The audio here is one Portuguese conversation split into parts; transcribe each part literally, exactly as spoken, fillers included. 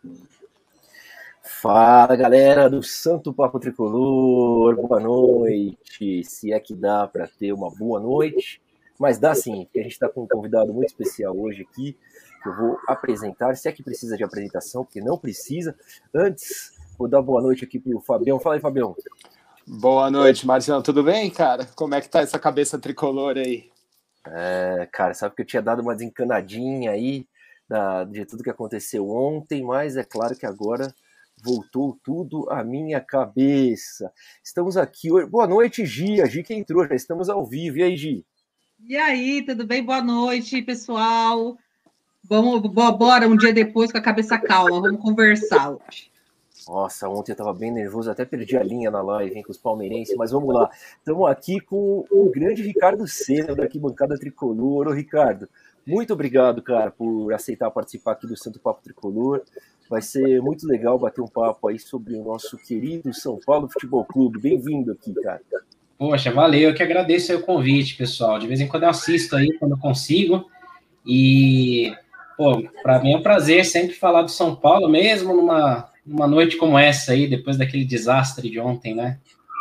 Fala, galera do Santo Papo Tricolor, boa noite, se é que dá para ter uma boa noite, mas dá sim, porque a gente está com um convidado muito especial hoje aqui, que eu vou apresentar, se é que precisa de apresentação, porque não precisa. Antes, vou dar boa noite aqui pro Fabião. Fala aí, Fabião. Boa noite, Marciano, tudo bem, cara? Como é que tá essa cabeça tricolor aí? É, cara, sabe que eu tinha dado uma desencanadinha aí da, de tudo que aconteceu ontem, mas é claro que agora voltou tudo à minha cabeça. Estamos aqui hoje. Boa noite, Gi. A Gi que entrou, já estamos ao vivo. E aí, Gi? E aí, tudo bem? Boa noite, pessoal. Vamos, bora um dia depois com a cabeça calma, vamos conversar hoje. Nossa, ontem eu tava bem nervoso, até perdi a linha na live, hein, com os palmeirenses, mas vamos lá. Estamos aqui com o grande Ricardo Senna, da Arquibancada Tricolor. Ô, Ricardo, muito obrigado, cara, por aceitar participar aqui do Santo Papo Tricolor. Vai ser muito legal bater um papo aí sobre o nosso querido São Paulo Futebol Clube. Bem-vindo aqui, cara. Poxa, valeu, eu que agradeço aí o convite, pessoal. De vez em quando eu assisto aí, quando eu consigo. E, pô, para mim é um prazer sempre falar do São Paulo, mesmo numa, numa noite como essa aí, depois daquele desastre de ontem, né?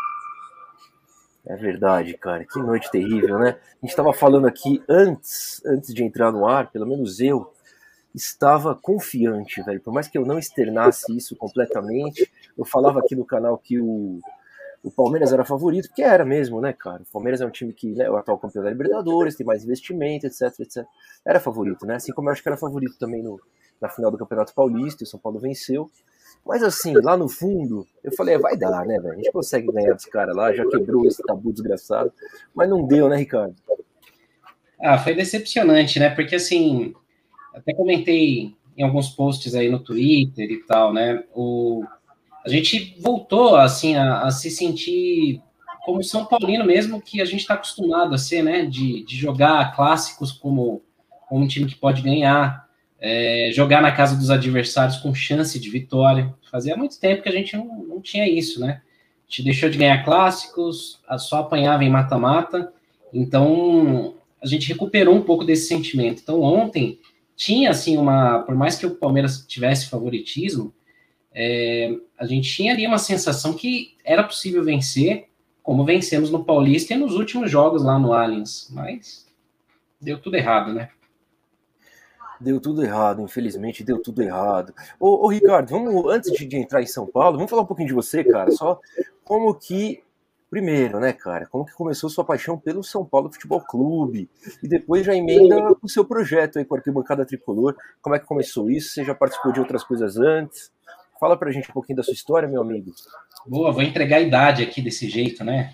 É verdade, cara. Que noite terrível, né? A gente estava falando aqui antes, antes de entrar no ar, pelo menos eu, estava confiante, velho. Por mais que eu não externasse isso completamente, eu falava aqui no canal que o, o Palmeiras era favorito, porque era mesmo, né, cara? O Palmeiras é um time que, né, é o atual campeão da Libertadores, tem mais investimento, etc, etcétera. Era favorito, né? Assim como eu acho que era favorito também no, na final do Campeonato Paulista, e o São Paulo venceu. Mas assim, lá no fundo, eu falei, é, vai dar, né, velho? A gente consegue ganhar dos caras lá, já quebrou esse tabu desgraçado. Mas não deu, né, Ricardo? Ah, foi decepcionante, né? Porque assim, até comentei em alguns posts aí no Twitter e tal, né? O, a gente voltou, assim, a, a se sentir como São Paulino mesmo, que a gente está acostumado a ser, né? De, de jogar clássicos como, como um time que pode ganhar, é, jogar na casa dos adversários com chance de vitória. Fazia muito tempo que a gente não, não tinha isso, né? A gente deixou de ganhar clássicos, só apanhava em mata-mata, então a gente recuperou um pouco desse sentimento. Então ontem tinha, assim, uma... Por mais que o Palmeiras tivesse favoritismo, é, a gente tinha ali uma sensação que era possível vencer, como vencemos no Paulista e nos últimos jogos lá no Allianz. Mas deu tudo errado, né? Deu tudo errado, infelizmente deu tudo errado. Ô, ô Ricardo, vamos, antes de, de entrar em São Paulo, vamos falar um pouquinho de você, cara. Só como que... Primeiro, né, cara, como que começou sua paixão pelo São Paulo Futebol Clube? E depois já emenda o seu projeto aí com a Arquibancada Tricolor. Como é que começou isso? Você já participou de outras coisas antes? Fala pra gente um pouquinho da sua história, meu amigo. Boa, vou entregar a idade aqui desse jeito, né?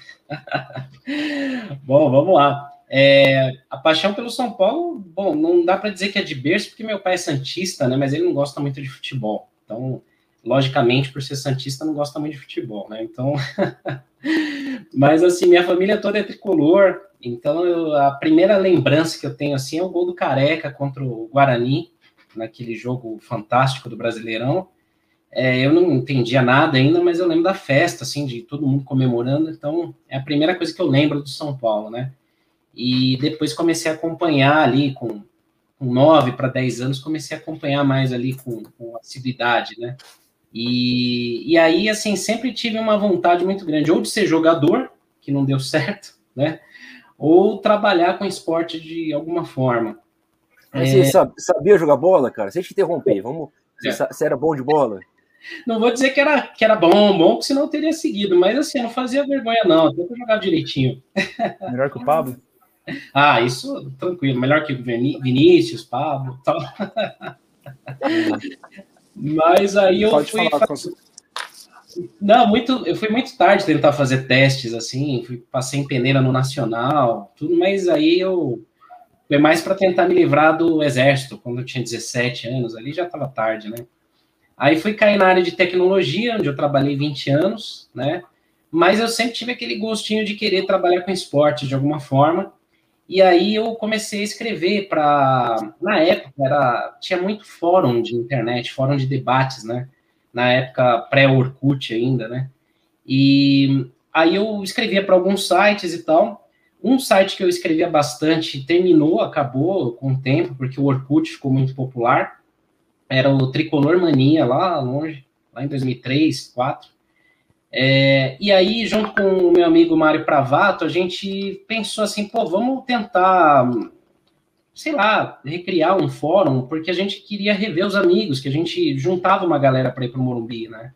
Bom, vamos lá. É, a paixão pelo São Paulo, bom, não dá para dizer que é de berço, porque meu pai é santista, né? Mas ele não gosta muito de futebol. Então, logicamente, por ser santista, não gosta muito de futebol, né? Então, mas assim, minha família toda é tricolor. Então, eu, a primeira lembrança que eu tenho assim é o gol do Careca contra o Guarani, naquele jogo fantástico do Brasileirão. É, eu não entendia nada ainda, mas eu lembro da festa, assim, de todo mundo comemorando. Então, é a primeira coisa que eu lembro do São Paulo, né? E depois comecei a acompanhar ali com, com nove para dez anos, comecei a acompanhar mais ali com, com assiduidade, né? E, e aí, assim, sempre tive uma vontade muito grande, ou de ser jogador, que não deu certo, né? Ou trabalhar com esporte de alguma forma. Mas é... Você sabia jogar bola, cara? Sem te interromper, vamos... Você, é. Você era bom de bola? Não vou dizer que era, que era bom, bom, porque senão eu teria seguido, mas assim, não fazia vergonha não, até que eu jogava direitinho. Melhor que o Pablo? Ah, isso, tranquilo, melhor que o Vinícius, Pablo, tal. Mas aí eu Pode fui... falar, fazer... Não, muito, eu fui muito tarde tentar fazer testes, assim, fui, passei em peneira no Nacional, tudo, mas aí eu... Foi mais para tentar me livrar do exército, quando eu tinha dezessete anos, ali já estava tarde, né? Aí fui cair na área de tecnologia, onde eu trabalhei vinte anos, né? Mas eu sempre tive aquele gostinho de querer trabalhar com esporte de alguma forma. E aí eu comecei a escrever para... Na época, era... tinha muito fórum de internet, fórum de debates, né? Na época pré-Orkut ainda, né? E aí eu escrevia para alguns sites e tal. Um site que eu escrevia bastante terminou, acabou com o tempo, porque o Orkut ficou muito popular. era o Tricolor Mania, lá longe, lá em dois mil e três, dois mil e quatro. É, e aí, junto com o meu amigo Mário Pravato, a gente pensou assim, pô, vamos tentar, sei lá, recriar um fórum, porque a gente queria rever os amigos, que a gente juntava uma galera para ir para o Morumbi, né?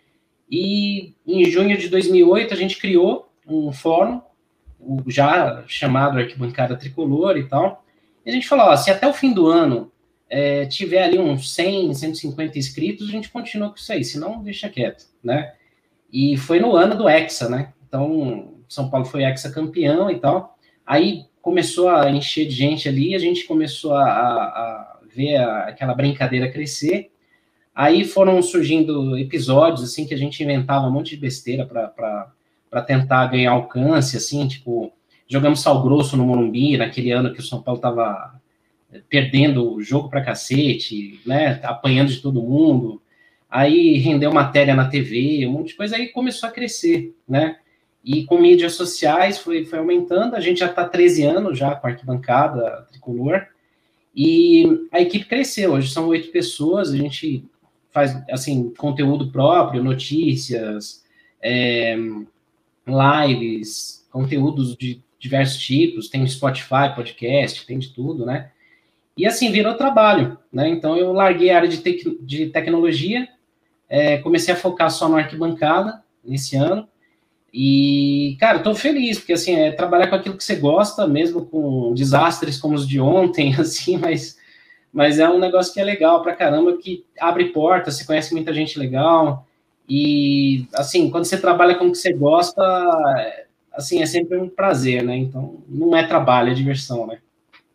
E em junho de dois mil e oito a gente criou um fórum, o já chamado Arquibancada Tricolor e tal, e a gente falou, ó, se até o fim do ano é, tiver ali uns cem, cento e cinquenta inscritos, a gente continua com isso aí, senão deixa quieto, né? E foi no ano do Hexa, né? Então, São Paulo foi Hexa campeão e tal. Aí começou a encher de gente ali, a gente começou a, a, a ver a, aquela brincadeira crescer. Aí foram surgindo episódios, assim, que a gente inventava um monte de besteira para tentar ganhar alcance, assim, tipo, jogamos sal grosso no Morumbi, naquele ano que o São Paulo estava perdendo o jogo pra cacete, né? Apanhando de todo mundo. Aí rendeu matéria na T V, um monte de coisa, aí começou a crescer, né? E com mídias sociais foi, foi aumentando, a gente já está treze anos já com a Arquibancada Tricolor, e a equipe cresceu, hoje são oito pessoas, a gente faz, assim, conteúdo próprio, notícias, é, lives, conteúdos de diversos tipos, tem Spotify, podcast, tem de tudo, né? E assim, virou trabalho, né? Então eu larguei a área de, tec de tecnologia, É, comecei a focar só na Arquibancada nesse ano. E, cara, estou feliz, porque, assim, é trabalhar com aquilo que você gosta, mesmo com desastres como os de ontem, assim, mas, mas é um negócio que é legal pra caramba, que abre portas, você conhece muita gente legal. E, assim, quando você trabalha com o que você gosta, assim, é sempre um prazer, né? Então, não é trabalho, é diversão, né?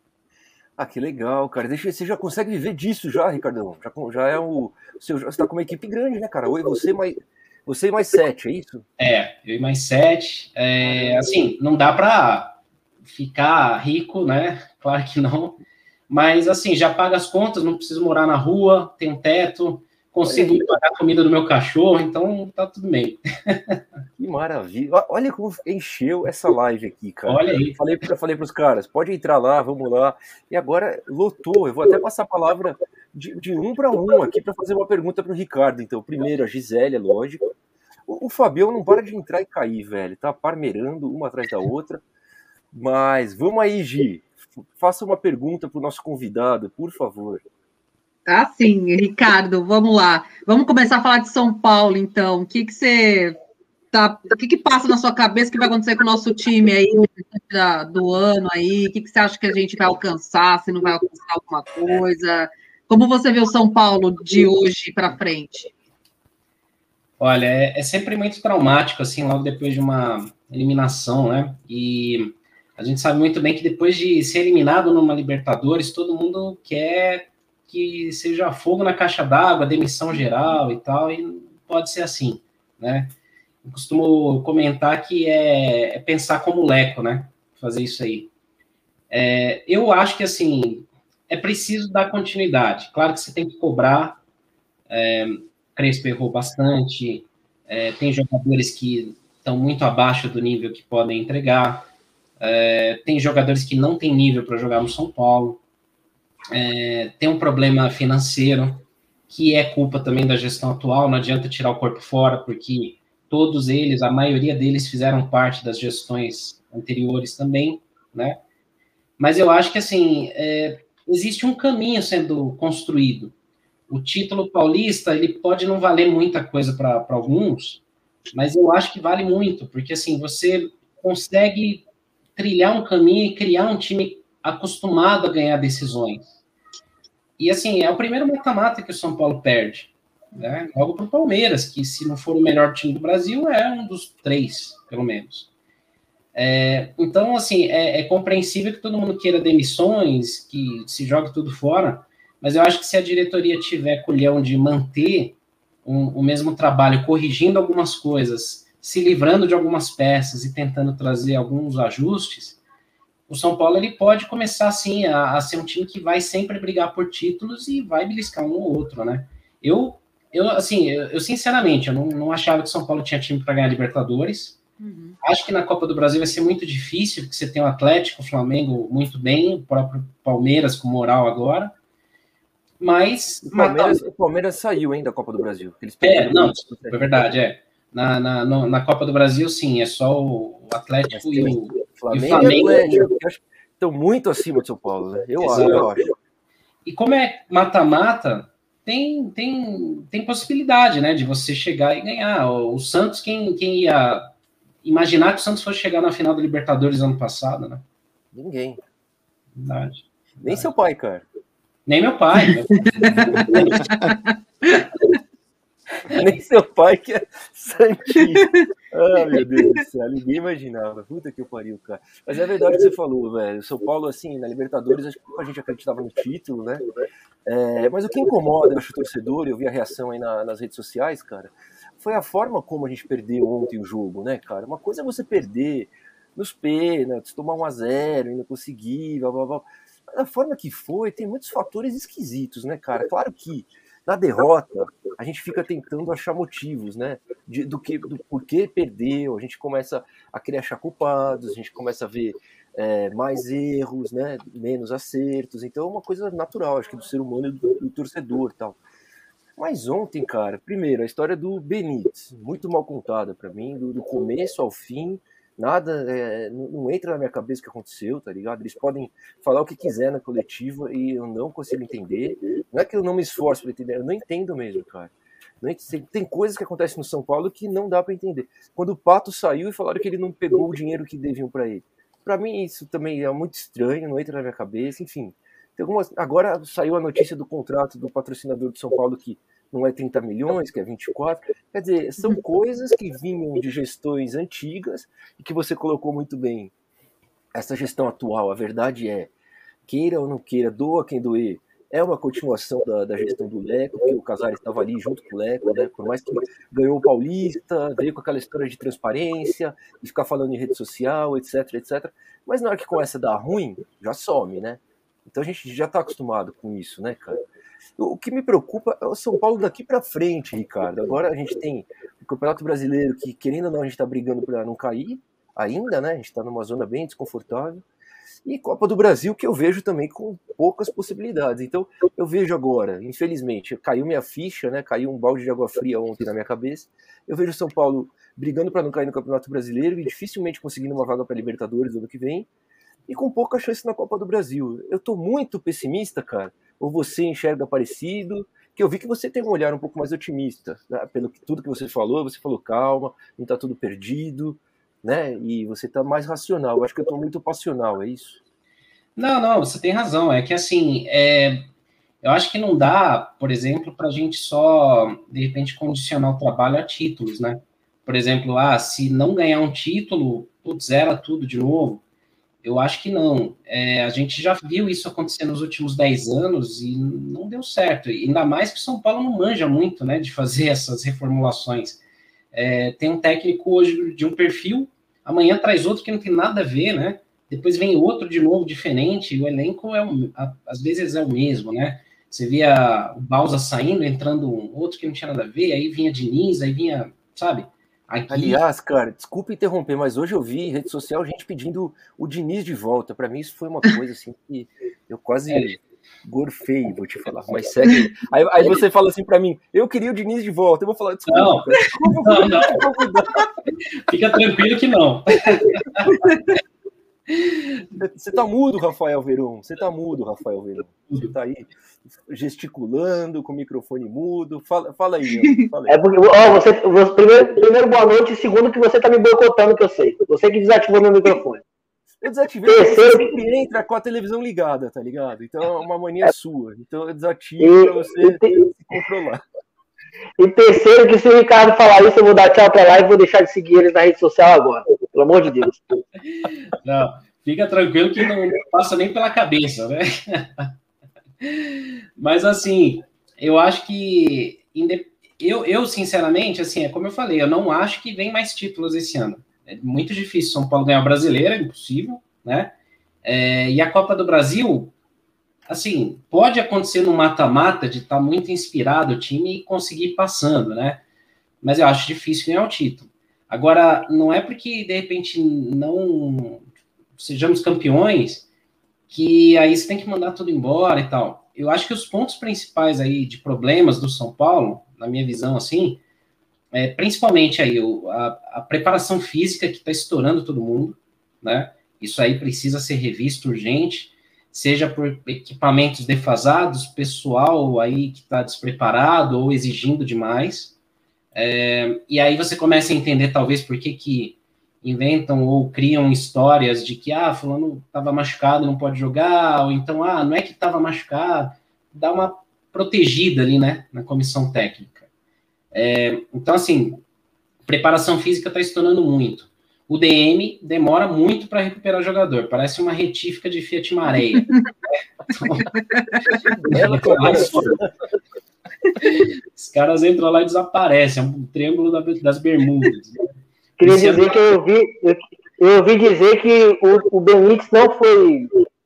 Ah, que legal, cara. Deixa, você já consegue viver disso já, Ricardão. Já, já é o. Você está com uma equipe grande, né, cara? Oi, você mais, você mais sete, é isso? É, eu e mais sete. É, assim, não dá para ficar rico, né? Claro que não. Mas, assim, já paga as contas, não preciso morar na rua, tem um teto, consigo pagar a comida do meu cachorro, então tá tudo bem. Que maravilha. Olha como encheu essa live aqui, cara. Olha aí. Falei, eu falei para os caras, pode entrar lá, vamos lá. E agora lotou. Eu vou até passar a palavra de, de um para um aqui para fazer uma pergunta para o Ricardo. Então, primeiro a Gisele, é lógico. O, o Fabião não para de entrar e cair, velho. Tá parmeirando uma atrás da outra. Mas vamos aí, Gi. Faça uma pergunta para o nosso convidado, por favor. Ah, sim, Ricardo, vamos lá. Vamos começar a falar de São Paulo, então. O que, que você tá. O que, que passa na sua cabeça que vai acontecer com o nosso time aí da, do ano aí? O que, que você acha que a gente vai alcançar, se não vai alcançar alguma coisa? Como você vê o São Paulo de hoje para frente? Olha, é, é sempre muito traumático, assim, logo depois de uma eliminação, né? E a gente sabe muito bem que depois de ser eliminado numa Libertadores, todo mundo quer que seja fogo na caixa d'água, demissão geral e tal, e não pode ser assim, né? Eu costumo comentar que é, é pensar como Leco, né? Fazer isso aí. É, eu acho que, assim, é preciso dar continuidade. Claro que você tem que cobrar. É, Crespo errou bastante. É, tem jogadores que estão muito abaixo do nível que podem entregar. É, tem jogadores que não têm nível para jogar no São Paulo. É, tem um problema financeiro, que é culpa também da gestão atual. Não adianta tirar o corpo fora, porque todos eles, a maioria deles, fizeram parte das gestões anteriores também, né? Mas eu acho que, assim, é, existe um caminho sendo construído. O título paulista, ele pode não valer muita coisa para alguns, mas eu acho que vale muito, porque, assim, você consegue trilhar um caminho e criar um time acostumado a ganhar decisões. E, assim, é o primeiro mata-mata que o São Paulo perde, né? Logo para o Palmeiras, que, se não for o melhor time do Brasil, é um dos três, pelo menos. É, então, assim, é, é compreensível que todo mundo queira demissões, que se jogue tudo fora, mas eu acho que se a diretoria tiver culhão de manter um, o mesmo trabalho, corrigindo algumas coisas, se livrando de algumas peças e tentando trazer alguns ajustes, o São Paulo ele pode começar, assim, a, a ser um time que vai sempre brigar por títulos e vai beliscar um ou outro, né? Eu, eu assim, eu, eu sinceramente, eu não, não achava que o São Paulo tinha time para ganhar Libertadores. Uhum. Acho que na Copa do Brasil vai ser muito difícil, porque você tem o Atlético, o Flamengo muito bem, o próprio Palmeiras com moral agora. Mas o Palmeiras, o Palmeiras saiu ainda da Copa do Brasil. Eles é, não, é verdade, é. Na, na, na Copa do Brasil, sim, é só o Atlético e o Flamengo. E o Flamengo e Atlético, que acho que estão muito acima de São Paulo, né? Eu acho, eu acho. E como é mata-mata, tem, tem, tem possibilidade, né, de você chegar e ganhar. O, o Santos, quem, quem ia imaginar que o Santos fosse chegar na final da Libertadores ano passado, né? Ninguém. Verdade. Nem verdade. seu pai, cara. Nem meu pai. Nem seu pai, que é santista. Ah, meu Deus do céu, ninguém imaginava. Puta que pariu, cara. Mas é verdade o que você falou, velho. O São Paulo, assim, na Libertadores, acho que a gente acreditava no título, né? É, mas o que incomoda, eu acho, o torcedor, eu vi a reação aí na, nas redes sociais, cara, foi a forma como a gente perdeu ontem o jogo, né, cara? Uma coisa é você perder nos pênaltis, tomar um a zero e não conseguir, blá, blá, blá. A forma que foi, tem muitos fatores esquisitos, né, cara? Claro que na derrota a gente fica tentando achar motivos, né? De, do, que, do porquê perdeu, a gente começa a querer achar culpados, a gente começa a ver é, mais erros, né? Menos acertos. Então é uma coisa natural, acho que do ser humano e do, do torcedor e tal. Mas ontem, cara, primeiro, a história do Benítez, muito mal contada pra mim, do, do começo ao fim. Nada, é, não entra na minha cabeça o que aconteceu, tá ligado? Eles podem falar o que quiser na coletiva e eu não consigo entender. Não é que eu não me esforço para entender, eu não entendo mesmo, cara. Não entendo. Tem coisas que acontecem no São Paulo que não dá para entender. Quando o Pato saiu e falaram que ele não pegou o dinheiro que deviam para ele. Para mim isso também é muito estranho, não entra na minha cabeça, enfim. Tem algumas... Agora saiu a notícia do contrato do patrocinador do São Paulo que não é trinta milhões, que é vinte e quatro. Quer dizer, são coisas que vinham de gestões antigas e que você colocou muito bem. Essa gestão atual, a verdade é, queira ou não queira, doa quem doer, é uma continuação da, da gestão do Leco, porque o Casares estava ali junto com o Leco, né? Por mais que ganhou o Paulista, veio com aquela história de transparência, de ficar falando em rede social, etc, etcétera. Mas na hora que começa a dar ruim, já some, né? Então a gente já está acostumado com isso, né, cara? O que me preocupa é o São Paulo daqui para frente, Ricardo. Agora a gente tem o Campeonato Brasileiro, que querendo ou não a gente está brigando para não cair ainda, né? A gente está numa zona bem desconfortável. E Copa do Brasil, que eu vejo também com poucas possibilidades. Então eu vejo agora, infelizmente, caiu minha ficha, né? Caiu um balde de água fria ontem na minha cabeça. Eu vejo o São Paulo brigando para não cair no Campeonato Brasileiro e dificilmente conseguindo uma vaga para Libertadores no ano que vem. E com pouca chance na Copa do Brasil. Eu tô muito pessimista, cara. Ou você enxerga parecido? Que eu vi que você tem um olhar um pouco mais otimista, né? Pelo que tudo que você falou, você falou calma, não tá tudo perdido, né? E você tá mais racional. Eu acho que eu tô muito passional, é isso? Não, não, você tem razão. É que assim, é... eu acho que não dá, por exemplo, para a gente só, de repente, condicionar o trabalho a títulos, né? Por exemplo, ah, se não ganhar um título, putz, zera tudo de novo. Eu acho que não. É, a gente já viu isso acontecer nos últimos dez anos e não deu certo. E ainda mais que São Paulo não manja muito, né, de fazer essas reformulações. É, tem um técnico hoje de um perfil, amanhã traz outro que não tem nada a ver, né? Depois vem outro de novo diferente. E o elenco é um, às vezes é o mesmo, né? Você via o Bausa saindo, entrando um outro que não tinha nada a ver, aí vinha Diniz, aí vinha, sabe? Aqui... Aliás, cara, desculpa interromper, mas hoje eu vi em rede social gente pedindo o Diniz de volta. Para mim isso foi uma coisa assim que eu quase é. gorfei, vou te falar. Mas segue. Aí, aí você fala assim para mim, eu queria o Diniz de volta. Eu vou falar, desculpa, não, cara, desculpa, não, não. Fica tranquilo que não. Você tá mudo, Rafael Veron. Você tá mudo, Rafael Veron. Você tá aí gesticulando, com o microfone mudo. Fala, fala aí, fala aí. É porque, ó, você, você, primeiro, primeiro, boa noite, e segundo, que você tá me boicotando, que eu sei. Você que desativou meu microfone. Eu desativei, porque você sempre entra com a televisão ligada, tá ligado? Então é uma mania é. sua. Então eu desativo e, pra você te... se controlar. E terceiro, que se o Ricardo falar isso, eu vou dar tchau pra lá e vou deixar de seguir eles na rede social agora. Pelo amor de Deus. Não, fica tranquilo que não passa nem pela cabeça, né? Mas assim, eu acho que eu, eu sinceramente, assim, é como eu falei, eu não acho que vem mais títulos esse ano. É muito difícil São Paulo ganhar a Brasileira, é impossível, né? É, e a Copa do Brasil, assim, pode acontecer no mata-mata de estar tá muito inspirado o time e conseguir ir passando, né? Mas eu acho difícil ganhar o título. Agora, não é porque, de repente, não sejamos campeões que aí você tem que mandar tudo embora e tal. eu acho que os pontos principais aí de problemas do São Paulo, na minha visão, assim, é principalmente aí o, a, a preparação física que está estourando todo mundo, né? Isso aí precisa ser revisto urgente, seja por equipamentos defasados, pessoal aí que está despreparado ou exigindo demais. É, e aí você começa a entender, talvez, por que que inventam ou criam histórias de que, ah, fulano estava machucado, não pode jogar, ou então, ah, não é que estava machucado, dá uma protegida ali, né, na comissão técnica. É, então, assim, preparação física está estourando muito. O D M demora muito para recuperar o jogador, parece uma retífica de Fiat Marea. Então, os caras entram lá e desaparecem, é um triângulo das Bermudas. Queria dizer que eu ouvi, eu, eu ouvi dizer que o, o Benítez não foi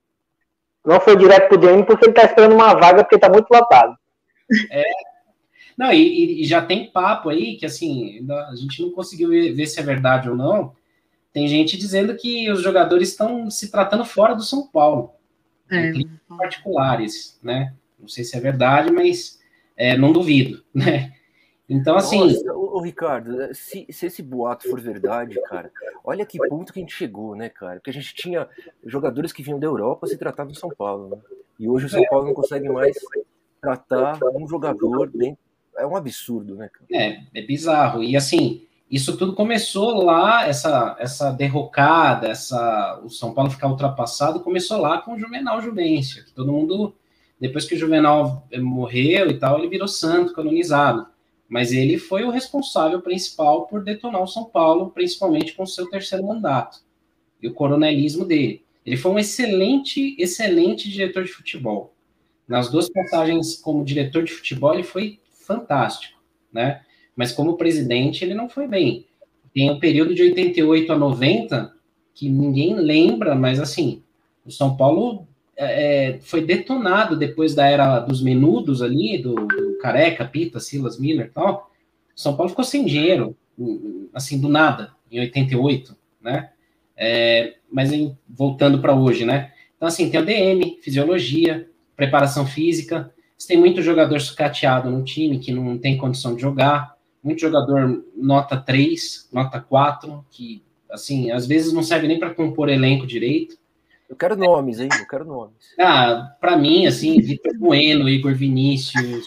não foi direto pro D M porque ele está esperando uma vaga porque está muito lotado. É, não, e, e já tem papo aí que, assim, a gente não conseguiu ver, ver se é verdade ou não. Tem gente dizendo que os jogadores estão se tratando fora do São Paulo, é. em clínicas particulares, né? Não sei se é verdade, mas é, não duvido, né? Então, assim... Nossa, ô, ô, Ricardo, se, se esse boato for verdade, cara, olha que ponto que a gente chegou, né, cara? Porque a gente tinha jogadores que vinham da Europa se tratar do São Paulo, né? E hoje o São Paulo não consegue mais tratar um jogador dentro... É um absurdo, né, cara? É, é bizarro. E, assim, isso tudo começou lá, essa, essa derrocada, essa, o São Paulo ficar ultrapassado, começou lá com o Juvenal Juvencio, que todo mundo, depois que o Juvenal morreu e tal, ele virou santo, canonizado. Mas ele foi o responsável principal por detonar o São Paulo, principalmente com o seu terceiro mandato, e o coronelismo dele. Ele foi um excelente, excelente diretor de futebol. Nas duas passagens como diretor de futebol, ele foi fantástico, né? Mas como presidente, ele não foi bem. Tem um período de oitenta e oito a noventa, que ninguém lembra, mas assim, o São Paulo é, foi detonado depois da era dos menudos ali, do, do Careca, Pita, Silas Miller e tal. O São Paulo ficou sem dinheiro, assim, do nada, em oitenta e oito, né? É, mas em, voltando para hoje, né? Então, assim, tem o D M, fisiologia, preparação física. Você tem muito jogador sucateado no time que não tem condição de jogar, muito jogador nota três, nota quatro, que, assim, às vezes não serve nem para compor elenco direito. Eu quero nomes, hein? Eu quero nomes. Ah, para mim, assim, Vitor Bueno, Igor Vinícius,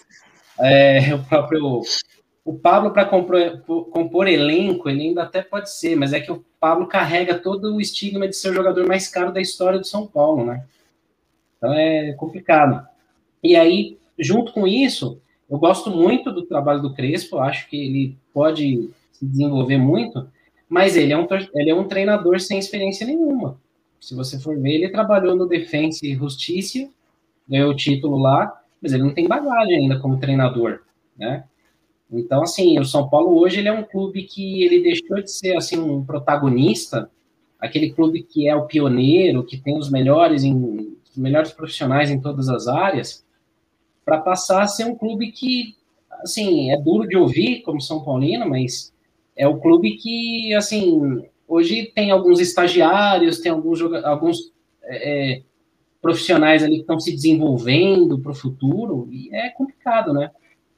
é, o próprio... O Pablo, para compor, compor elenco, ele ainda até pode ser, mas é que o Pablo carrega todo o estigma de ser o jogador mais caro da história do São Paulo, né? Então é complicado. E aí, junto com isso, eu gosto muito do trabalho do Crespo, acho que ele pode se desenvolver muito, mas ele é um, ele é um treinador sem experiência nenhuma. Se você for ver, ele trabalhou no Defensa e Justiça, ganhou o título lá, mas ele não tem bagagem ainda como treinador, né? Então, assim, o São Paulo hoje ele é um clube que ele deixou de ser, assim, um protagonista, aquele clube que é o pioneiro, que tem os melhores, em, os melhores profissionais em todas as áreas, para passar a ser um clube que, assim, é duro de ouvir como São Paulino, mas é o clube que, assim, hoje tem alguns estagiários, tem alguns, alguns é, profissionais ali que estão se desenvolvendo para o futuro, e é complicado, né?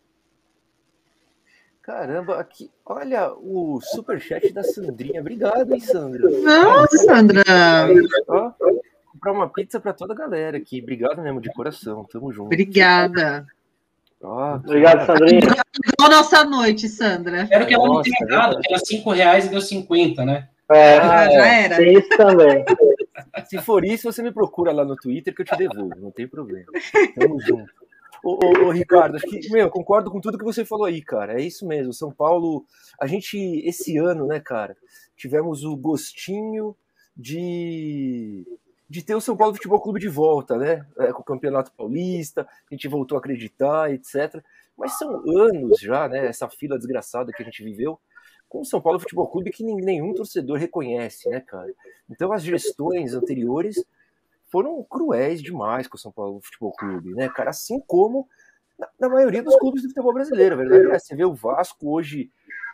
Caramba, aqui, olha o superchat da Sandrinha. Obrigado, hein, Sandra? Nossa, Sandra! Ó, comprar uma pizza para toda a galera aqui. Obrigado mesmo, de coração. Tamo junto. Obrigada. Ó, Obrigado, Sandrinha. Boa nossa noite, Sandra. Espero que ela não Nossa, tenha dado, porque ela cinco reais e deu cinquenta, né? É, Ah, já era. tem isso também. Se for isso, você me procura lá no Twitter que eu te devolvo. Não tem problema. Tamo junto. Ô, ô, ô, Ricardo, acho que, meu, concordo com tudo que você falou aí, cara. É isso mesmo. São Paulo, a gente, esse ano, né, cara, tivemos o gostinho de, de ter o São Paulo Futebol Clube de volta, né? É, com o Campeonato Paulista, a gente voltou a acreditar, etcétera. Mas são anos já, né? Essa fila desgraçada que a gente viveu com o São Paulo Futebol Clube que nenhum torcedor reconhece, né, cara? Então as gestões anteriores foram cruéis demais com o São Paulo Futebol Clube, né, cara? Assim como na, na maioria dos clubes do futebol brasileiro, a verdade é, você vê o Vasco hoje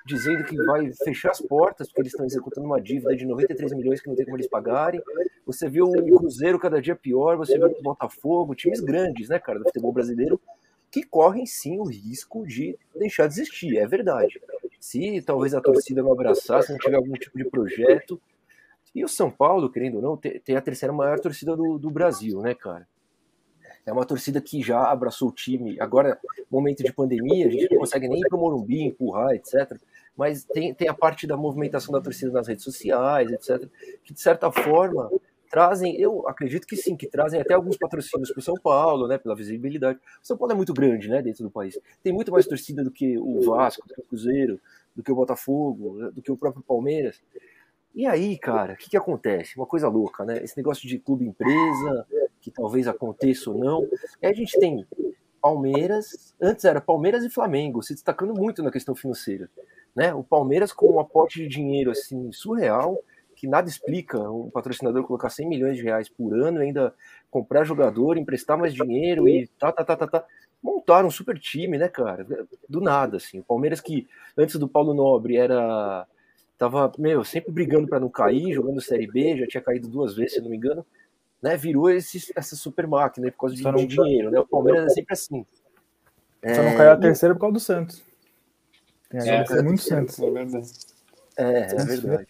dizendo que vai fechar as portas, porque eles estão executando uma dívida de noventa e três milhões que não tem como eles pagarem. Você vê o Cruzeiro cada dia pior, você vê o Botafogo, times grandes, né, cara, do futebol brasileiro, que correm sim o risco de deixar de existir, é verdade. Se talvez a torcida não abraçar, se não tiver algum tipo de projeto. E o São Paulo, querendo ou não, tem a terceira maior torcida do, do Brasil, né, cara? É uma torcida que já abraçou o time. Agora, momento de pandemia, a gente não consegue nem ir para o Morumbi, empurrar, etcétera. Mas tem, tem a parte da movimentação da torcida nas redes sociais, etcétera. Que, de certa forma, trazem, eu acredito que sim, que trazem até alguns patrocínios para o São Paulo, né, pela visibilidade. O São Paulo é muito grande, né, dentro do país. Tem muito mais torcida do que o Vasco, do que o Cruzeiro, do que o Botafogo, do que o próprio Palmeiras. E aí, cara, o que, que acontece? Uma coisa louca, né? Esse negócio de clube-empresa, que talvez aconteça ou não. E aí a gente tem Palmeiras, antes era Palmeiras e Flamengo, se destacando muito na questão financeira, né? O Palmeiras com um aporte de dinheiro assim surreal, que nada explica um patrocinador colocar cem milhões de reais por ano, ainda comprar jogador, emprestar mais dinheiro e tá, tá, tá, tá, tá. Montaram um super time, né, cara? Do nada, assim. O Palmeiras que, antes do Paulo Nobre, era... Tava, meu, sempre brigando para não cair, jogando Série B, já tinha caído duas vezes, se não me engano, né? Virou esse, essa super máquina por causa de, não... de dinheiro, né? O Palmeiras é sempre assim. Só é... não caiu a terceira por causa do Santos. Tem é, é, muito Santos. É verdade. É, é verdade.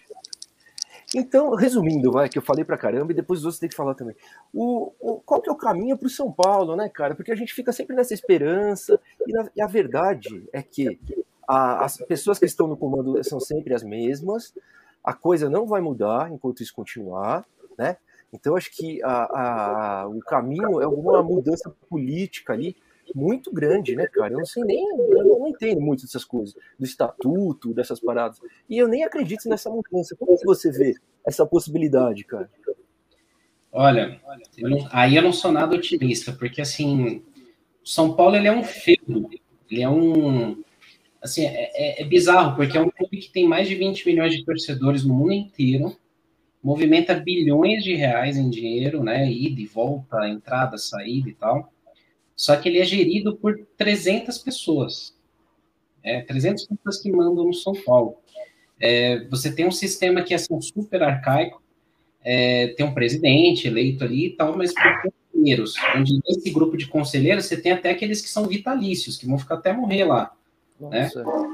Então, resumindo, vai, que eu falei pra caramba e depois os outros têm que falar também. O, o, qual que é o caminho pro São Paulo, né, cara? Porque a gente fica sempre nessa esperança e, na, e a verdade é que a, as pessoas que estão no comando são sempre as mesmas, a coisa não vai mudar enquanto isso continuar, né? Então, acho que a, a, o caminho é uma mudança política ali muito grande, né, cara? Eu não sei nem, eu não entendo muito dessas coisas, do estatuto, dessas paradas. E eu nem acredito nessa mudança. Como que você vê essa possibilidade, cara? Olha, eu não, aí eu não sou nada otimista, porque, assim, o São Paulo, ele é um feudo, ele é um... Assim, é, é, é bizarro, porque é um clube que tem mais de vinte milhões de torcedores no mundo inteiro, movimenta bilhões de reais em dinheiro, né, ida e volta, entrada, saída e tal, só que ele é gerido por trezentas pessoas, é, trezentas pessoas que mandam no São Paulo. É, você tem um sistema que é assim, super arcaico, é, tem um presidente eleito ali e tal, mas por conselheiros, onde nesse grupo de conselheiros você tem até aqueles que são vitalícios, que vão ficar até morrer lá. Né?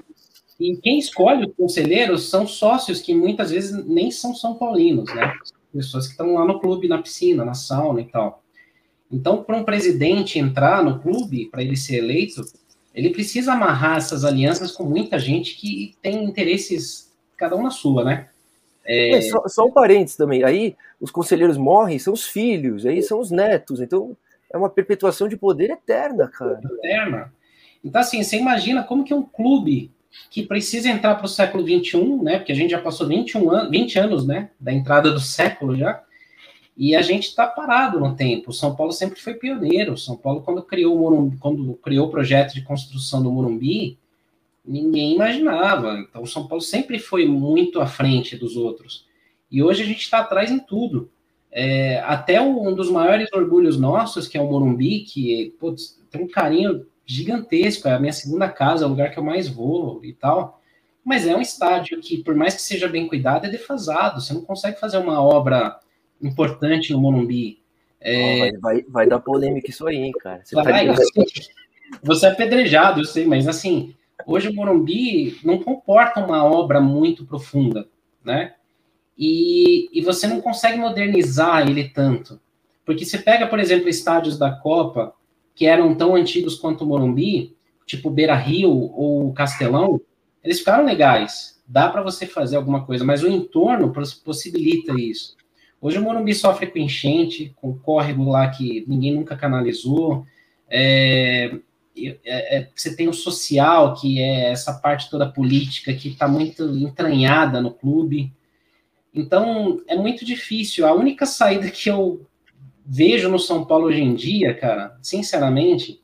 E quem escolhe os conselheiros são sócios que muitas vezes nem são São Paulinos, né? Pessoas que estão lá no clube, na piscina, na sauna e tal. Então, para um presidente entrar no clube, para ele ser eleito, ele precisa amarrar essas alianças com muita gente que tem interesses, cada um na sua, né? É... É, só, só um parênteses também. Aí os conselheiros morrem, são os filhos, aí são os netos. Então é uma perpetuação de poder eterna, cara. Eterna. Então, assim, você imagina como que um clube que precisa entrar para o século vinte e um, né? Porque a gente já passou vinte e um anos, vinte anos, né? Da entrada do século já. E a gente está parado no tempo. O São Paulo sempre foi pioneiro. O São Paulo, quando criou o Morumbi, quando criou o projeto de construção do Morumbi, ninguém imaginava. Então, o São Paulo sempre foi muito à frente dos outros. E hoje a gente está atrás em tudo. É, até um dos maiores orgulhos nossos, que é o Morumbi, que putz, tem um carinho gigantesco, é a minha segunda casa, é o lugar que eu mais vou e tal. Mas é um estádio que, por mais que seja bem cuidado, é defasado. Você não consegue fazer uma obra importante no Morumbi. É... Oh, vai, vai, vai dar polêmica isso aí, hein, cara. Você, vai, tá você é apedrejado, eu sei, mas assim, hoje o Morumbi não comporta uma obra muito profunda, né? E, e você não consegue modernizar ele tanto. Porque você pega, por exemplo, estádios da Copa, que eram tão antigos quanto o Morumbi, tipo Beira-Rio ou Castelão, eles ficaram legais. Dá para você fazer alguma coisa, mas o entorno possibilita isso. Hoje o Morumbi sofre com enchente, com córrego lá que ninguém nunca canalizou. É, é, é, você tem o social, que é essa parte toda política que está muito entranhada no clube. Então, é muito difícil. A única saída que eu vejo no São Paulo hoje em dia, cara, sinceramente,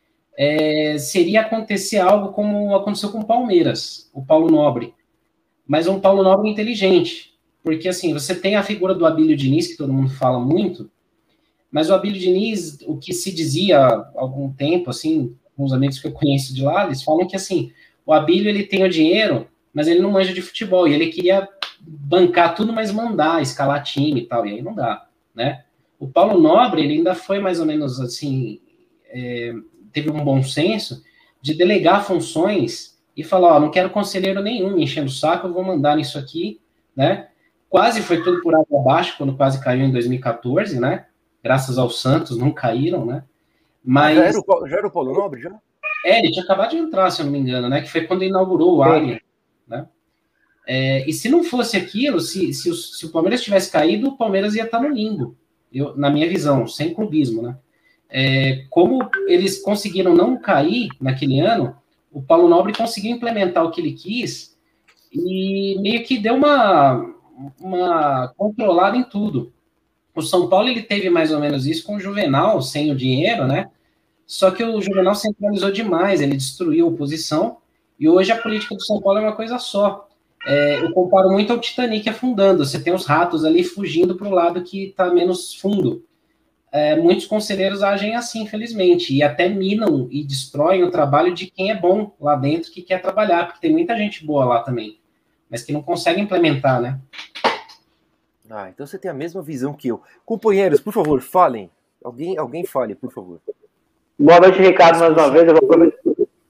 é, seria acontecer algo como aconteceu com o Palmeiras, o Paulo Nobre. Mas um Paulo Nobre inteligente. Porque, assim, você tem a figura do Abílio Diniz, que todo mundo fala muito, mas o Abílio Diniz, o que se dizia há algum tempo, assim, com os amigos que eu conheço de lá, eles falam que, assim, o Abílio, ele tem o dinheiro mas ele não manja de futebol, e ele queria bancar tudo, mas mandar, escalar time e tal, e aí não dá, né? O Paulo Nobre, ele ainda foi mais ou menos assim, é, teve um bom senso de delegar funções e falar, ó, não quero conselheiro nenhum me enchendo o saco, eu vou mandar nisso aqui, né? Quase foi tudo por água abaixo, quando quase caiu em dois mil e quatorze, né? Graças ao Santos, não caíram, né? Mas... Já era, o, já era o Paulo Nobre, já? É, ele tinha acabado de entrar, se eu não me engano, né? Que foi quando inaugurou o Allianz, né? É, e se não fosse aquilo, se, se, o, se o Palmeiras tivesse caído, o Palmeiras ia estar no limbo, eu, na minha visão, sem clubismo, né? É, como eles conseguiram não cair naquele ano, o Paulo Nobre conseguiu implementar o que ele quis e meio que deu uma, uma controlada em tudo. O São Paulo, ele teve mais ou menos isso com o Juvenal, sem o dinheiro, né? Só que o Juvenal centralizou demais, ele destruiu a oposição, e hoje a política do São Paulo é uma coisa só. É, eu comparo muito ao Titanic afundando, você tem os ratos ali fugindo para o lado que está menos fundo. É, muitos conselheiros agem assim, infelizmente, e até minam e destroem o trabalho de quem é bom lá dentro, que quer trabalhar, porque tem muita gente boa lá também, mas que não consegue implementar, né? Ah, então você tem a mesma visão que eu. Companheiros, por favor, falem. Alguém, alguém fale, por favor. Boa noite, Ricardo, mais uma vez. Eu vou aproveitar.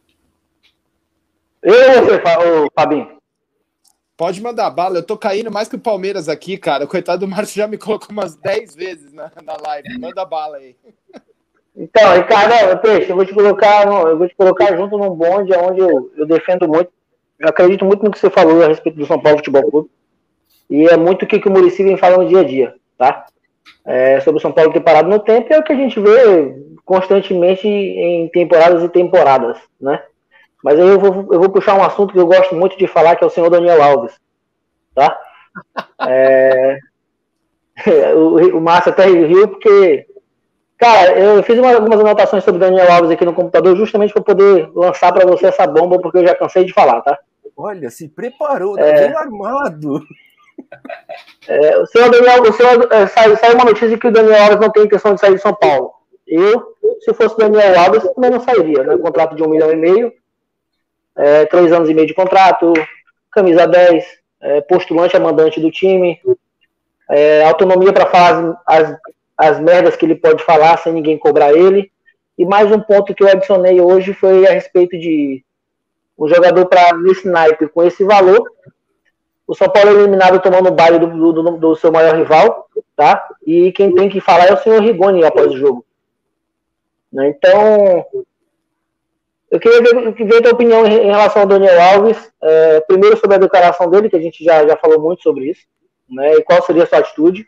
Eu ou você, Fabinho? Pode mandar bala, eu tô caindo mais que o Palmeiras aqui, cara. O coitado do Márcio já me colocou umas dez vezes na, na live. Manda bala aí. Então, Ricardo, Peixe, eu vou te colocar, eu vou te colocar junto num bonde onde eu, eu defendo muito. Eu acredito muito no que você falou a respeito do São Paulo Futebol Clube. E é muito o que, que o Muricy vem falando no dia a dia, tá? É, sobre o São Paulo ter parado no tempo, é o que a gente vê constantemente em temporadas e temporadas, né? Mas aí eu vou, eu vou puxar um assunto que eu gosto muito de falar, que é o senhor Daniel Alves, tá? É... o, o Márcio até riu porque, cara, eu fiz uma, algumas anotações sobre o Daniel Alves aqui no computador justamente para poder lançar para você essa bomba, porque eu já cansei de falar, tá? Olha, se preparou, né? É... Bem armado. É, o senhor Daniel, o senhor, é, saiu, saiu uma notícia que o Daniel Alves não tem intenção de sair de São Paulo. Eu, se fosse o Daniel Alves, também não sairia, né? Contrato de um milhão e meio, é, três anos e meio de contrato, camisa dez, é, postulante a mandante do time, é, autonomia para falar as, as, as merdas que ele pode falar sem ninguém cobrar ele. E mais um ponto que eu adicionei hoje foi a respeito de um jogador para esse naipe com esse valor. O São Paulo é eliminado tomando o baile do, do, do seu maior rival, tá? E quem tem que falar é o senhor Rigoni após o jogo. Então, eu queria ver, ver a tua opinião em relação ao Daniel Alves. É, primeiro sobre a declaração dele, que a gente já, já falou muito sobre isso, né? E qual seria a sua atitude.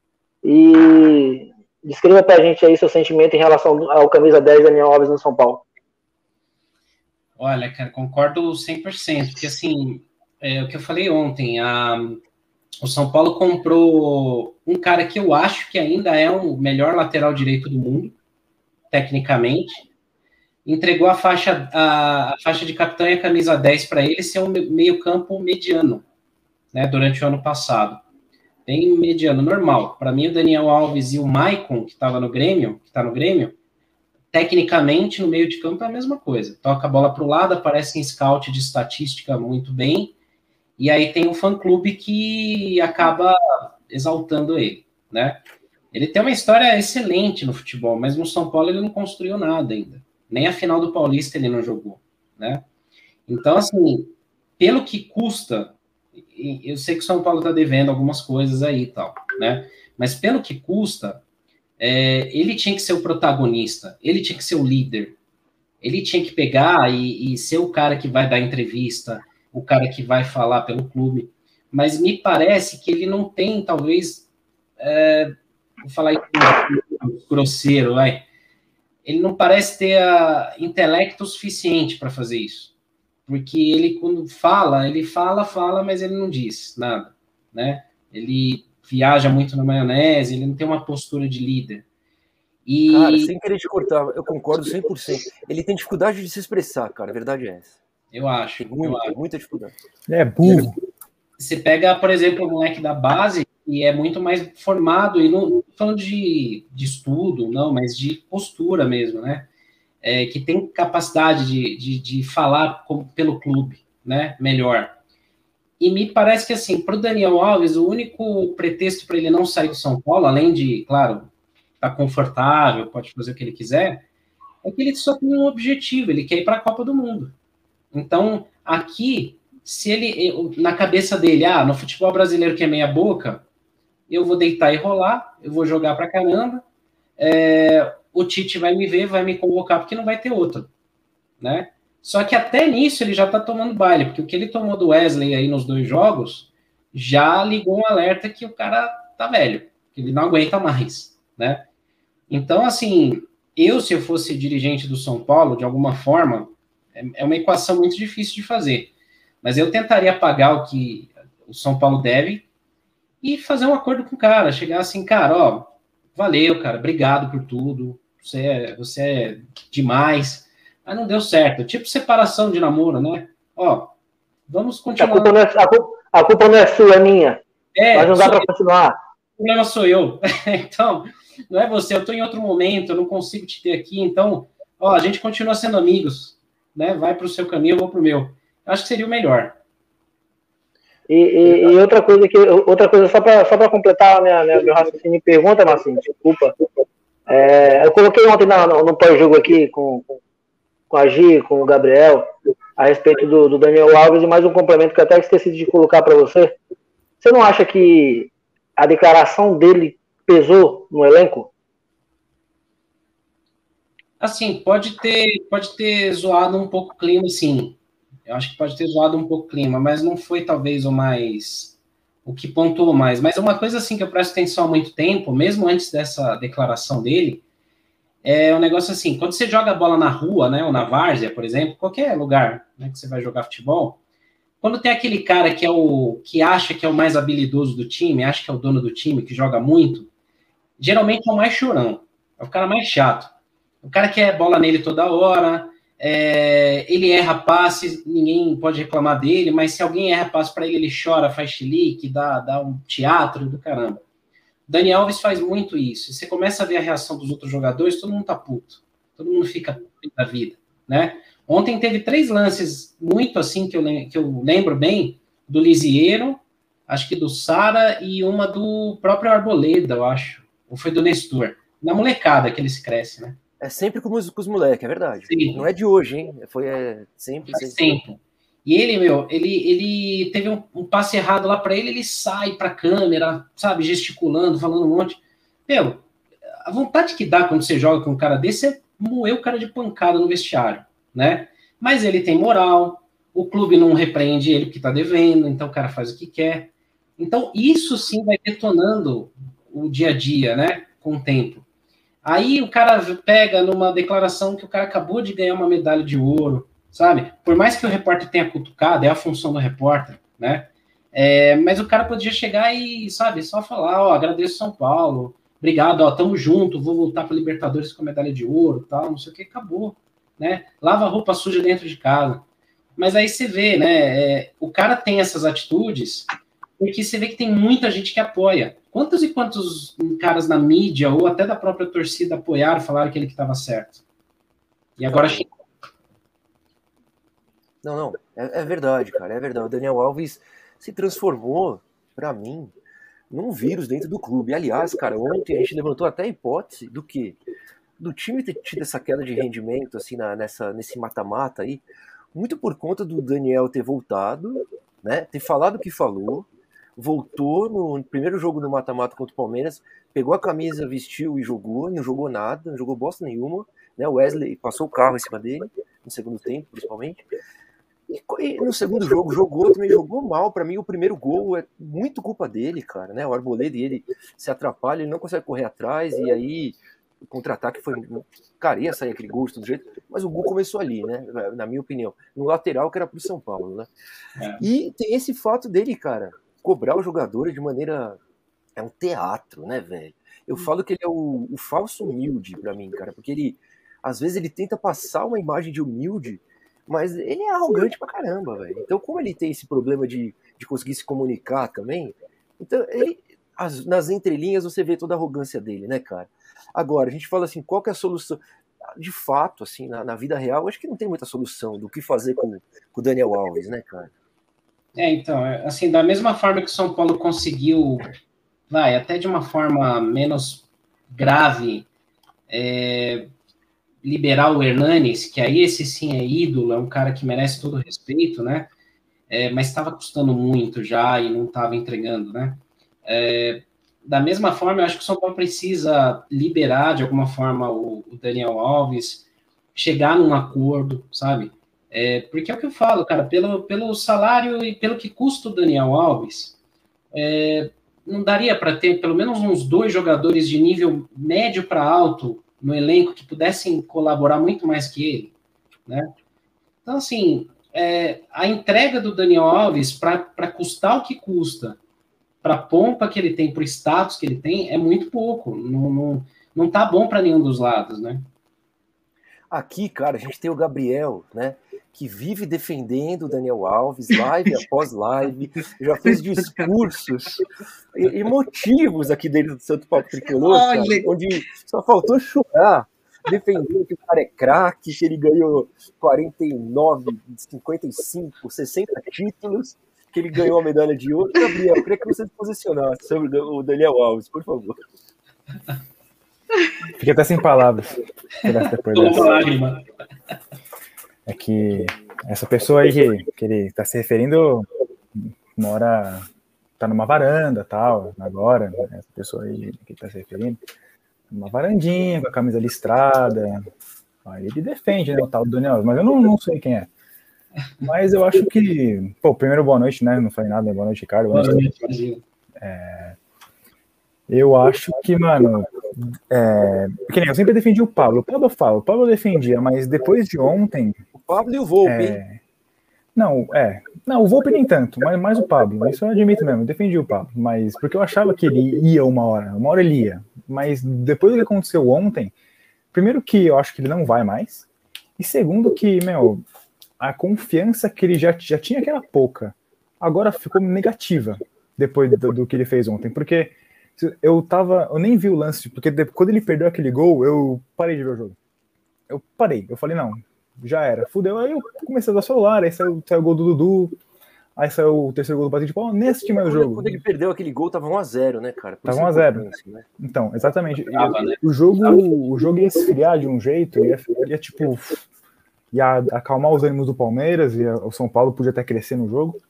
E descreva pra gente aí seu sentimento em relação ao camisa dez Daniel Alves no São Paulo. Olha, cara, concordo cem por cento, porque assim... É o que eu falei ontem, a, o São Paulo comprou um cara que eu acho que ainda é o melhor lateral direito do mundo, tecnicamente, entregou a faixa, a, a faixa de capitão e a camisa dez para ele ser um meio campo mediano, né, durante o ano passado, bem mediano, normal. Para mim, o Daniel Alves e o Maicon, que estava no Grêmio, que está no Grêmio, tecnicamente, no meio de campo é a mesma coisa, toca a bola para o lado, aparece em scout de estatística muito bem. E aí tem o fã-clube que acaba exaltando ele, né? Ele tem uma história excelente no futebol, mas no São Paulo ele não construiu nada ainda. Nem a final do Paulista ele não jogou, né? Então, assim, pelo que custa, eu sei que o São Paulo tá devendo algumas coisas aí e tal, né? Mas pelo que custa, é, ele tinha que ser o protagonista, ele tinha que ser o líder, ele tinha que pegar e, e ser o cara que vai dar entrevista, o cara que vai falar pelo clube, mas me parece que ele não tem, talvez, é, vou falar grosseiro, vai, ele não parece ter a intelecto suficiente para fazer isso, porque ele, quando fala, ele fala, fala, mas ele não diz nada, né, ele viaja muito na maionese, ele não tem uma postura de líder. E... Cara, sem querer te cortar, eu concordo cem por cento. Ele tem dificuldade de se expressar, cara, a verdade é essa. Eu acho. Tem muita, eu acho. muita dificuldade. É burro. Você pega, por exemplo, o moleque da base e é muito mais formado, e não falando de, de estudo, não, mas de postura mesmo, né? É, que tem capacidade de, de, de falar com, pelo clube, né? Melhor. E me parece que, assim, para o Daniel Alves, o único pretexto para ele não sair do São Paulo, além de, claro, estar tá confortável, pode fazer o que ele quiser, é que ele só tem um objetivo, ele quer ir para a Copa do Mundo. Então, aqui, se ele, na cabeça dele, ah, no futebol brasileiro que é meia boca, eu vou deitar e rolar, eu vou jogar pra caramba, é, o Tite vai me ver, vai me convocar, porque não vai ter outro, né? Só que até nisso ele já tá tomando baile, porque o que ele tomou do Wesley aí nos dois jogos, já ligou um alerta que o cara tá velho, que ele não aguenta mais, né? Então, assim, eu, se eu fosse dirigente do São Paulo, de alguma forma, é uma equação muito difícil de fazer, mas eu tentaria pagar o que o São Paulo deve e fazer um acordo com o cara, chegar assim, cara, ó, valeu, cara, obrigado por tudo, você é, você é demais, mas não deu certo, tipo separação de namoro, né? Ó, vamos continuar. A culpa não é, a culpa, a culpa não é sua, é minha, é, mas não dá para continuar. O problema sou eu, então, não é você, eu tô em outro momento, eu não consigo te ter aqui, então, ó, a gente continua sendo amigos, né? Vai pro seu caminho, eu vou pro meu. Acho que seria o melhor. E, e, e outra coisa que outra coisa só para só para completar minha, minha, meu raciocínio e pergunta, Marcinho, desculpa. É, eu coloquei ontem na, no, no pós-jogo aqui com, com a Gi, com o Gabriel, a respeito do, do Daniel Alves, e mais um complemento que eu até esqueci de colocar para você. Você não acha que a declaração dele pesou no elenco? Assim, pode ter, pode ter zoado um pouco o clima, sim. Eu acho que pode ter zoado um pouco o clima, mas não foi talvez o mais, o que pontuou mais. Mas uma coisa assim que eu presto atenção há muito tempo, mesmo antes dessa declaração dele, é um negócio assim, quando você joga a bola na rua, né, ou na várzea, por exemplo, qualquer lugar, né, que você vai jogar futebol, quando tem aquele cara que é o que acha que é o mais habilidoso do time, acha que é o dono do time, que joga muito, geralmente é o mais chorão, é o cara mais chato. O cara quer bola nele toda hora, é, ele erra passes, ninguém pode reclamar dele, mas se alguém erra passe para ele, ele chora, faz chilique, dá, dá um teatro do caramba. Daniel Alves faz muito isso. Você começa a ver a reação dos outros jogadores, todo mundo tá puto. Todo mundo fica puto da vida, né? Ontem teve três lances muito assim, que eu, que eu lembro bem, do Lisieiro, acho que do Sara e uma do próprio Arboleda, eu acho. Ou foi do Nestor. Na molecada que eles crescem, né? É sempre com os, com os moleques, é verdade. Sim. Não é de hoje, hein? Foi é, sempre, Faz sempre. tempo. E ele, meu, ele, ele teve um, um passe errado lá para ele, ele sai pra câmera, sabe, gesticulando, falando um monte. Meu, a vontade que dá quando você joga com um cara desse é moer o cara de pancada no vestiário, né? Mas ele tem moral, o clube não repreende ele porque tá devendo, então o cara faz o que quer. Então isso sim vai detonando o dia a dia, né, com o tempo. Aí o cara pega numa declaração que o cara acabou de ganhar uma medalha de ouro, sabe? Por mais que o repórter tenha cutucado, é a função do repórter, né? É, mas o cara podia chegar e, sabe, só falar, ó, agradeço São Paulo, obrigado, ó, tamo junto, vou voltar para Libertadores com a medalha de ouro, tal, não sei o que, acabou, né? Lava a roupa suja dentro de casa. Mas aí você vê, né, é, o cara tem essas atitudes porque você vê que tem muita gente que apoia. Quantos e quantos caras na mídia ou até da própria torcida apoiaram, falaram que ele que estava certo? E agora... Não, não, é, é verdade, cara, é verdade. O Daniel Alves se transformou, pra mim, num vírus dentro do clube. Aliás, cara, ontem a gente levantou até a hipótese do quê? Do time ter tido essa queda de rendimento, assim, na, nessa, nesse mata-mata aí, muito por conta do Daniel ter voltado, né, ter falado o que falou, voltou no primeiro jogo do mata-mata contra o Palmeiras, pegou a camisa, vestiu e jogou, não jogou nada, não jogou bosta nenhuma, né? O Wesley passou o carro em cima dele, no segundo tempo, principalmente. E no segundo jogo jogou, também jogou mal. Pra mim, o primeiro gol é muito culpa dele, cara, né? O Arboleda, ele se atrapalha, ele não consegue correr atrás, e aí o contra-ataque foi... Cara, ia sair aquele gol de todo jeito, mas o gol começou ali, né? Na minha opinião. No lateral, que era pro São Paulo, né? É. E tem esse fato dele, cara, cobrar os jogadores de maneira... É um teatro, né, velho? Eu falo que ele é o, o falso humilde pra mim, cara, porque ele... Às vezes ele tenta passar uma imagem de humilde, mas ele é arrogante pra caramba, velho. Então, como ele tem esse problema de, de conseguir se comunicar também, então, ele, as, nas entrelinhas você vê toda a arrogância dele, né, cara? Agora, a gente fala assim, qual que é a solução? De fato, assim, na, na vida real, acho que não tem muita solução do que fazer com, com o Daniel Alves, né, cara? É, então, assim, da mesma forma que o São Paulo conseguiu, vai, até de uma forma menos grave, é, liberar o Hernanes, que aí esse sim é ídolo, é um cara que merece todo o respeito, né? É, mas estava custando muito já e não estava entregando, né? É, da mesma forma, eu acho que o São Paulo precisa liberar de alguma forma o, o Daniel Alves, chegar num acordo, sabe? É, porque é o que eu falo, cara, pelo, pelo salário e pelo que custa o Daniel Alves, é, não daria para ter pelo menos uns dois jogadores de nível médio para alto no elenco que pudessem colaborar muito mais que ele, né? Então, assim, é, a entrega do Daniel Alves para custar o que custa, para a pompa que ele tem, para o status que ele tem, é muito pouco. Não, não, não tá bom para nenhum dos lados, né? Aqui, cara, a gente tem o Gabriel, né? Que vive defendendo o Daniel Alves, live após live, já fez discursos e, e motivos aqui dentro do Santo Paulo Tricolor, cara, onde só faltou chorar, defendendo que o cara é craque, que ele ganhou quarenta e nove, cinquenta e cinco, sessenta títulos, que ele ganhou a medalha de ouro. Gabriel, eu queria que você se posicionasse sobre o Daniel Alves, por favor. Fiquei até sem palavras. É que essa pessoa aí que, que ele está se referindo mora, tá numa varanda, tal, agora, né? Essa pessoa aí que está se referindo, numa varandinha, com a camisa listrada, aí ele defende, né, o tal do Daniel, mas eu não, não sei quem é. Mas eu acho que, pô, primeiro boa noite, né, não falei nada, boa noite, Ricardo. Boa noite. É, eu acho que, mano, é, que nem eu sempre defendi o Pablo. O Pablo eu falo, o Pablo eu defendia, mas depois de ontem... O Pablo e o Volpe, é, não, é, não, o Volpe nem tanto, mas mais o Pablo, isso eu admito mesmo, eu defendi o Pablo, mas porque eu achava que ele ia uma hora, uma hora ele ia, mas depois do que aconteceu ontem, primeiro que eu acho que ele não vai mais, e segundo que, meu, a confiança que ele já, já tinha que era pouca, agora ficou negativa depois do, do que ele fez ontem, porque eu tava, eu nem vi o lance, porque depois, quando ele perdeu aquele gol, eu parei de ver o jogo. Eu parei, eu falei, não, já era, fudeu. Aí eu comecei a dar celular, aí saiu, saiu o gol do Dudu, aí saiu o terceiro gol do Patrick de Paula, nem assisti mais o jogo. Quando ele perdeu aquele gol, tava um a zero, né, cara? Por tava um a zero. Né? Então, exatamente. Tava, né? O jogo, o jogo ia esfriar de um jeito, ia, ia tipo, ia acalmar os ânimos do Palmeiras, e o São Paulo podia até crescer no jogo.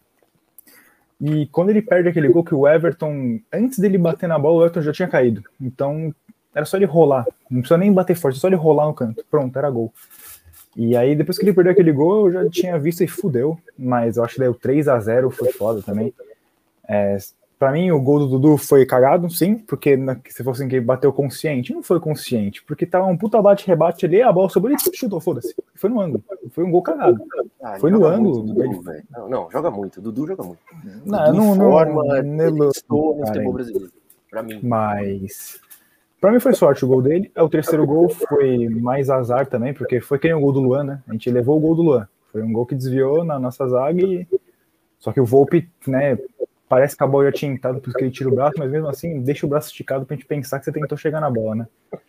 E quando ele perde aquele gol que o Everton, antes dele bater na bola, o Everton já tinha caído. Então, era só ele rolar. Não precisa nem bater forte, só ele rolar no canto. Pronto, era gol. E aí, depois que ele perdeu aquele gol, eu já tinha visto e fudeu. Mas eu acho que daí o três a zero foi foda também. É, pra mim, o gol do Dudu foi cagado, sim. Porque na, se fosse quem bateu consciente, não foi consciente. Porque tava um puta bate-rebate ali, a bola sobrou e chutou, foda-se. Foi no ângulo. Foi um gol cagado. Ah, foi no ângulo. Muito, Dudu, ele... não, não, joga muito. Dudu joga muito. Não, Dudu não, forma, não, não, estou no futebol brasileiro. Pra mim. Mas... Pra mim foi sorte o gol dele. O terceiro gol foi mais azar também, porque foi que nem o gol do Luan, né? A gente levou o gol do Luan. Foi um gol que desviou na nossa zaga e... Só que o Volpe, né, parece que a bola já tinha entrado porque ele tira o braço, mas mesmo assim deixa o braço esticado pra gente pensar que você tentou chegar na bola, né?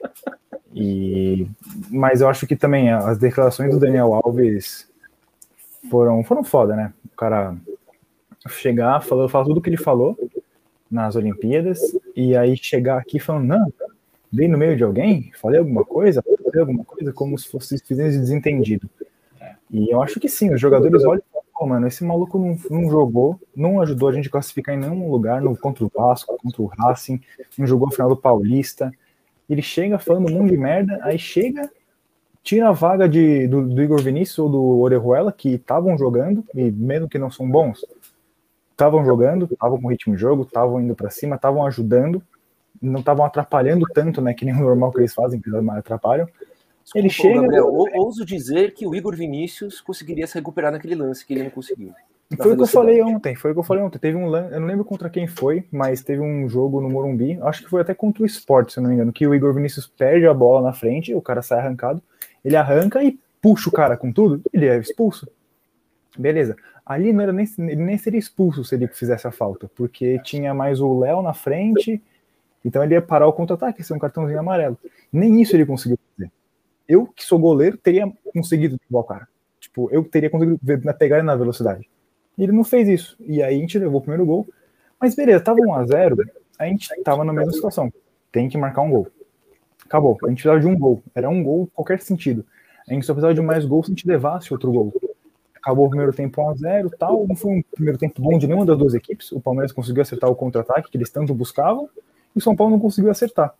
E... Mas eu acho que também as declarações do Daniel Alves foram, foram foda, né? O cara chegar, falar, falar tudo o que ele falou nas Olimpíadas, e aí chegar aqui falando, não, dei no meio de alguém, falei alguma coisa, falei alguma coisa, como se fosse fizesse desentendido. E eu acho que sim, os jogadores olham e falam, oh, mano, esse maluco não, não jogou, não ajudou a gente a classificar em nenhum lugar, no, contra o Vasco, contra o Racing, não jogou a final do Paulista. Ele chega falando um monte de merda, aí chega, tira a vaga de, do, do Igor Vinícius ou do Orejuela, que estavam jogando, e mesmo que não são bons, estavam jogando, estavam com ritmo de jogo, estavam indo para cima, estavam ajudando, não estavam atrapalhando tanto, né, que nem o normal que eles fazem, que eles atrapalham. Desculpa, ele chega... Gabriel, ouso dizer que o Igor Vinícius conseguiria se recuperar naquele lance que ele não conseguiu. Foi o que eu falei ontem, foi o que eu falei ontem. Teve um lance, eu não lembro contra quem foi, mas teve um jogo no Morumbi, acho que foi até contra o Sport, se eu não me engano, que o Igor Vinícius perde a bola na frente, o cara sai arrancado, ele arranca e puxa o cara com tudo, ele é expulso. Beleza. Ali não era nem, ele nem seria expulso se ele fizesse a falta, porque tinha mais o Léo na frente, então ele ia parar o contra-ataque, esse é um cartãozinho amarelo. Nem isso ele conseguiu fazer. Eu, que sou goleiro, teria conseguido igual o cara. Tipo, eu teria conseguido pegar ele na velocidade. E ele não fez isso. E aí a gente levou o primeiro gol. Mas beleza, tava um a zero, a gente tava na mesma situação. Tem que marcar um gol. Acabou. A gente precisava de um gol. Era um gol em qualquer sentido. A gente só precisava de mais gols se a gente levasse outro gol. Acabou o primeiro tempo um a zero, tal. Não foi um primeiro tempo bom de nenhuma das duas equipes. O Palmeiras conseguiu acertar o contra-ataque que eles tanto buscavam. E o São Paulo não conseguiu acertar.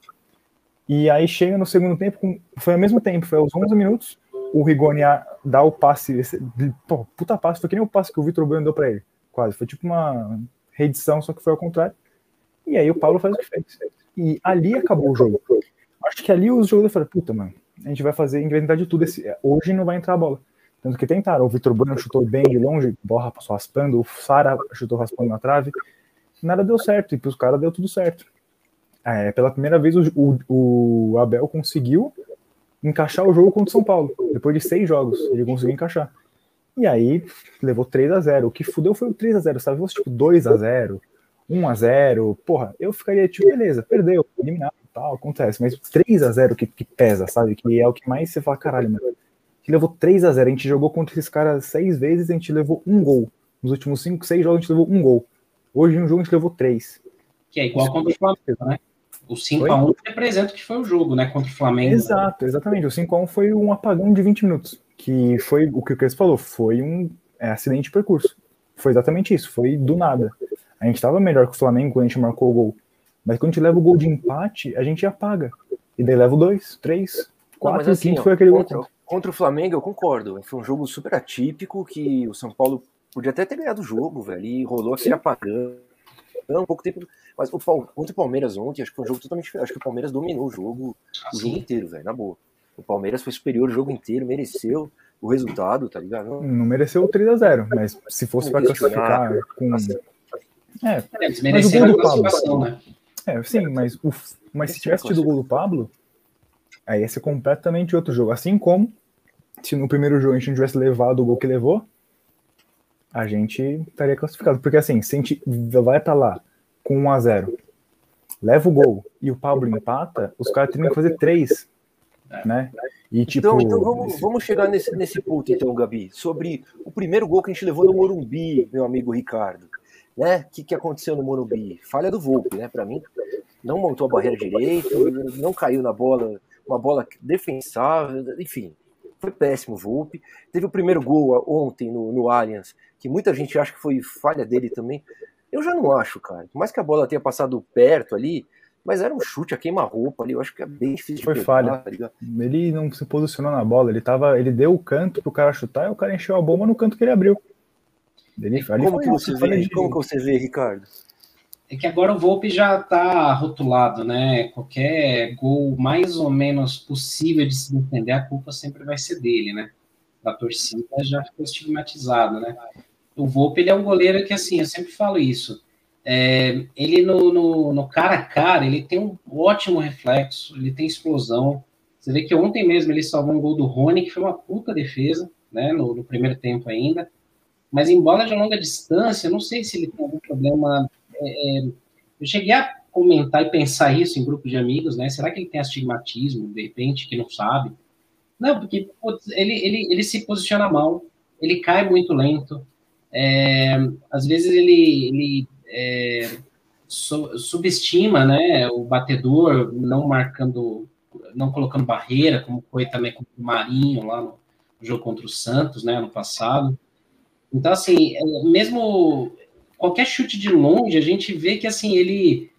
E aí chega no segundo tempo, com... foi ao mesmo tempo, foi aos onze minutos, o Rigoni dá o passe, esse... Pô, puta passe, foi que nem o passe que o Vitor Bueno deu pra ele, quase, foi tipo uma reedição, só que foi ao contrário, e aí o Paulo faz o que fez, e ali acabou o jogo. Acho que ali os jogadores falaram, puta, mano, a gente vai fazer, a gente vai tentar de tudo, esse... hoje não vai entrar a bola, tanto que tentaram, o Vitor Bueno chutou bem de longe, Borra passou raspando, o Sara chutou raspando na trave, nada deu certo, e pros caras deu tudo certo. É, pela primeira vez o, o, o Abel conseguiu encaixar o jogo contra o São Paulo. Depois de seis jogos, ele conseguiu encaixar. E aí levou três a zero. O que fudeu foi o três a zero, sabe? Se fosse tipo dois a zero, um a zero, porra, eu ficaria tipo, beleza, perdeu, eliminado, tal, acontece. Mas três a zero que, que pesa, sabe? Que é o que mais você fala, caralho, mano. A gente levou três a zero, a gente jogou contra esses caras seis vezes, a gente levou um gol. Nos últimos cinco, seis jogos a gente levou um gol. Hoje em um jogo a gente levou três. Que é igual contra o Flamengo, né? O cinco a um representa o que foi o jogo, né, contra o Flamengo. Exato, exatamente. O cinco a um foi um apagão de vinte minutos, que foi o que o Cris falou, foi um é, acidente de percurso. Foi exatamente isso, foi do nada. A gente estava melhor que o Flamengo quando a gente marcou o gol, mas quando a gente leva o gol de empate, a gente apaga. E daí leva o dois, três, quatro, não, assim, cinco, foi aquele contra, gol. Contra o Flamengo, eu concordo. Foi um jogo super atípico, que o São Paulo podia até ter ganhado o jogo, velho, e rolou aquele apagão. Um pouco tempo, mas o contra o Palmeiras ontem, acho que foi um jogo totalmente diferente. Acho que o Palmeiras dominou o jogo, o jogo inteiro, velho, na boa. O Palmeiras foi superior o jogo inteiro, mereceu o resultado, tá ligado? Não, não mereceu o três a zero, mas se fosse para classificar com. É, mas o gol do Pablo. Né? É, sim, mas, o... mas se tivesse tido o gol do Pablo, aí ia ser completamente outro jogo. Assim como se no primeiro jogo a gente não tivesse levado o gol que levou, a gente estaria classificado. Porque assim, se a gente vai pra lá com um a zero, leva o gol e o Pablo empata, os caras teriam que fazer três, né? E, tipo, então, então vamos, esse... vamos chegar nesse, nesse ponto, então, Gabi, sobre o primeiro gol que a gente levou no Morumbi, meu amigo Ricardo. Né? O que, que aconteceu no Morumbi? Falha do Volpi, né? Pra mim, não montou a barreira direito, não caiu na bola, uma bola defensável, enfim. Foi péssimo o Volpi. Teve o primeiro gol ontem no, no Allianz, que muita gente acha que foi falha dele também. Eu já não acho, cara. Por mais que a bola tenha passado perto ali, mas era um chute a queima-roupa ali. Eu acho que é bem difícil foi de pegar, falha. Tá ele não se posicionou na bola. Ele, tava, ele deu o canto pro cara chutar e o cara encheu a bomba no canto que ele abriu. Ele, como, que você vê, de... como que você vê, Ricardo? É que agora o Volpi já tá rotulado, né? Qualquer gol mais ou menos possível de se defender, a culpa sempre vai ser dele, né? Da torcida já ficou estigmatizado, né? O Volpi, ele é um goleiro que, assim, eu sempre falo isso, é, ele no, no, no cara a cara, ele tem um ótimo reflexo, ele tem explosão. Você vê que ontem mesmo ele salvou um gol do Rony, que foi uma puta defesa, né? No, no primeiro tempo ainda. Mas em bola de longa distância, eu não sei se ele tem algum problema. É, eu cheguei a comentar e pensar isso em grupo de amigos, né? Será que ele tem astigmatismo, de repente, que não sabe? Não, porque putz, ele, ele, ele se posiciona mal, ele cai muito lento, é, às vezes ele, ele é, so, subestima, né, o batedor, não marcando, não colocando barreira, como foi também com o Marinho lá no jogo contra o Santos, né, ano passado. Então, assim, mesmo qualquer chute de longe, a gente vê que, assim, ele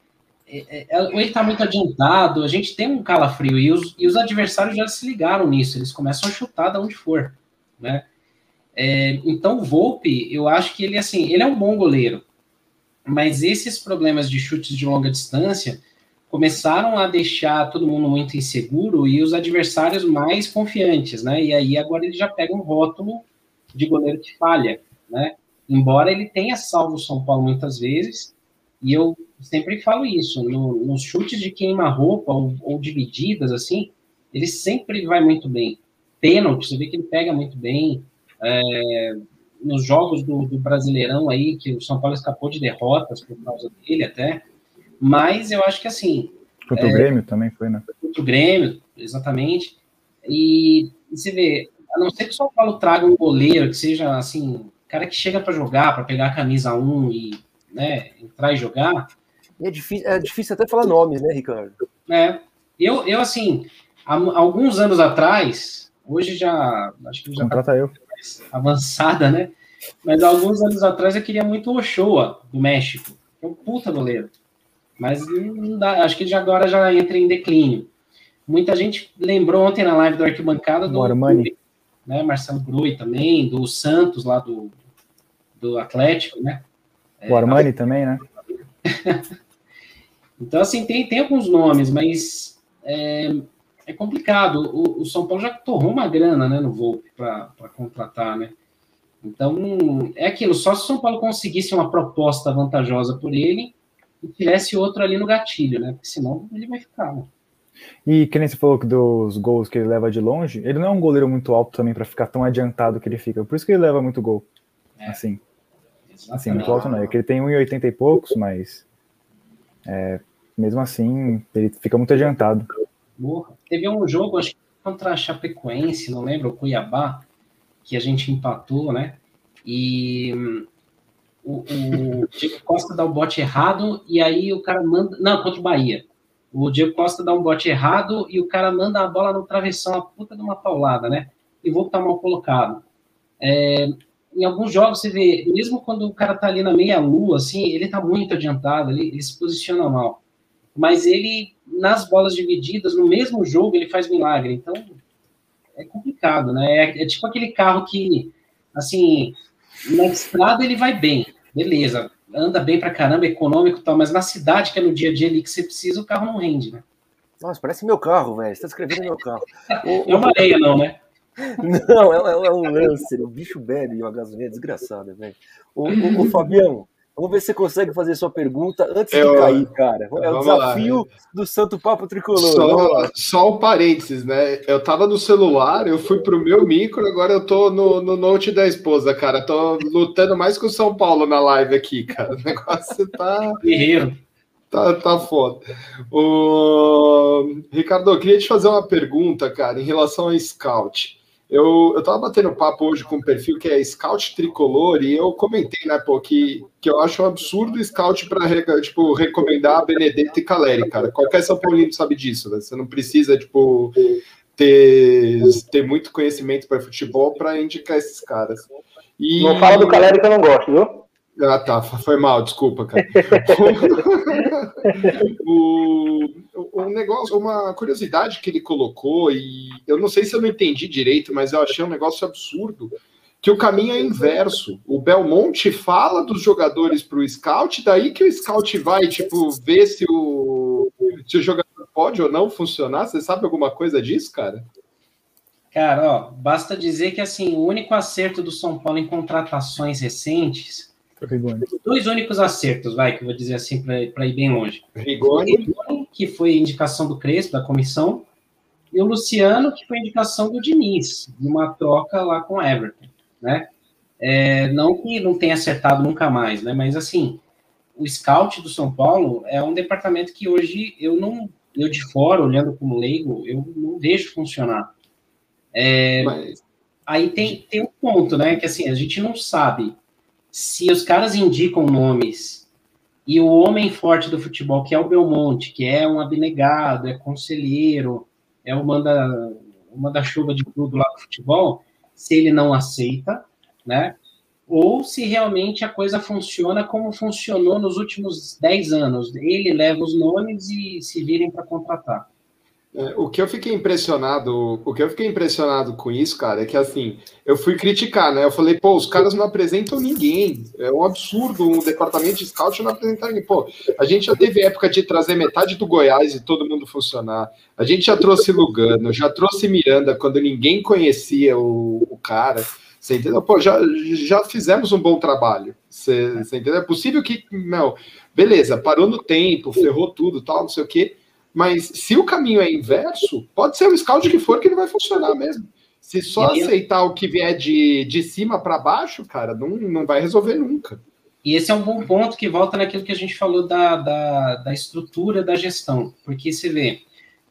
ele está muito adiantado, a gente tem um calafrio, e os, e os adversários já se ligaram nisso, eles começam a chutar de onde for, né? É, então, o Volpi, eu acho que ele, assim, ele é um bom goleiro, mas esses problemas de chutes de longa distância começaram a deixar todo mundo muito inseguro e os adversários mais confiantes, né? E aí, agora ele já pega um rótulo de goleiro que falha, né? Embora ele tenha salvo o São Paulo muitas vezes, e eu sempre falo isso, no, nos chutes de queima-roupa ou, ou divididas, assim, ele sempre vai muito bem. Pênalti, você vê que ele pega muito bem. É, nos jogos do, do Brasileirão aí, que o São Paulo escapou de derrotas por causa dele até, mas eu acho que assim... Contra é, o Grêmio também foi, né? Contra o Grêmio, exatamente. E, e você vê, a não ser que o São Paulo traga um goleiro que seja, assim, cara que chega para jogar, para pegar a camisa um e, né, entrar e jogar. É difícil, é difícil até falar nomes, né, Ricardo? É, eu, eu assim, há, alguns anos atrás, hoje já, acho que já Contrata tá eu. mais avançada, né? Mas há alguns anos atrás eu queria muito o Ochoa, do México. É um puta goleiro. Mas não dá, acho que já agora já entra em declínio. Muita gente lembrou ontem na live do Arquibancada do Armani, né, Marcelo Groi também, do Santos lá do, do Atlético, né? O Armani é, também, né? Então, assim, tem, tem alguns nomes, mas é, é complicado. O, o São Paulo já torrou uma grana, né, no Volpi para contratar, né? Então, é aquilo, só se o São Paulo conseguisse uma proposta vantajosa por ele e tivesse outro ali no gatilho, né? Porque senão ele vai ficar, né? E que nem você falou que dos gols que ele leva de longe, ele não é um goleiro muito alto também para ficar tão adiantado que ele fica. Por isso que ele leva muito gol. É, assim. Exatamente. Assim, muito alto não. É que ele tem um e oitenta e poucos, mas é, mesmo assim, ele fica muito adiantado. Porra. Teve um jogo, acho que contra a Chapecoense, não lembro, o Cuiabá, que a gente empatou, né? E o, o Diego Costa dá o bote errado e aí o cara manda... Não, contra o Bahia. O Diego Costa dá um bote errado e o cara manda a bola no travessão, a puta de uma paulada, né? E vou estar mal colocado. É, em alguns jogos você vê, mesmo quando o cara tá ali na meia-lua, assim, ele tá muito adiantado, ele, ele se posiciona mal. Mas ele, nas bolas divididas, no mesmo jogo, ele faz milagre. Então, é complicado, né? É, é tipo aquele carro que, assim, na estrada ele vai bem, beleza. Anda bem pra caramba, econômico e tal, mas na cidade, que é no dia a dia ali que você precisa, o carro não rende, né? Nossa, parece meu carro, velho. Você tá escrevendo meu carro. É uma areia, não, né? Não, é, é um Lancer. O bicho bebe uma gasolina desgraçada, velho. Ô, ô, ô, Fabião, vamos ver se você consegue fazer sua pergunta antes eu, de cair, cara. É o desafio lá, do Santo Papo Tricolor. Só, só um parênteses, né? Eu tava no celular, eu fui pro meu micro, agora eu tô no, no note da esposa, cara. Tô lutando mais com o São Paulo na live aqui, cara. O negócio tá... Guerreiro. Tá, tá foda. O... Ricardo, eu queria te fazer uma pergunta, cara, em relação ao Scout. Eu, eu tava batendo papo hoje com um perfil que é Scout Tricolor e eu comentei, né, pô, que, que eu acho um absurdo o Scout para tipo, recomendar a Benedetto e Caleri, cara. Qualquer São Paulino sabe disso, né? Você não precisa, tipo, ter, ter muito conhecimento para futebol para indicar esses caras. E... Não fala do Caleri que eu não gosto, viu? Ah, tá, foi mal, desculpa, cara. o, o negócio, uma curiosidade que ele colocou, e eu não sei se eu não entendi direito, mas eu achei um negócio absurdo, que o caminho é inverso. O Belmonte fala dos jogadores para o scout, daí que o scout vai, tipo, ver se o, se o jogador pode ou não funcionar. Você sabe alguma coisa disso, cara? Cara, ó, basta dizer que, assim, o único acerto do São Paulo em contratações recentes... Rigoni. Dois únicos acertos, vai, que eu vou dizer assim, para ir bem longe. Rigoni. O Rigoni, que foi indicação do Crespo, da comissão, e o Luciano, que foi indicação do Diniz, de uma troca lá com o Everton, né? É, não que não tenha acertado nunca mais, né? Mas, assim, o scout do São Paulo é um departamento que hoje eu não, eu de fora, olhando como leigo, eu não vejo funcionar. É, Mas... Aí tem, tem um ponto, né? Que, assim, a gente não sabe se os caras indicam nomes e o homem forte do futebol, que é o Belmonte, que é um abnegado, é conselheiro, é o manda, manda-chuva de tudo lá do futebol, se ele não aceita, né? Ou se realmente a coisa funciona como funcionou nos últimos dez anos. Ele leva os nomes e se virem para contratar. É, o que eu fiquei impressionado, o que eu fiquei impressionado com isso, cara, é que assim, eu fui criticar, né? Eu falei, pô, os caras não apresentam ninguém. É um absurdo um departamento de scout não apresentar ninguém. Pô, a gente já teve época de trazer metade do Goiás e todo mundo funcionar. A gente já trouxe Lugano, já trouxe Miranda quando ninguém conhecia o, o cara. Você entendeu? Pô, já, já fizemos um bom trabalho. Você, você entendeu? É possível que, não, beleza, parou no tempo, ferrou tudo, tal, não sei o quê. Mas se o caminho é inverso, pode ser o scout que for que não vai funcionar mesmo. Se só e aceitar eu... o que vier de, de cima para baixo, cara, não, não vai resolver nunca. E esse é um bom ponto que volta naquilo que a gente falou da, da, da estrutura da gestão. Porque você vê,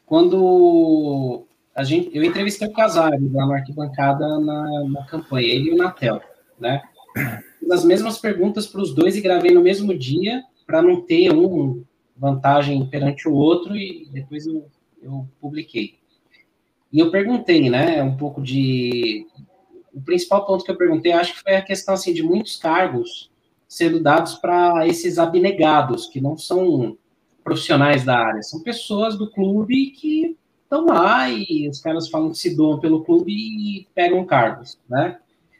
quando a gente, eu entrevistei o Casares lá na arquibancada na, na campanha, ele e o Natel, né? as mesmas perguntas para os dois e gravei no mesmo dia, para não ter um vantagem perante o outro, e depois eu, eu publiquei. E eu perguntei, né, um pouco de... O principal ponto que eu perguntei, acho que foi a questão, assim, de muitos cargos sendo dados para esses abnegados, que não são profissionais da área, são pessoas do clube que estão lá e os caras falam que se doam pelo clube e pegam cargos, né?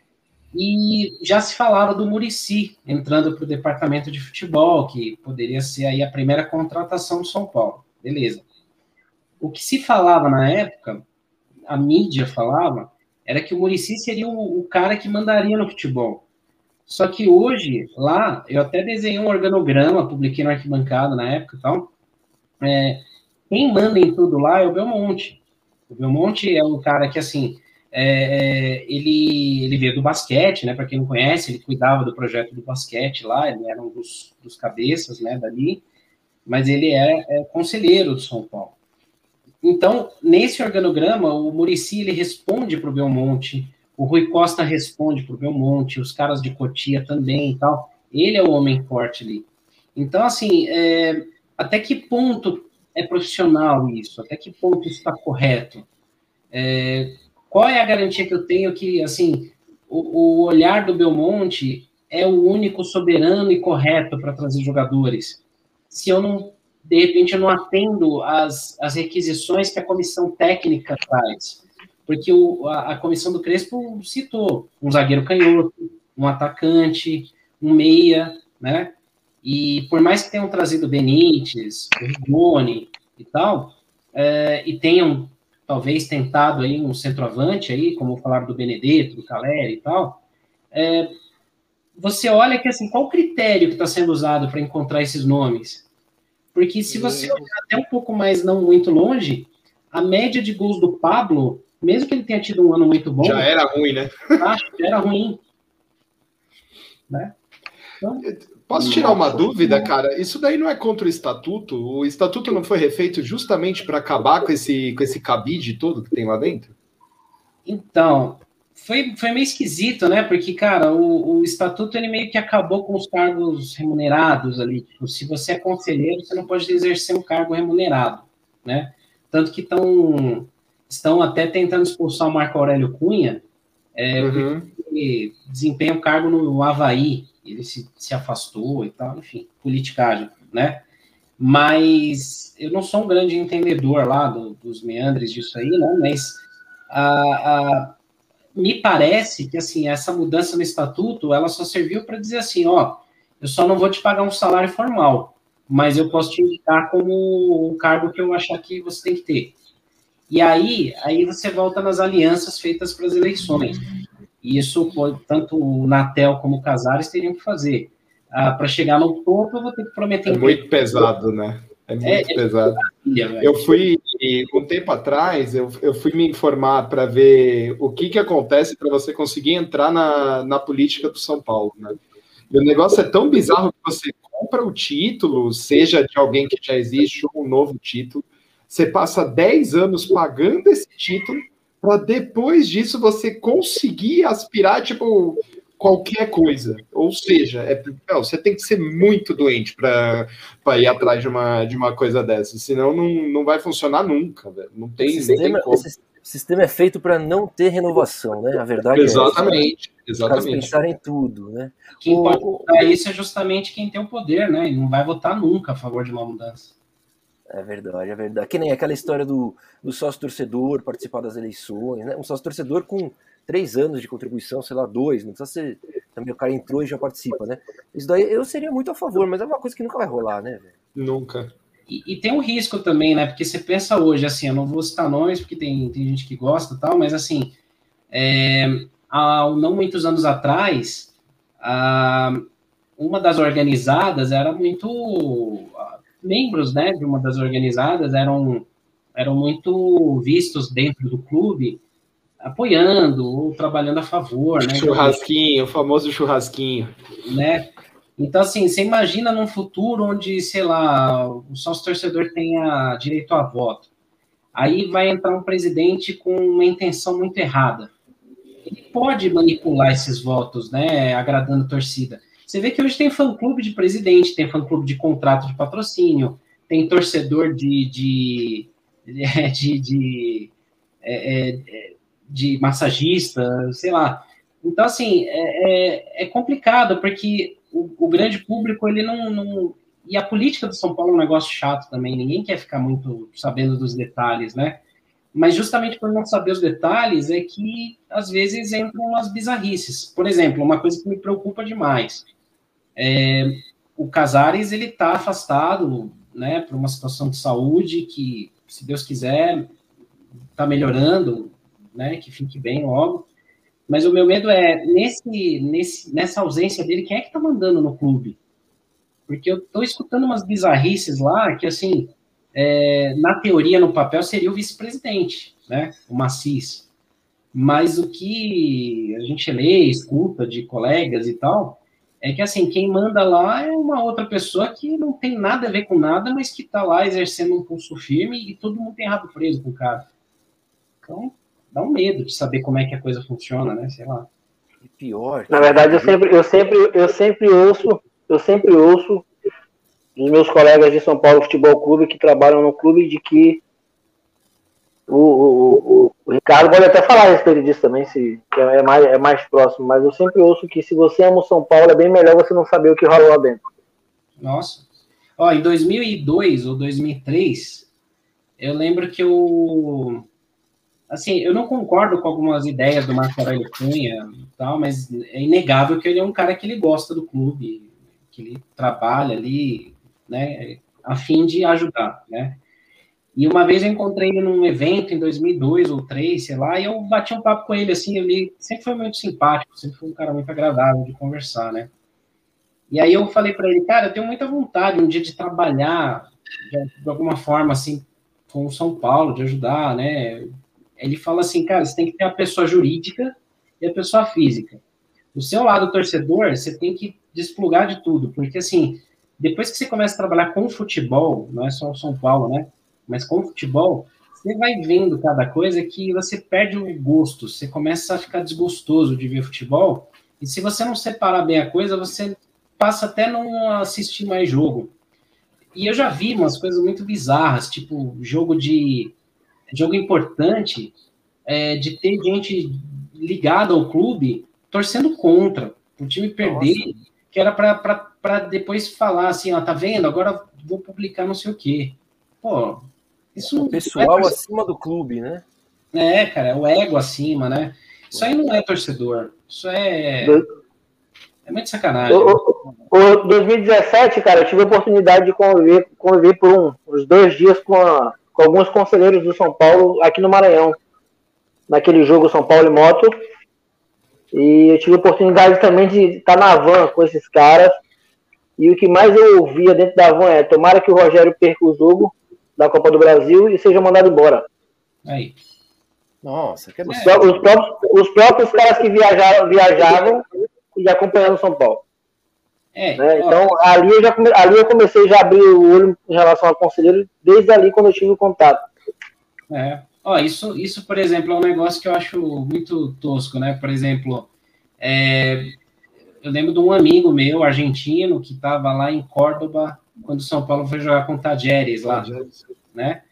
E já se falava do Muricy entrando para o departamento de futebol, que poderia ser aí a primeira contratação do São Paulo. Beleza. O que se falava na época, a mídia falava, era que o Muricy seria o, o cara que mandaria no futebol. Só que hoje, lá, eu até desenhei um organograma, publiquei no Arquibancada na época e tal, é, quem manda em tudo lá é o Belmonte. O Belmonte é um cara que, assim... É, ele, ele veio do basquete, né? Para quem não conhece, ele cuidava do projeto do basquete lá, ele era um dos, dos cabeças, né? Dali, mas ele é, é conselheiro do São Paulo. Então, nesse organograma, o Muricy ele responde para o Belmonte, o Rui Costa responde para o Belmonte, os caras de Cotia também e tal. Ele é o homem forte ali. Então, assim, é, até que ponto é profissional isso? Até que ponto isso está correto? É, Qual é a garantia que eu tenho que, assim, o, o olhar do Belmonte é o único soberano e correto para trazer jogadores? Se eu não, de repente, eu não atendo às, às requisições que a comissão técnica traz. Porque o, a, a comissão do Crespo citou um zagueiro canhoto, um atacante, um meia, né? E por mais que tenham trazido Benítez, o Rigoni e tal, é, e tenham talvez tentado aí um centroavante aí, como falaram do Benedetto, do Caleri e tal, é, você olha que, assim, qual o critério que está sendo usado para encontrar esses nomes? Porque se você olhar até um pouco mais, não muito longe, a média de gols do Pablo, mesmo que ele tenha tido um ano muito bom... Já era ruim, né? Acho que era ruim. Né? Então, Posso tirar uma dúvida, cara? Isso daí não é contra o estatuto? O estatuto não foi refeito justamente para acabar com esse, com esse cabide todo que tem lá dentro? Então, foi, foi meio esquisito, né? Porque, cara, o, o estatuto ele meio que acabou com os cargos remunerados ali. Tipo, se você é conselheiro, você não pode exercer um cargo remunerado, né? Tanto que tão, estão até tentando expulsar o Marco Aurélio Cunha, é, Uhum. porque ele desempenha um cargo no Avaí. Ele se, se afastou e tal, enfim, politicagem, né? Mas eu não sou um grande entendedor lá do, dos meandres disso aí, né? Mas a, a, me parece que, assim, essa mudança no estatuto, ela só serviu para dizer assim, ó, eu só não vou te pagar um salário formal, mas eu posso te indicar como um cargo que eu achar que você tem que ter. E aí, aí você volta nas alianças feitas para as eleições. E isso, tanto o Natel como o Casares teriam que fazer. Ah, para chegar no topo, eu vou ter que prometer... É muito pesado, né? É muito é, pesado. É eu fui, um tempo atrás, eu, eu fui me informar para ver o que, que acontece para você conseguir entrar na, na política do São Paulo, né? E o negócio é tão bizarro que você compra o título, seja de alguém que já existe ou um novo título, você passa dez anos pagando esse título, para depois disso você conseguir aspirar, tipo, qualquer coisa. Ou seja, é, não, você tem que ser muito doente para ir atrás de uma, de uma coisa dessa, senão não, não vai funcionar nunca, velho. Não tem, esse sistema, nem como. Esse sistema é feito para não ter renovação, né? A verdade exatamente, é essa. exatamente. Os caras pensarem em tudo, né? Quem o, pode votar isso é justamente quem tem o poder, né? E não vai votar nunca a favor de uma mudança. É verdade, é verdade. Que nem aquela história do, do sócio-torcedor participar das eleições, né? Um sócio-torcedor com três anos de contribuição, sei lá, dois, não precisa ser... Também o cara entrou e já participa, né? Isso daí eu seria muito a favor, mas é uma coisa que nunca vai rolar, né, velho? Nunca. E, e tem um risco também, né? Porque você pensa hoje, assim, eu não vou citar nomes, porque tem, tem gente que gosta e tal, mas assim, é, há não muitos anos atrás, a, uma das organizadas era muito... membros, né, de uma das organizadas eram, eram muito vistos dentro do clube, apoiando ou trabalhando a favor, né? Churrasquinho, o famoso churrasquinho. Né? Então, assim, você imagina num futuro onde, sei lá, o sócio-torcedor tenha direito a voto. Aí vai entrar um presidente com uma intenção muito errada. ele pode manipular esses votos, né, agradando a torcida. Você vê que hoje tem fã-clube de presidente, tem fã-clube de contrato de patrocínio, tem torcedor de, de, de, de, é, é, de massagista, sei lá. Então, assim, é, é, é complicado, porque o, o grande público, ele não, não... E a política do São Paulo é um negócio chato também, ninguém quer ficar muito sabendo dos detalhes, né? Mas justamente por não saber os detalhes é que, às vezes, entram umas bizarrices. Por exemplo, uma coisa que me preocupa demais. É, o Casares, ele está afastado, né, por uma situação de saúde que, se Deus quiser, está melhorando, né, que fique bem logo. Mas o meu medo é, nesse, nesse, nessa ausência dele, quem é que está mandando no clube? Porque eu estou escutando umas bizarrices lá que, assim, é, na teoria, no papel, seria o vice-presidente, né, o Macis. Mas o que a gente lê, escuta de colegas e tal, é que, assim, quem manda lá é uma outra pessoa que não tem nada a ver com nada, mas que está lá exercendo um pulso firme e todo mundo tem rabo preso com o cara. Então, dá um medo de saber como é que a coisa funciona, né, sei lá. E pior... Na verdade, eu sempre, eu sempre, eu sempre ouço... Eu sempre ouço dos meus colegas de São Paulo Futebol Clube que trabalham no clube de que o, o, o, o Ricardo pode até falar a respeito disso também, se, que é, mais, é mais próximo, mas eu sempre ouço que se você ama o São Paulo é bem melhor você não saber o que rola lá dentro. Nossa. Ó, em dois mil e dois ou dois mil e três, eu lembro que eu... Assim, eu não concordo com algumas ideias do Marco Aurélio Cunha e tal, mas é inegável que ele é um cara que ele gosta do clube, que ele trabalha ali, né, a fim de ajudar, né? E uma vez eu encontrei ele num evento em dois mil e dois ou dois mil e três, sei lá, e eu bati um papo com ele, assim, ele sempre foi muito simpático, sempre foi um cara muito agradável de conversar, né? E aí eu falei para ele, cara, eu tenho muita vontade um dia de trabalhar de, de alguma forma, assim, com o São Paulo, de ajudar, né? Ele fala assim, cara, você tem que ter a pessoa jurídica e a pessoa física. O seu lado torcedor, você tem que desplugar de tudo, porque assim, depois que você começa a trabalhar com futebol, não é só o São Paulo, né, mas com futebol, você vai vendo cada coisa que você perde o gosto, você começa a ficar desgostoso de ver futebol, e se você não separar bem a coisa, você passa até a não assistir mais jogo. E eu já vi umas coisas muito bizarras, tipo jogo de jogo importante, é, de ter gente ligada ao clube torcendo contra, o time perder, Nossa. que era para depois falar assim, ó, tá vendo? Agora vou publicar não sei o quê. Pô, isso... O pessoal é acima do clube, né? É, cara, é o ego acima, né? Isso aí não é torcedor, isso é... É muito sacanagem. O, o, o dois mil e dezessete, cara, eu tive a oportunidade de conviver, conviver por um, uns dois dias com, a, com alguns conselheiros do São Paulo aqui no Maranhão, naquele jogo São Paulo e Moto. E eu tive a oportunidade também de estar na van com esses caras. E o que mais eu ouvia dentro da van é: tomara que o Rogério perca o jogo da Copa do Brasil e seja mandado embora. Aí. Nossa, que os, os, próprios, os próprios caras que viajaram, viajavam e acompanhando o São Paulo. É, né? Então, ó, ali, eu já come, ali eu comecei já a abrir o olho em relação ao conselheiro, desde ali quando eu tive o contato. É. Ó, isso, isso, por exemplo, é um negócio que eu acho muito tosco, né? Por exemplo, é, eu lembro de um amigo meu, argentino, que estava lá em Córdoba, quando o São Paulo foi jogar com o Tajeres lá, né?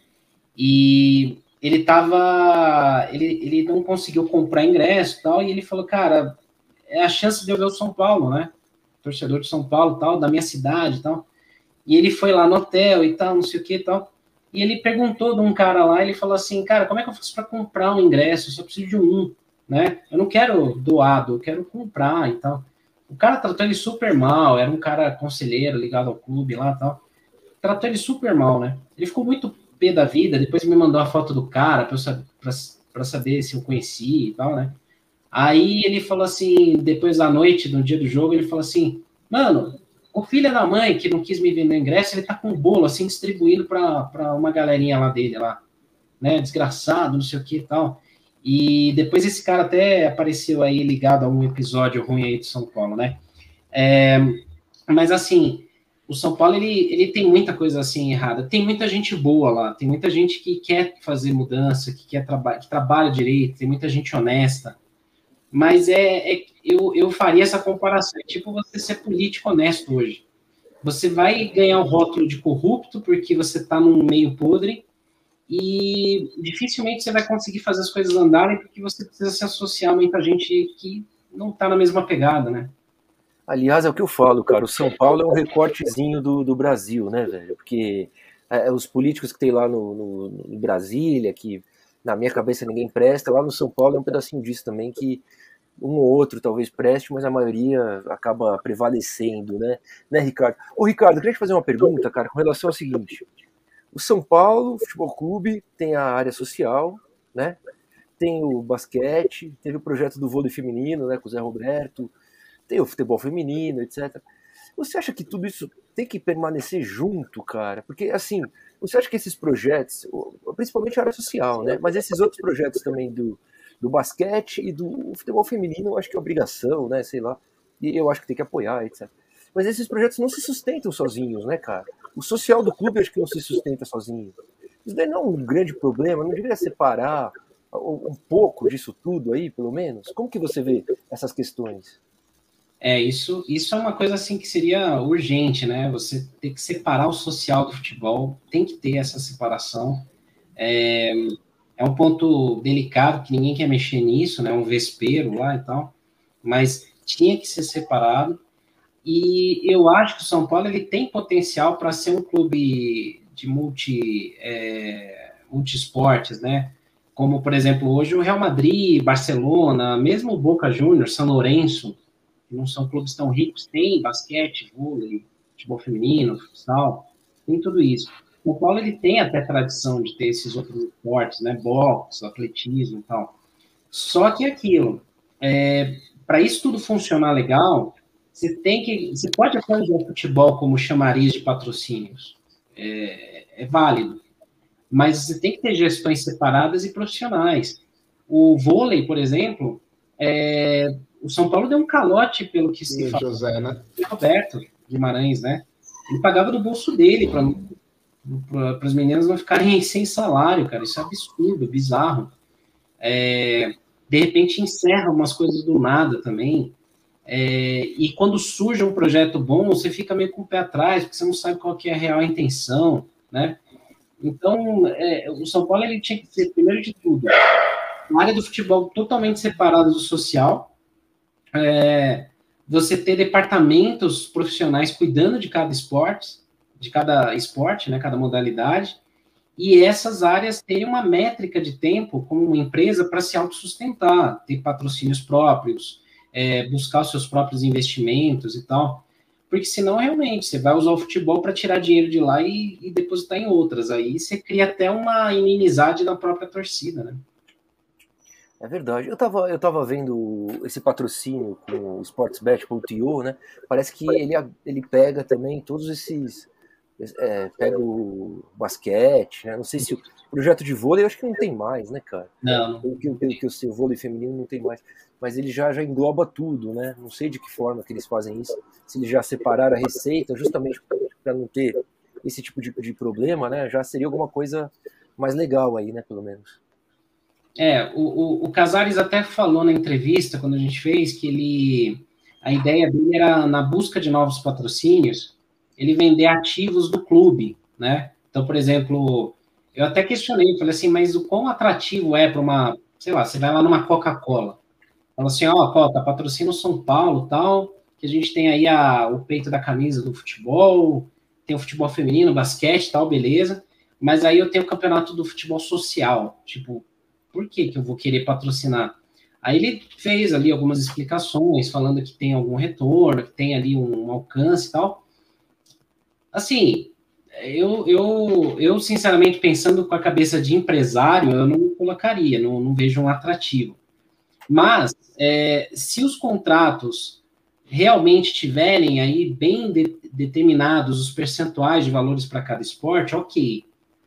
E ele tava... Ele, ele não conseguiu comprar ingresso e tal, e ele falou, cara, é a chance de eu ver o São Paulo, né? Torcedor de São Paulo, tal, da minha cidade e tal. E ele foi lá no hotel e tal, não sei o que e tal. E ele perguntou de um cara lá, ele falou assim, cara, como é que eu faço para comprar um ingresso? Eu só preciso de um, né? Eu não quero doado, eu quero comprar e tal. O cara tratou ele super mal, era um cara conselheiro ligado ao clube lá e tal. Tratou ele super mal, né? Ele ficou muito pé da vida, depois me mandou a foto do cara para saber se eu conhecia e tal, né? Aí ele falou assim, depois da noite, no dia do jogo, ele falou assim, mano, o filho da mãe que não quis me vender ingresso, ele tá com um bolo, assim, distribuindo para uma galerinha lá dele, lá, né, desgraçado, não sei o que e tal. E depois esse cara até apareceu aí ligado a um episódio ruim aí de São Paulo, né? É, mas, assim, o São Paulo, ele, ele tem muita coisa, assim, errada. Tem muita gente boa lá, tem muita gente que quer fazer mudança, que quer trabalhar, que trabalha direito, tem muita gente honesta. Mas é, é eu, eu faria essa comparação. É tipo você ser político honesto hoje. Você vai ganhar o rótulo de corrupto porque você está num meio podre e dificilmente você vai conseguir fazer as coisas andarem porque você precisa se associar a muita gente que não está na mesma pegada, né? Aliás, é o que eu falo, cara. O São Paulo é um recortezinho do, do Brasil, né, velho? Porque é, os políticos que tem lá no, no, em Brasília, que na minha cabeça ninguém presta, lá no São Paulo é um pedacinho disso também, que um ou outro talvez preste, mas a maioria acaba prevalecendo, né? Né, Ricardo? Ô, Ricardo, eu queria te fazer uma pergunta, cara, com relação ao seguinte. O São Paulo Futebol Clube tem a área social, né? Tem o basquete, teve o projeto do vôlei feminino, né, com o Zé Roberto, tem o futebol feminino, etcétera. Você acha que tudo isso tem que permanecer junto, cara? Porque, assim, você acha que esses projetos, principalmente a área social, né? Mas esses outros projetos também do, do basquete e do futebol feminino, eu acho que é obrigação, né? Sei lá. E eu acho que tem que apoiar, etcétera. Mas esses projetos não se sustentam sozinhos, né, cara? O social do clube eu acho que não se sustenta sozinho. Isso daí não é um grande problema, não deveria separar um pouco disso tudo aí, pelo menos? Como que você vê essas questões? É, isso, isso é uma coisa assim que seria urgente, né? Você tem que separar o social do futebol, tem que ter essa separação. É, é um ponto delicado, que ninguém quer mexer nisso, né? Um vespeiro lá e tal, mas tinha que ser separado. E eu acho que o São Paulo ele tem potencial para ser um clube de multi, é, multi-esportes, né? Como, por exemplo, hoje o Real Madrid, Barcelona, mesmo o Boca Juniors, São Lourenço, que não são clubes tão ricos, tem basquete, vôlei, futebol feminino, futsal, tem tudo isso. O São Paulo ele tem até tradição de ter esses outros esportes, né? Boxe, atletismo e tal. Só que aquilo, é, para isso tudo funcionar legal, você tem que, você pode até usar o futebol como chamariz de patrocínios, é, é válido, mas você tem que ter gestões separadas e profissionais. O vôlei, por exemplo, é, o São Paulo deu um calote pelo que se fala. José, né? Roberto Guimarães, né? Ele pagava do bolso dele para os meninos não ficarem sem salário, cara. Isso é absurdo, bizarro. É, de repente encerra umas coisas do nada também. É, e quando surge um projeto bom, você fica meio com o pé atrás, porque você não sabe qual que é a real intenção, né? Então, é, o São Paulo ele tinha que ser, primeiro de tudo, uma área do futebol totalmente separada do social, é, você ter departamentos profissionais cuidando de cada esporte, de cada esporte, né, cada modalidade, e essas áreas terem uma métrica de tempo como uma empresa para se autossustentar, ter patrocínios próprios, é, buscar os seus próprios investimentos e tal, porque senão realmente você vai usar o futebol para tirar dinheiro de lá e, e depositar em outras, aí você cria até uma inimizade da própria torcida, né? É verdade. Eu tava, eu tava vendo esse patrocínio com o sportsbet ponto i o, né? Parece que ele, ele pega também todos esses... É, pega o basquete, né? Não sei se o projeto de vôlei, eu acho que não tem mais, né, cara? Não. Pelo que, pelo que eu sei, o vôlei feminino não tem mais. Mas ele já, já engloba tudo, né? Não sei de que forma que eles fazem isso. Se eles já separaram a receita, justamente para não ter esse tipo de, de problema, né? Já seria alguma coisa mais legal aí, né? Pelo menos. É, o, o, o Casares até falou na entrevista, quando a gente fez, que ele... A ideia dele era, na busca de novos patrocínios, ele vender ativos do clube, né? Então, por exemplo, eu até questionei, falei assim, mas o quão atrativo é para uma, sei lá, você vai lá numa Coca-Cola, fala assim, ó, oh, Coca, patrocina o São Paulo, tal, que a gente tem aí a, o peito da camisa do futebol, tem o futebol feminino, basquete, tal, beleza, mas aí eu tenho o campeonato do futebol social, tipo, por que que eu vou querer patrocinar? Aí ele fez ali algumas explicações, falando que tem algum retorno, que tem ali um, um alcance e tal. Assim, eu, eu, eu, sinceramente, pensando com a cabeça de empresário, eu não colocaria, não, não vejo um atrativo. Mas, é, se os contratos realmente tiverem aí bem de, determinados os percentuais de valores para cada esporte, ok.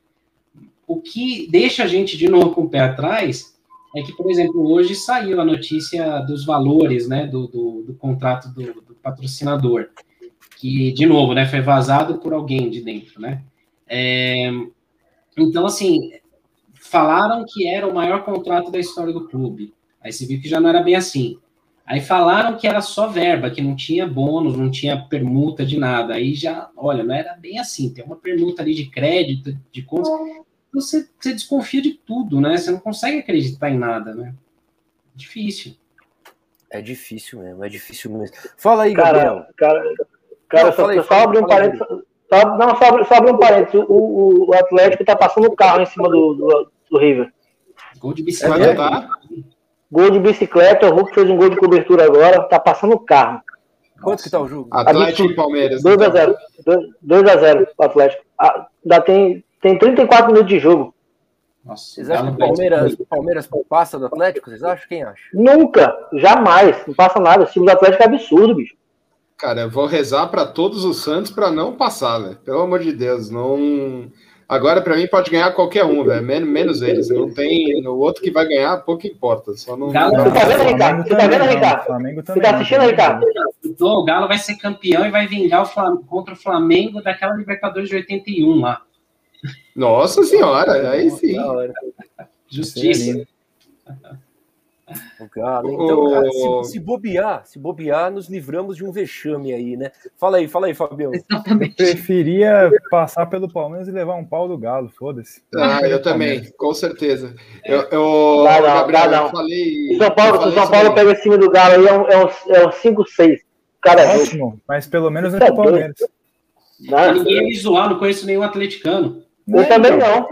O que deixa a gente, de novo, com o pé atrás, é que, por exemplo, hoje saiu a notícia dos valores, né, do, do, do contrato do, do patrocinador, que, de novo, né, foi vazado por alguém de dentro, né? É, então, assim, falaram que era o maior contrato da história do clube. Aí você viu que já não era bem assim. Aí falaram que era só verba, que não tinha bônus, não tinha permuta de nada. Aí já, olha, não era bem assim. Tem uma permuta ali de crédito, de contas. Você, você desconfia de tudo, né? Você não consegue acreditar em nada, né? Difícil. É difícil mesmo, é difícil mesmo. Fala aí, Cara, Gabriel. cara, cara Não, só, fala aí, só fala aí, abrir um fala aí. parênteses. Só, não, só, abre- só abrir um parênteses. O, o, o Atlético tá passando o carro em cima do, do, do River. Gol de Mas bicicleta. tá? Gol de bicicleta, o Hulk fez um gol de cobertura agora, tá passando o carro. Quanto que tá o jogo? Atlético e Palmeiras. dois a então. zero. dois a zero o Atlético. Ah, ainda tem, tem trinta e quatro minutos de jogo. Nossa, Vocês o acham Galo que o Palmeiras, vai- Palmeiras passa do Atlético? Vocês acham? Quem acha? Nunca, jamais, não passa nada. O time do Atlético é absurdo, bicho. Cara, eu vou rezar para todos os Santos para não passar, velho. Pelo amor de Deus, não. Agora, para mim, pode ganhar qualquer um, velho. Men menos eles. Não tem. O outro que vai ganhar, pouco importa. Só não. Galo- Você tá vendo, Flamengo Ricardo? Você tá também vendo, não, Ricardo? Flamengo Você também tá não, assistindo, pelo Ricardo? amor de Deus. Então, o Galo vai ser campeão e vai vingar o Flam- contra o Flamengo daquela Libertadores de oitenta e um lá. Nossa senhora, aí sim. Da hora. Justiça. Seria. O Galo. Então, cara, O- se, se bobear, se bobear, nos livramos de um vexame aí, né? Fala aí, fala aí, Fabião. Eu Exatamente. preferia passar pelo Palmeiras e levar um pau do Galo, foda-se. Ah, eu também, com certeza. Eu, eu, Dá não, Gabriel, dá eu não. falei. O São eu Paulo, falei o São isso Paulo aí. pega esse time do Galo aí, é um, é um, é um cinco seis. Cada jogo. Ótimo, mas pelo menos é Tá pro Palmeiras. Né? Ninguém ia me zoar, não conheço nenhum atleticano. Eu também não.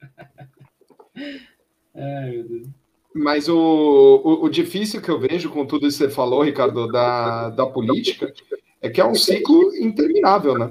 Ai, meu Deus. Mas o, o, o difícil que eu vejo com tudo isso que você falou, Ricardo, da, da política, é que é um ciclo interminável, né?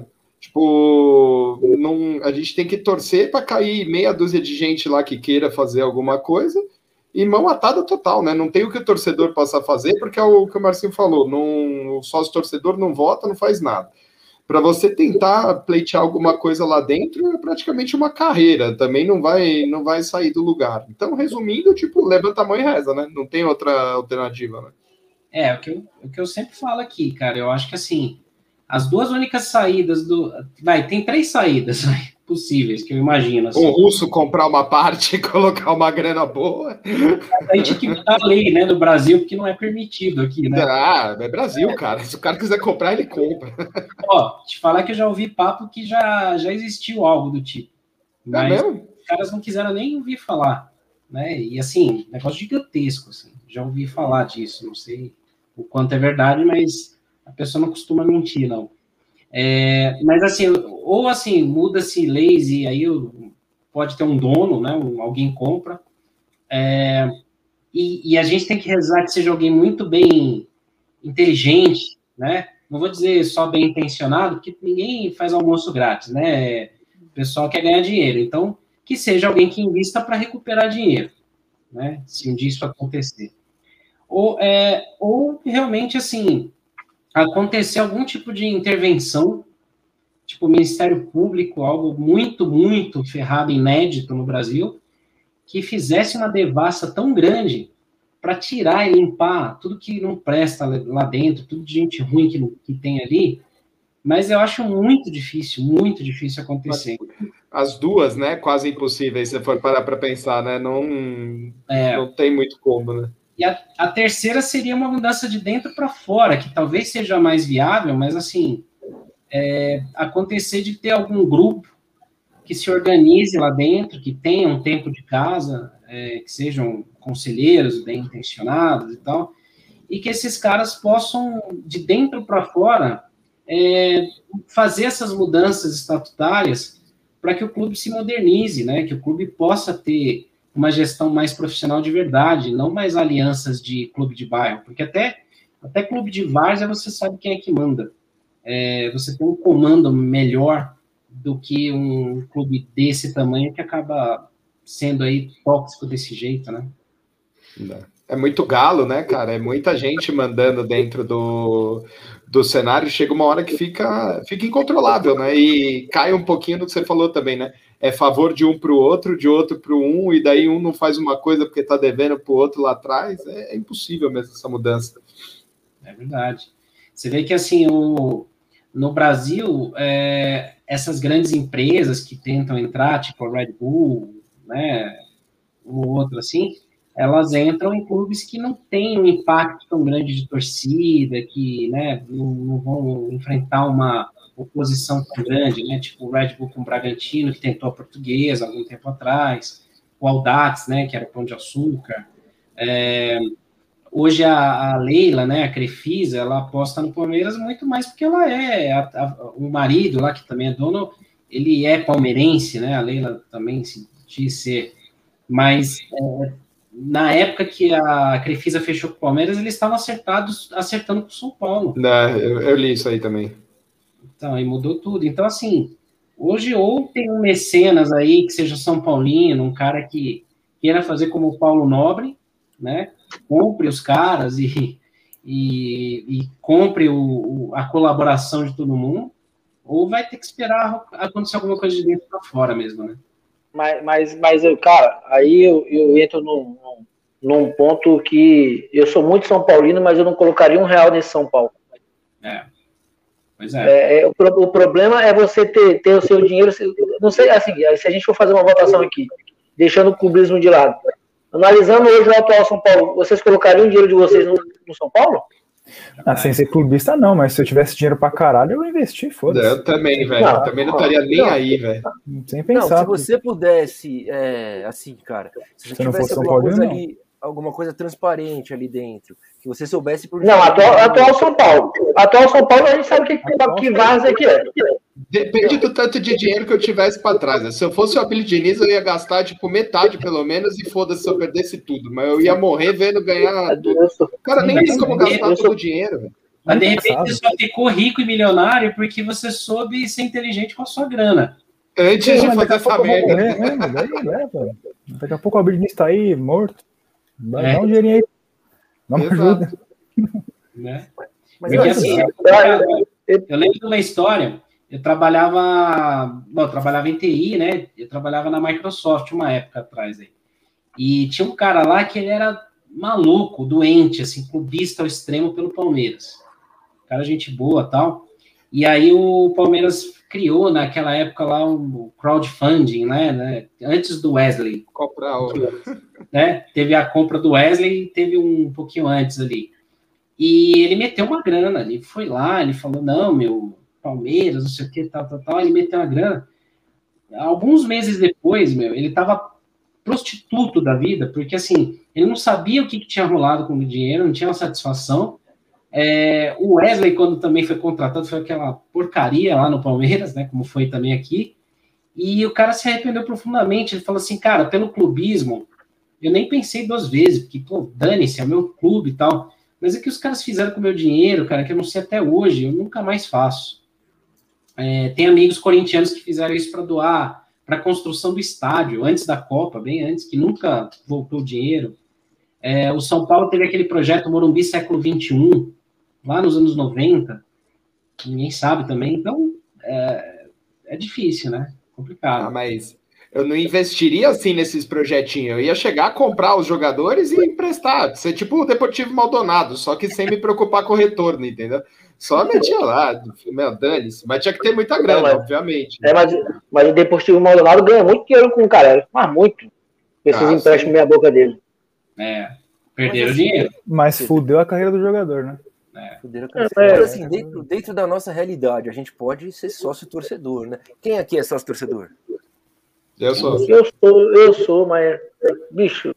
Tipo, não, a gente tem que torcer para cair meia dúzia de gente lá que queira fazer alguma coisa e mão atada total, né? Não tem o que o torcedor possa fazer, porque é o que o Marcinho falou, não, o sócio torcedor não vota, não faz nada. Para você tentar pleitear alguma coisa lá dentro, é praticamente uma carreira, também não vai, não vai sair do lugar. Então, resumindo, tipo, levanta a mão e reza, né? Não tem outra alternativa, né? É, o que, eu, o que eu sempre falo aqui, cara, eu acho que assim, as duas únicas saídas do. Vai, tem três saídas vai, possíveis, que eu imagino. Assim. O russo comprar uma parte e colocar uma grana boa. A gente tem que mudar a lei, né, do Brasil, porque não é permitido aqui, né? Ah, é Brasil, cara. Se o cara quiser comprar, ele compra. Ó, te falar que eu já ouvi papo que já, já existiu algo do tipo. É Mas mesmo? os caras não quiseram nem ouvir falar, né? E assim, negócio gigantesco, assim. Já ouvi falar disso, não sei o quanto é verdade, mas a pessoa não costuma mentir, não. É, mas assim, ou assim, muda-se leis e aí pode ter um dono, né? Um, alguém compra. É, e, e a gente tem que rezar que seja alguém muito bem inteligente, né? Não vou dizer só bem intencionado, porque ninguém faz almoço grátis, né? O pessoal quer ganhar dinheiro. Então, que seja alguém que invista para recuperar dinheiro, né? Se um dia isso acontecer. Ou, é, ou realmente, assim, acontecer algum tipo de intervenção, tipo o Ministério Público, algo muito, muito ferrado, inédito no Brasil, que fizesse uma devassa tão grande para tirar e limpar tudo que não presta lá dentro, tudo de gente ruim que, que tem ali, mas eu acho muito difícil, muito difícil acontecer. As duas, né? Quase impossíveis, se você for parar para pensar, né? Não, É. não tem muito como, né? E a, a terceira seria uma mudança de dentro para fora, que talvez seja mais viável, mas assim, é, acontecer de ter algum grupo que se organize lá dentro, que tenha um tempo de casa, é, que sejam conselheiros bem intencionados e tal, e que esses caras possam, de dentro para fora, é, fazer essas mudanças estatutárias para que o clube se modernize, né? Que o clube possa ter uma gestão mais profissional de verdade, não mais alianças de clube de bairro, porque até, até clube de várzea você sabe quem é que manda. É, você tem um comando melhor do que um clube desse tamanho que acaba sendo aí tóxico desse jeito, né? É muito galo, né, cara? É muita gente mandando dentro do, do cenário. Chega uma hora que fica, fica incontrolável, né? E cai um pouquinho do que você falou também, né? É favor de um para o outro, de outro para o um, e daí um não faz uma coisa porque está devendo para o outro lá atrás. É, é impossível mesmo essa mudança. É verdade. Você vê que, assim, o, no Brasil, é, essas grandes empresas que tentam entrar, tipo a Red Bull, né, ou outro assim, elas entram em clubes que não têm um impacto tão grande de torcida, que, né, não, não vão enfrentar uma oposição tão grande, né, tipo o Red Bull com o Bragantino, que tentou a Portuguesa algum tempo atrás, o Audax, né, que era o Pão de Açúcar. É, hoje a, a Leila, né, a Crefisa, ela aposta no Palmeiras muito mais porque ela é, a, a, o marido lá, que também é dono, ele é palmeirense, né, a Leila também se diz ser, mas é, na época que a Crefisa fechou com o Palmeiras, eles estavam acertados, acertando com o São Paulo. Não, eu, eu li isso aí também. Então, aí mudou tudo. Então, assim, hoje ou tem um mecenas aí, que seja São Paulino, um cara que queira fazer como o Paulo Nobre, né? Compre os caras e, e, e compre o, o, a colaboração de todo mundo, ou vai ter que esperar acontecer alguma coisa de dentro para fora mesmo, né? Mas, mas, mas eu, cara, aí eu, eu entro num, num ponto que eu sou muito São Paulino, mas eu não colocaria um real nesse São Paulo. É. Pois é. é, é o, o problema é você ter, ter o seu dinheiro. Não sei, assim, se a gente for fazer uma votação aqui, deixando o clubismo de lado, analisando hoje o atual São Paulo, vocês colocariam o dinheiro de vocês no, no São Paulo? Ah, sem ser clubista, não, mas se eu tivesse dinheiro pra caralho, eu investi, foda-se. Eu também, velho. Eu também não estaria nem não, aí, velho. Sem pensar. Não, se você pudesse, é, assim, cara, se, se não tivesse São alguma Paulo, coisa não. ali, alguma coisa transparente ali dentro, que você soubesse por Não, atual, atual São Paulo. Atual São Paulo a gente sabe que, que várzea que é. Depende do tanto de dinheiro que eu tivesse para trás. Né? Se eu fosse o Abílio Diniz, eu ia gastar tipo metade pelo menos e foda-se se eu perdesse tudo. Mas eu ia morrer vendo ganhar tudo. Cara, nem tem como gastar todo o dinheiro. Véio. Mas de repente você só ficou rico e milionário porque você soube ser inteligente com a sua grana. Antes é, de fazer essa merda. Morrer, né? Daí, leva. Daqui a pouco o Abílio Diniz tá aí morto. Dá é. um dinheirinho aí. Dá uma ajuda. Né? Mas porque, assim, eu, eu lembro de uma história. Eu trabalhava, bom, eu trabalhava em T I, né? Eu trabalhava na Microsoft uma época atrás aí. E tinha um cara lá que ele era maluco, doente, assim, clubista ao extremo pelo Palmeiras. Cara, gente boa, tal. E aí o Palmeiras criou naquela época lá um crowdfunding, né? né antes do Wesley. Comprar o... né? Teve a compra do Wesley e teve um pouquinho antes ali. E ele meteu uma grana, ele foi lá, ele falou, não, meu, Palmeiras, não sei o que, tal, tal, tal, ele meteu uma grana. Alguns meses depois, meu, ele tava prostituto da vida, porque, assim, ele não sabia o que, que tinha rolado com o dinheiro, não tinha uma satisfação. É, o Wesley, quando também foi contratado, foi aquela porcaria lá no Palmeiras, né, como foi também aqui, e o cara se arrependeu profundamente. Ele falou assim, cara, pelo clubismo, eu nem pensei duas vezes, porque, pô, dane-se, é o meu clube e tal, mas é que os caras fizeram com o meu dinheiro, cara, que eu não sei até hoje, eu nunca mais faço. É, tem amigos corintianos que fizeram isso para doar para a construção do estádio, antes da Copa, bem antes, que nunca voltou o dinheiro. É, o São Paulo teve aquele projeto Morumbi século vinte e um, lá nos anos noventa, ninguém sabe também, então é, é difícil, né? Complicado. Ah, mas eu não investiria assim nesses projetinhos, eu ia chegar a comprar os jogadores e emprestar, ser tipo o Deportivo Maldonado, só que sem me preocupar com o retorno, entendeu? Só metia lá, meu, dane-se, mas tinha que ter muita grana, não, mas, obviamente. É, mas, mas o Deportivo Maldonado ganha muito dinheiro com o cara, mas muito, com esses ah, empréstimos meia boca dele. É, perderam o dinheiro. Mas fudeu a carreira do jogador, né? É. Fuderam a carreira. É, mas, assim, dentro, dentro da nossa realidade, a gente pode ser sócio-torcedor, né? Quem aqui é sócio-torcedor? Eu sou. Eu sou, eu sou, mas, bicho...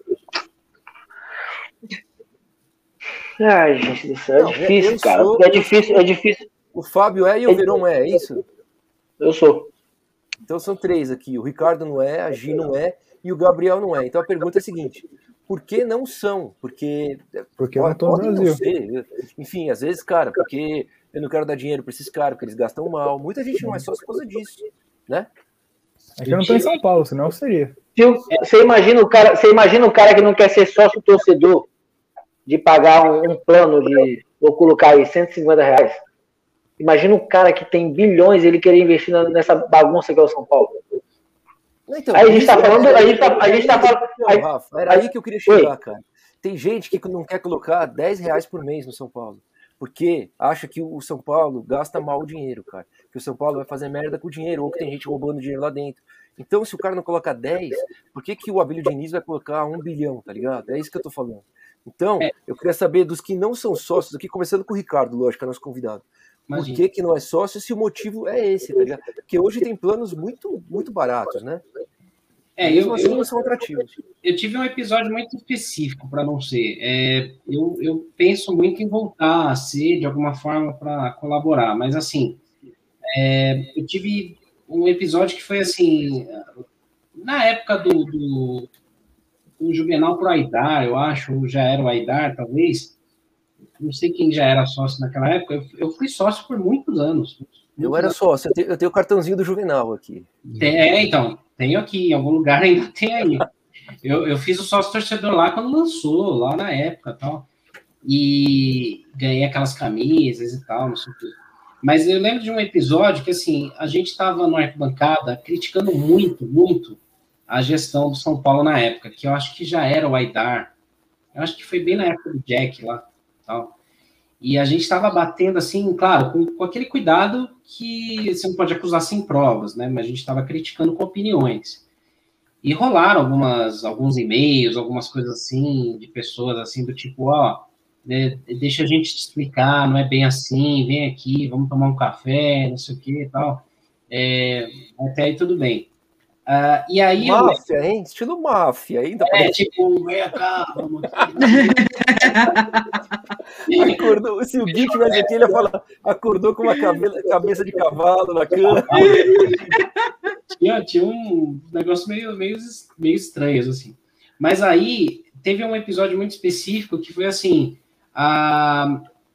Ai, gente do céu, é não, difícil, cara. Sou, é difícil, é difícil. O Fábio é e o Verón é, é isso? Eu sou. Então são três aqui. O Ricardo não é, a Gi não é e o Gabriel não é. Então a pergunta é a seguinte: por que não são? Porque. Porque eu não tô no Brasil. Ser. Enfim, às vezes, cara, porque eu não quero dar dinheiro para esses caras, porque eles gastam mal. Muita gente não é só por causa disso, né? É que eu não tô em São Paulo, senão eu seria. Você imagina o cara, você imagina o cara que não quer ser sócio torcedor, de pagar um, um plano de, vou colocar aí, cento e cinquenta reais. Imagina um cara que tem bilhões e ele querer investir nessa bagunça que é o São Paulo. Então, aí a gente tá falando, a gente tá, a gente tá falando... Aí, Rafa, era aí que eu queria chegar, Oi. cara. Tem gente que não quer colocar dez reais por mês no São Paulo. porque acha que o São Paulo gasta mal o dinheiro, cara. Que o São Paulo vai fazer merda com o dinheiro, ou que tem gente roubando dinheiro lá dentro. Então, se o cara não coloca dez, por que, que o Abílio Diniz vai colocar um bilhão, tá ligado? É isso que eu tô falando. Então, eu queria saber dos que não são sócios aqui, começando com o Ricardo, lógico, é nosso convidado. Por que, que não é sócio se o motivo é esse, tá ligado? Porque hoje tem planos muito, muito baratos, né? É, mesmo eu, assim, eu, não são atrativos. Eu tive um episódio muito específico para não ser. É, eu, eu penso muito em voltar a ser de alguma forma para colaborar, mas assim, é, eu tive um episódio que foi assim, na época do, do, do Juvenal pro Aidar, eu acho, ou já era o Aidar, talvez. Não sei quem já era sócio naquela época. Eu, eu fui sócio por muitos anos. Muitos eu era anos. sócio, eu tenho, eu tenho o cartãozinho do Juvenal aqui. Tem, é, então, tenho aqui, em algum lugar ainda tem aí. Eu, eu fiz o sócio torcedor lá quando lançou, lá na época e tal. E ganhei aquelas camisas e tal, não sei o quê. Mas eu lembro de um episódio que, assim, a gente estava na arquibancada criticando muito, muito a gestão do São Paulo na época, que eu acho que já era o Aidar. Eu acho que foi bem na época do Jack lá. Tal. E a gente estava batendo assim, claro, com, com aquele cuidado que você não pode acusar sem provas, né? Mas a gente estava criticando com opiniões. E rolaram algumas, alguns e-mails, algumas coisas assim, de pessoas assim, do tipo, ó, né, deixa a gente te explicar, não é bem assim, vem aqui, vamos tomar um café, não sei o que e tal. É, até aí tudo bem. Uh, e aí máfia, eu... hein? Estilo máfia, ainda. É, pra... tipo, vem cá, vamos aqui. Acordou, se o Gui tivesse aqui, ele ia falar, acordou com uma cabeça de cavalo na cama. tinha, tinha um negócio meio, meio, meio estranho, assim. Mas aí, teve um episódio muito específico que foi assim, a,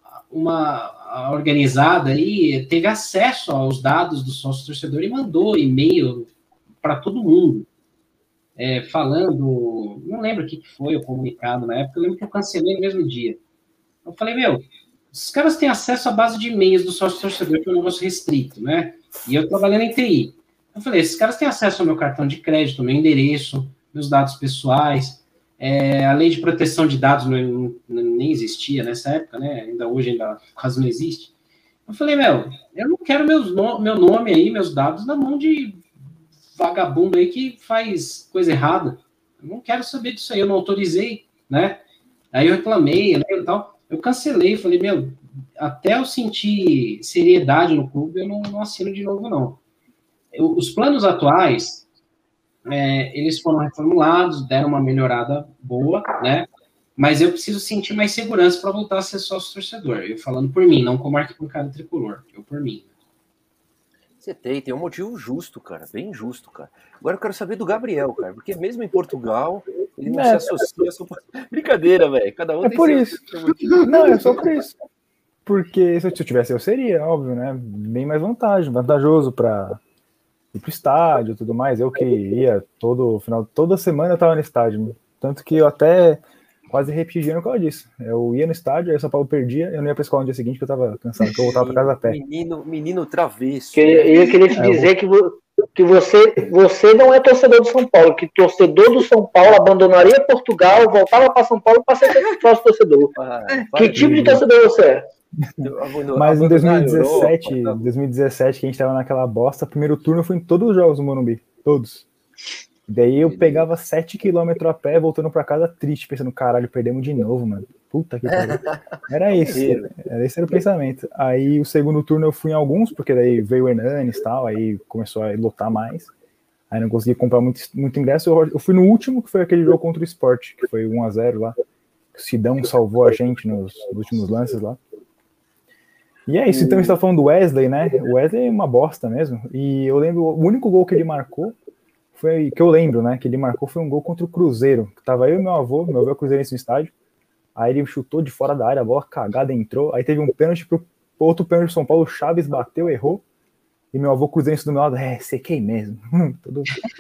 uma a organizada aí teve acesso aos dados do sócio torcedor e mandou e-mail para todo mundo, é, falando, não lembro o que foi o comunicado na época, eu lembro que eu cancelei no mesmo dia. Eu falei, meu, esses caras têm acesso à base de e-mails do sócio torcedor, que é um negócio restrito, né? E eu trabalhando em T I. Eu falei, esses caras têm acesso ao meu cartão de crédito, meu endereço, meus dados pessoais, é, a lei de proteção de dados não, não, nem existia nessa época, né? Ainda hoje ainda quase não existe. Eu falei, meu, eu não quero meus no, meu nome aí, meus dados na mão de vagabundo aí que faz coisa errada. Eu não quero saber disso aí, eu não autorizei, né? Aí eu reclamei, né, e tal. Eu cancelei, falei, meu, até eu sentir seriedade no clube, eu não, não assino de novo, não. Eu, os planos atuais, é, eles foram reformulados, deram uma melhorada boa, né? Mas eu preciso sentir mais segurança para voltar a ser sócio torcedor. Eu falando por mim, não como arquibancada tricolor, eu por mim. Você tem, tem um motivo justo, cara, bem justo, cara. Agora eu quero saber do Gabriel, cara, porque mesmo em Portugal, ele não é, se associa... Só... Brincadeira, velho, cada um é tem por seu... isso. Não, é só por isso. Porque se eu tivesse, eu seria, óbvio, né? Bem mais vantagem, vantajoso para ir pro estádio e tudo mais. Eu que ia todo final, toda semana eu tava no estádio. Tanto que eu até quase repeti dinheiro por causa disso. Eu ia no estádio, aí o São Paulo perdia, eu não ia pra escola no dia seguinte, porque eu tava cansado, porque eu voltava pra casa a pé. Menino, menino travesso. Que, eu queria te dizer é, eu... que, vo, que você, você não é torcedor do São Paulo, que torcedor do São Paulo abandonaria Portugal, voltava para São Paulo para ser sócio torcedor. Ah, que tipo de torcedor você é? Mas em dois mil e dezessete, Europa, dois mil e dezessete, que a gente tava naquela bosta, primeiro turno eu fui em todos os jogos do Morumbi, todos. Daí eu pegava sete quilômetros a pé, voltando pra casa triste, pensando, caralho, perdemos de novo, mano. Puta que pariu. Era isso, era esse era o pensamento. Aí o segundo turno eu fui em alguns, porque daí veio o Hernanes e tal, aí começou a lotar mais. Aí não consegui comprar muito, muito ingresso. Eu fui no último, que foi aquele jogo contra o Sport, que foi um a zero lá. O Sidão salvou a gente nos, nos últimos lances lá. E é isso, então a gente tá falando do Wesley, né? O Wesley é uma bosta mesmo. E eu lembro, o único gol que ele marcou foi, que eu lembro, né, que ele marcou foi um gol contra o Cruzeiro, que tava eu e meu avô, meu avô é cruzeirense no estádio, aí ele chutou de fora da área, a bola cagada entrou, aí teve um pênalti pro outro pênalti do São Paulo, o Chaves bateu, errou, e meu avô cruzeirense do meu lado, é, sequei mesmo. Todo...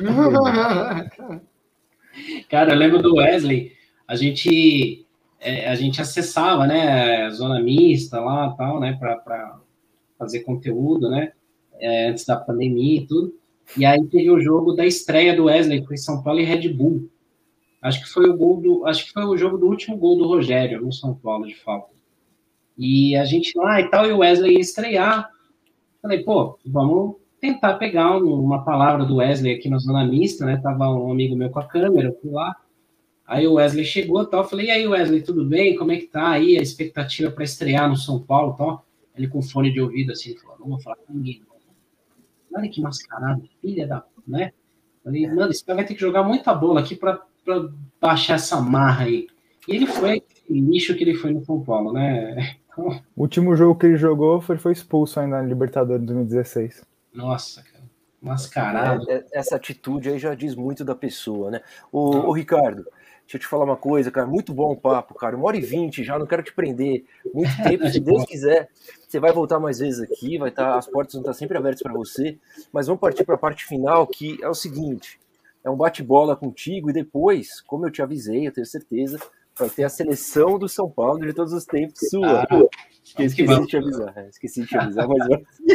Cara, eu lembro do Wesley, a gente, é, a gente acessava, né, zona mista lá e tal, né, pra, pra fazer conteúdo, né, é, antes da pandemia e tudo. E aí teve o jogo da estreia do Wesley, que foi São Paulo e Red Bull. Acho que foi o gol do, acho que foi o jogo do último gol do Rogério no São Paulo, de falta. E a gente lá e tal, e o Wesley ia estrear. Falei, pô, vamos tentar pegar uma palavra do Wesley aqui na zona mista, né? Tava um amigo meu com a câmera, eu fui lá. Aí o Wesley chegou e tal, eu falei, e aí, Wesley, tudo bem? Como é que tá aí a expectativa para estrear no São Paulo e tal? Ele com fone de ouvido, assim, ele falou, não vou falar com ninguém. Olha que mascarado, filha da... né? Falei, mano, esse cara vai ter que jogar muita bola aqui para baixar essa marra aí. E ele foi o lixo que ele foi no São Paulo, né? Então... O último jogo que ele jogou foi, foi expulso ainda na Libertadores de dois mil e dezesseis. Nossa, cara. Mascarado. É, essa atitude aí já diz muito da pessoa, né? Ô, ô, Ricardo, deixa eu te falar uma coisa, cara. Muito bom o papo, cara. Uma hora e vinte já, não quero te prender. Muito tempo, se Deus quiser. Você vai voltar mais vezes aqui, vai estar, as portas vão estar sempre abertas para você. Mas vamos partir para a parte final, que é o seguinte: é um bate-bola contigo, e depois, como eu te avisei, eu tenho certeza, vai ter a seleção do São Paulo de todos os tempos sua. Ah, que eu esqueci de te avisar. É, esqueci de te avisar, mas...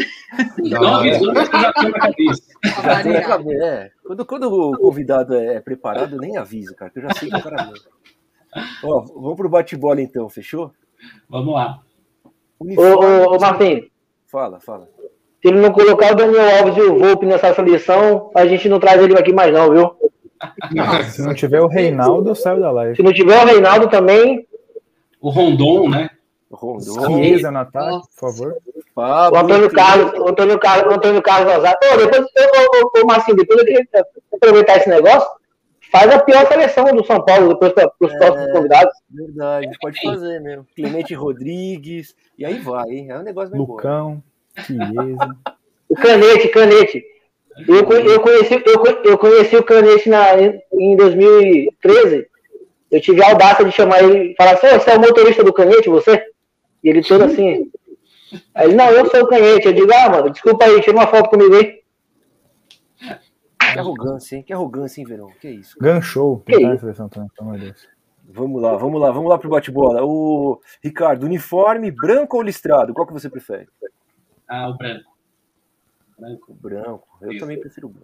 Não avisou, mas já tem na cabeça. Já tem na cabeça, é. Quando, quando o convidado é preparado, eu nem aviso, cara, que eu já sei que o cara mesmo. Ó, vamos pro bate-bola então, fechou? Vamos lá. Ô, ô, ô, Martim. Fala, fala. Se ele não colocar o Daniel Alves e o Volpe nessa seleção, a gente não traz ele aqui mais não, viu? Se não tiver o Reinaldo, saiu da live. Se não tiver o Reinaldo também... O Rondon, né? O Rondon. Chiesa no ataque, por favor. Pablo, o Antônio Carlos, o Antônio Carlos, o Antônio Carlos Osado. Ô, depois, ô, Marcinho, depois eu queria aproveitar esse negócio, faz a pior seleção do São Paulo, depois para os é, próximos convidados. Verdade, pode fazer mesmo. Clemente Rodrigues, e aí vai, hein? É um negócio bem Lucão, Chiesa. O Canete, Canete. Eu, eu, conheci, eu, eu conheci o Canete na, em dois mil e treze. Eu tive a audácia de chamar ele e falar assim: você é o motorista do Canete, você? E ele todo assim. Aí ele, não, eu sou o Canete. Eu digo, ah, mano, desculpa aí, tira uma foto comigo aí. Que arrogância, hein? Que arrogância, hein, Verão? Que isso? Ganchou. Que isso? Seleção também, pelo amor de Deus. Vamos lá, vamos lá, vamos lá pro bate-bola. O Ricardo, uniforme branco ou listrado? Qual que você prefere? Ah, o branco. Branco. Branco. Eu isso. Também prefiro o branco.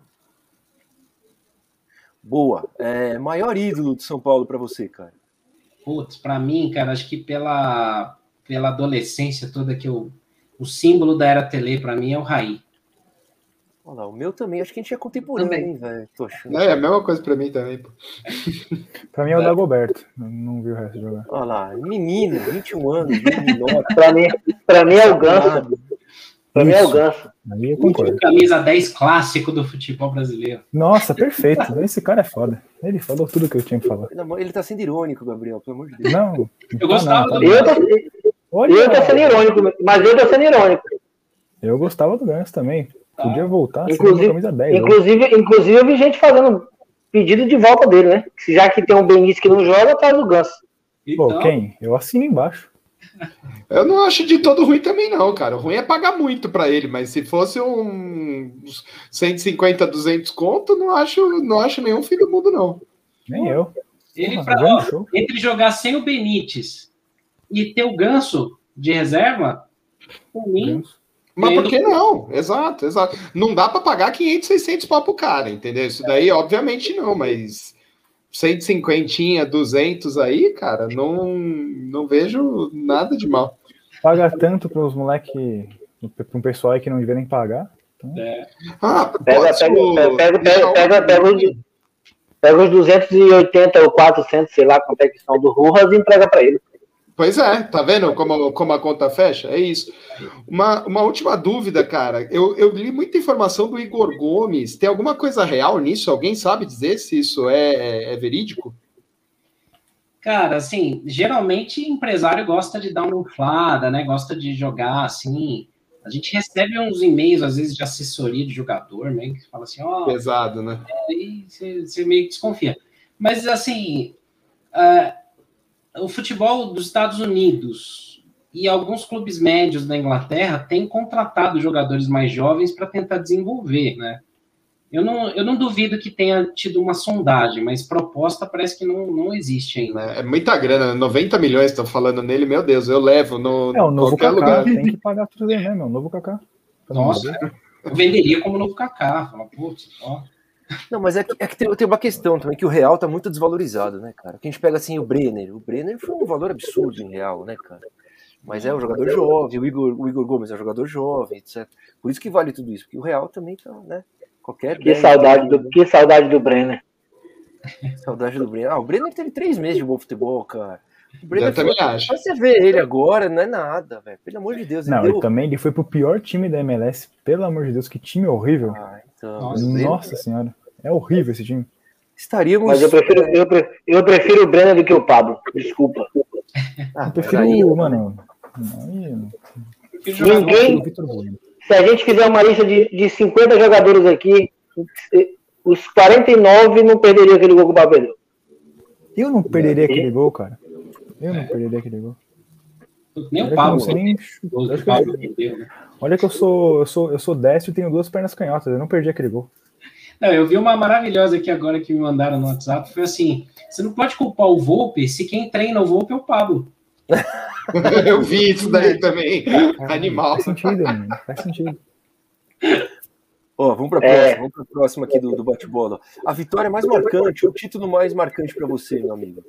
Boa. É, maior ídolo de São Paulo pra você, cara? Putz, pra mim, cara, acho que pela, pela adolescência toda que eu... O símbolo da Era Tele pra mim é o Raí. Olha lá, o meu também. Acho que a gente é contemporâneo, hein, velho? Tô achando. É, a mesma coisa pra mim também, pô. Pra mim é o Dagoberto. Não, não vi o resto jogar. Olha lá, menino, vinte e um anos, menino. pra, mim, pra mim é o Ganso. Pra mim é o Ganso. Eu concordo. Camisa dez clássico do futebol brasileiro. Nossa, perfeito. Esse cara é foda. Ele falou tudo que eu tinha que falar. Ele tá sendo irônico, Gabriel, pelo amor de Deus. Não. não eu gostava tá do eu, tô, eu tô sendo irônico, mas eu tô sendo irônico. Eu gostava do Ganso também. Podia voltar inclusive, camisa dez. Inclusive, inclusive, eu vi gente fazendo pedido de volta dele, né? Já que tem um Benício que não joga, traz o Ganso. Então... Pô, quem? Eu assino embaixo. Eu não acho de todo ruim também, não, cara. O ruim é pagar muito pra ele, mas se fosse um cento e cinquenta, duzentos conto, não acho, não acho nenhum fim do mundo, não. Nem eu. Ele, Porra, pra, ó, entre jogar sem o Benítez e ter o Ganso de reserva, por mim... Mas por que não? Exato, exato. Não dá pra pagar quinhentos, seiscentos pau pro cara, entendeu? Isso daí, obviamente, não, mas... cento e cinquenta, duzentos aí, cara, não, não vejo nada de mal. Paga tanto para os moleques, para um pessoal aí que não devia nem pagar. Então... É. Ah, pega, pega, pega, pega, pega, pega, os, pega os duzentos e oitenta ou quatrocentos, sei lá, quanto é que são do Ruas e entrega para ele. Pois é, tá vendo como, como a conta fecha? É isso. Uma, uma última dúvida, cara. Eu, eu li muita informação do Igor Gomes. Tem alguma coisa real nisso? Alguém sabe dizer se isso é, é verídico? Cara, assim, geralmente empresário gosta de dar uma inflada, né? Gosta de jogar, assim... A gente recebe uns e-mails, às vezes, de assessoria de jogador, né? Que fala assim, ó... Oh, pesado, né? Aí você, você meio que desconfia. Mas, assim... Uh, o futebol dos Estados Unidos e alguns clubes médios da Inglaterra têm contratado jogadores mais jovens para tentar desenvolver, né? Eu não, eu não duvido que tenha tido uma sondagem, mas proposta parece que não, não existe ainda. É muita grana, noventa milhões estão falando nele, meu Deus, eu levo no é, o novo qualquer Kaká, lugar. Tem que pagar tudo aí, né, meu? O novo Kaká. Nossa, eu venderia como novo Kaká. Fala, putz, ó. Não, mas é que, é que tem, tem uma questão também, que o real tá muito desvalorizado, né, cara? Que a gente pega assim o Brenner. O Brenner foi um valor absurdo em real, né, cara? Mas é um jogador jovem, o Igor, o Igor Gomes é um jogador jovem, etcétera. Por isso que vale tudo isso, porque o Real também tá, né? Qualquer que, saudade do, que saudade do Brenner. Saudade do Brenner. Ah, o Brenner teve três meses de bom futebol, cara. O Brenner Eu também foi, acho. Você vê ele agora, não é nada, velho. Pelo amor de Deus. Não, ele deu... e também ele foi pro pior time da M L S. Pelo amor de Deus, que time horrível. Ah, então, Nossa, Brenner... Nossa senhora. É horrível esse time. Estaríamos... Mas eu prefiro, eu prefiro, eu prefiro o Brenner do que o Pablo. Desculpa. Ah, eu prefiro, aí, mano... Aí... Ninguém... Se a gente fizer uma lista de, de cinquenta jogadores aqui, os quarenta e nove não perderiam aquele gol que o Pablo perdeu. Eu não perderia aquele gol, cara. Eu não perderia aquele gol. Nem o Pablo. Nem... O Pablo perdeu, né? Olha que eu sou, eu sou, eu sou destro e tenho duas pernas canhotas. Eu não perdi aquele gol. Não, eu vi uma maravilhosa aqui agora que me mandaram no WhatsApp. Foi assim: você não pode culpar o Volpe se quem treina o Volpe é o Pablo. Eu vi isso daí também. Cara, Animal. Faz sentido, mano. Faz sentido. Ó, vamos para a próxima, é... vamos para a próxima aqui do, do bate-bola. A vitória mais marcante, o título mais marcante para você, meu amigo.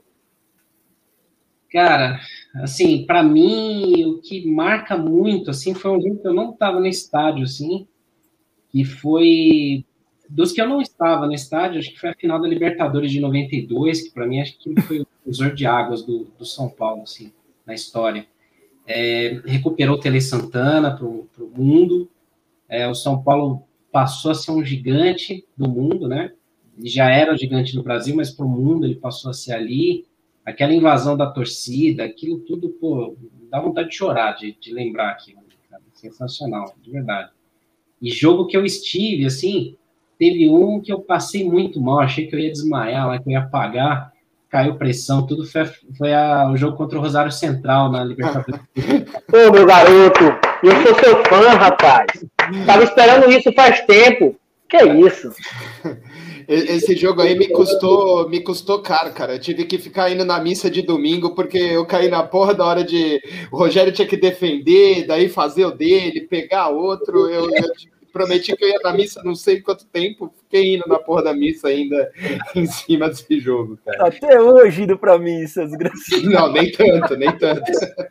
Cara, assim, para mim, o que marca muito, assim, foi um jogo que eu não estava no estádio, assim, que foi dos que eu não estava no estádio, acho que foi a final da Libertadores de noventa e dois, que para mim acho que foi o divisor de águas do, do São Paulo, assim, na história. É, recuperou o Tele Santana para o mundo, é, o São Paulo passou a ser um gigante do mundo, né? Ele já era um gigante no Brasil, mas para o mundo ele passou a ser ali. Aquela invasão da torcida, aquilo tudo, pô, dá vontade de chorar, de, de lembrar aquilo, cara. Sensacional, de verdade. E jogo que eu estive, assim, teve um que eu passei muito mal, achei que eu ia desmaiar, lá, que eu ia apagar, caiu pressão, tudo foi, foi a, o jogo contra o Rosário Central na Libertadores. Ô, meu garoto, eu sou seu fã, rapaz. Tava esperando isso faz tempo. Que isso? Esse jogo aí me custou, me custou caro, cara. Eu tive que ficar indo na missa de domingo, porque eu caí na porra da hora de... O Rogério tinha que defender, daí fazer o dele, pegar outro. Eu, eu prometi que eu ia na missa não sei quanto tempo, fiquei indo na porra da missa ainda em cima desse jogo, cara. Até hoje indo pra missa, desgraçado. Não, nem tanto, nem tanto.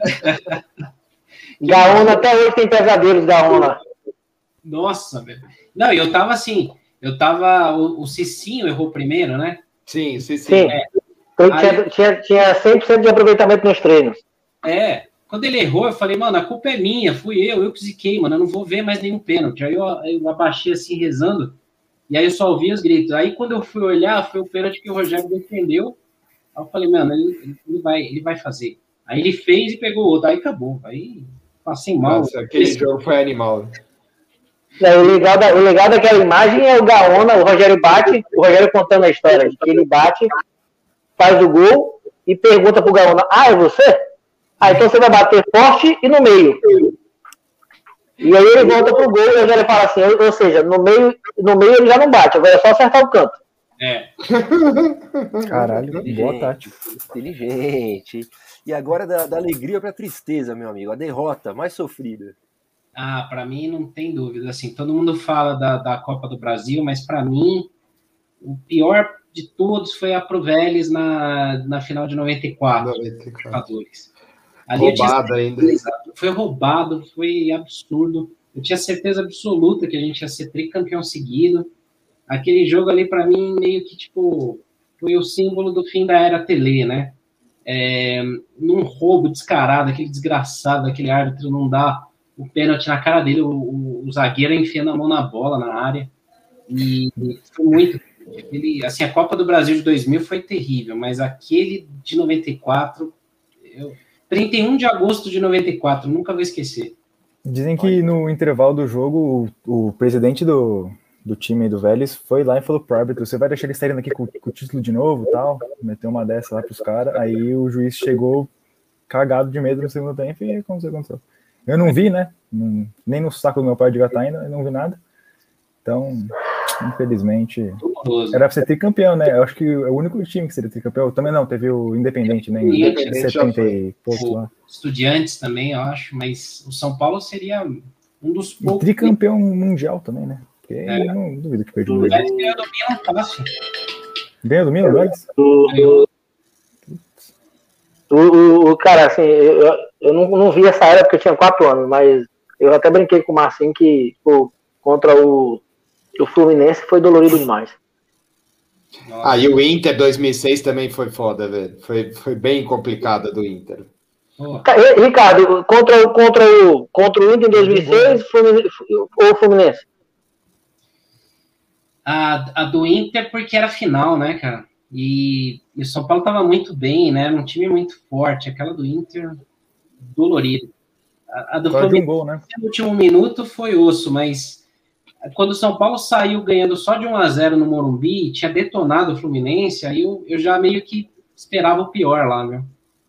Gaona, até hoje tem pesadelos, Gaona. Nossa, velho. Não, eu tava assim... Eu tava... O, o Cicinho errou primeiro, né? Sim, Cicinho. Sim. É. Então, Aí, tinha, tinha, tinha cem por cento de aproveitamento nos treinos. É. Quando ele errou, eu falei, mano, a culpa é minha. Fui eu, eu que ziquei, mano. Eu não vou ver mais nenhum pênalti. Aí eu, eu abaixei assim, rezando. E aí eu só ouvi os gritos. Aí quando eu fui olhar, foi o pênalti que o Rogério defendeu. Aí eu falei, mano, ele, ele, vai, ele vai fazer. Aí ele fez e pegou outro. Aí acabou. Aí passei mal. Nossa, aquele Esse... jogo foi animal. O legal, da, o legal daquela imagem é o Gaona, o Rogério bate, o Rogério contando a história, que ele bate, faz o gol e pergunta pro Gaona, ah, é você? Ah, então você vai bater forte e no meio. E aí ele volta pro gol e o Rogério fala assim, ou, ou seja, no meio, no meio ele já não bate, agora é só acertar o canto. É. Caralho, boa tática. Inteligente. E agora da, da alegria pra tristeza, meu amigo, a derrota mais sofrida. Ah, para mim não tem dúvida. Assim, todo mundo fala da, da Copa do Brasil, mas para mim o pior de todos foi a Pro Vélez na, na final de noventa e quatro. noventa e quatro. Ali roubado tinha... ainda. Foi roubado, foi absurdo. Eu tinha certeza absoluta que a gente ia ser tricampeão seguido. Aquele jogo ali, para mim, meio que tipo foi o símbolo do fim da era Tele, né? É, num roubo descarado, aquele desgraçado, aquele árbitro não dá o pênalti na cara dele, o, o, o zagueiro enfiando a mão na bola, na área, e, e foi muito, ele, assim, a Copa do Brasil de dois mil foi terrível, mas aquele de noventa e quatro, eu, trinta e um de agosto de noventa e quatro, nunca vou esquecer. Dizem que no intervalo do jogo, o, o presidente do, do time do Vélez foi lá e falou pro árbitro, você vai deixar eles saírem aqui com, com o título de novo e tal, meteu uma dessa lá pros caras, aí o juiz chegou cagado de medo no segundo tempo e como isso aconteceu. Eu não vi, né? Não, nem no saco do meu pai de Gataína, eu não vi nada. Então, infelizmente, era pra ser tricampeão, né? Eu acho que é o único time que seria tricampeão. Também não, teve o Independente, né? Em setenta e poucos lá. Estudiantes também, eu acho, mas o São Paulo seria um dos poucos. E tricampeão mundial também, né? Porque é. Eu não duvido que perdeu. O Vélez ganhou do Milan fácil. Ganhou do Milan, Vélez? Ganhou. O, o, o cara, assim, eu, eu não, não vi essa era porque eu tinha quatro anos, mas eu até brinquei com o Marcinho que pô, contra o, o Fluminense foi dolorido demais. Nossa. Ah, e o Inter dois mil e seis também foi foda, velho. Foi, foi bem complicado do Inter. Oh. Ricardo, contra, contra, o, contra o Inter em dois mil e seis ou o Fluminense? A, a do Inter porque era final, né, cara? E, e o São Paulo tava muito bem, né? Era um time muito forte. Aquela do Inter, dolorido. A, a do Fluminense, um gol, né? no último minuto foi osso, mas quando o São Paulo saiu ganhando só de um a zero no Morumbi, tinha detonado o Fluminense, aí eu, eu já meio que esperava o pior lá, meu.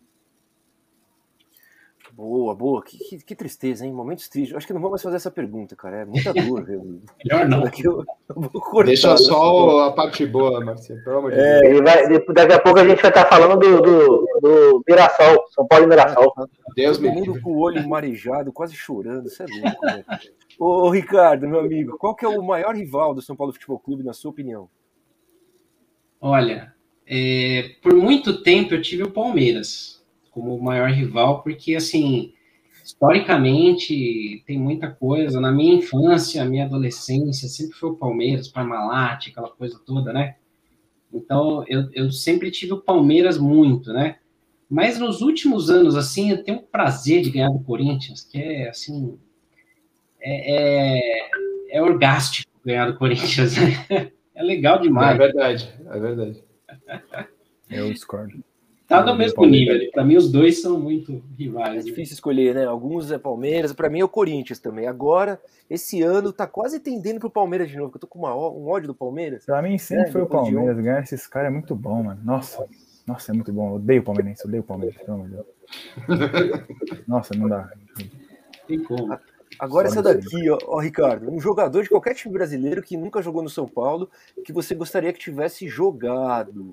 Boa, boa. Que, que, que tristeza, hein? Momentos tristes. Acho que não vou mais fazer essa pergunta, cara. É muita dor. Melhor não. Eu, eu vou cortar, deixa só a parte boa, Marcinho. Pelo amor de é, Deus. Vai, daqui a pouco a gente vai estar falando do, do, do Mirassol, São Paulo e Mirassol. Ah, Deus Todo mundo me... com o olho marejado, quase chorando. Isso é louco, né? Ô, ô, Ricardo, meu amigo, qual que é o maior rival do São Paulo Futebol Clube, na sua opinião? Olha, é, por muito tempo eu tive o Palmeiras como o maior rival, porque, assim, historicamente tem muita coisa. Na minha infância, minha adolescência, sempre foi o Palmeiras, Parmalat, aquela coisa toda, né? Então, eu, eu sempre tive o Palmeiras muito, né? Mas nos últimos anos, assim, eu tenho o prazer de ganhar do Corinthians, que é, assim, é, é, é orgástico ganhar do Corinthians, né? É legal demais. É verdade, é verdade. Eu discordo. Tá no mesmo nível. Para mim, os dois são muito rivais. É difícil escolher, né? Alguns é Palmeiras, para mim é o Corinthians também. Agora, esse ano, tá quase tendendo pro Palmeiras de novo, que eu tô com uma, um ódio do Palmeiras. Pra mim sempre é, foi o Palmeiras. De ganhar esses caras é muito bom, mano. Nossa, nossa, é muito bom. Eu odeio o Palmeirense, odeio o Palmeiras, pelo amor de Deus. Nossa, não dá. Tem como. Agora essa daqui, ó, ó, Ricardo, um jogador de qualquer time brasileiro que nunca jogou no São Paulo, que você gostaria que tivesse jogado.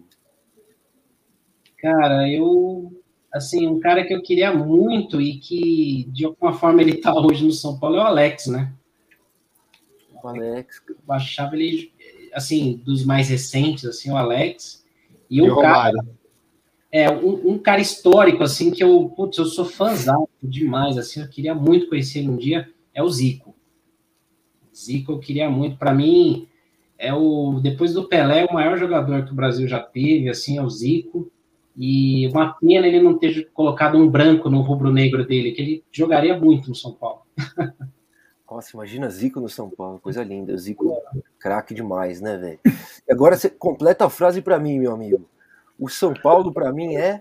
Cara, eu, assim, um cara que eu queria muito e que, de alguma forma, ele tá hoje no São Paulo é o Alex, né? O Alex. Eu achava ele, assim, dos mais recentes, assim, o Alex. E, e um o cara, Romário. É, um, um cara histórico, assim, que eu, putz, eu sou fãzão demais, assim, eu queria muito conhecer ele um dia, é o Zico. Zico eu queria muito, para mim, é o, depois do Pelé, o maior jogador que o Brasil já teve, assim, é o Zico. E uma pena ele não ter colocado um branco no rubro-negro dele, que ele jogaria muito no São Paulo. Nossa, imagina Zico no São Paulo, coisa linda. Zico, craque demais, né, velho? E agora você completa a frase para mim, meu amigo. O São Paulo, para mim, é...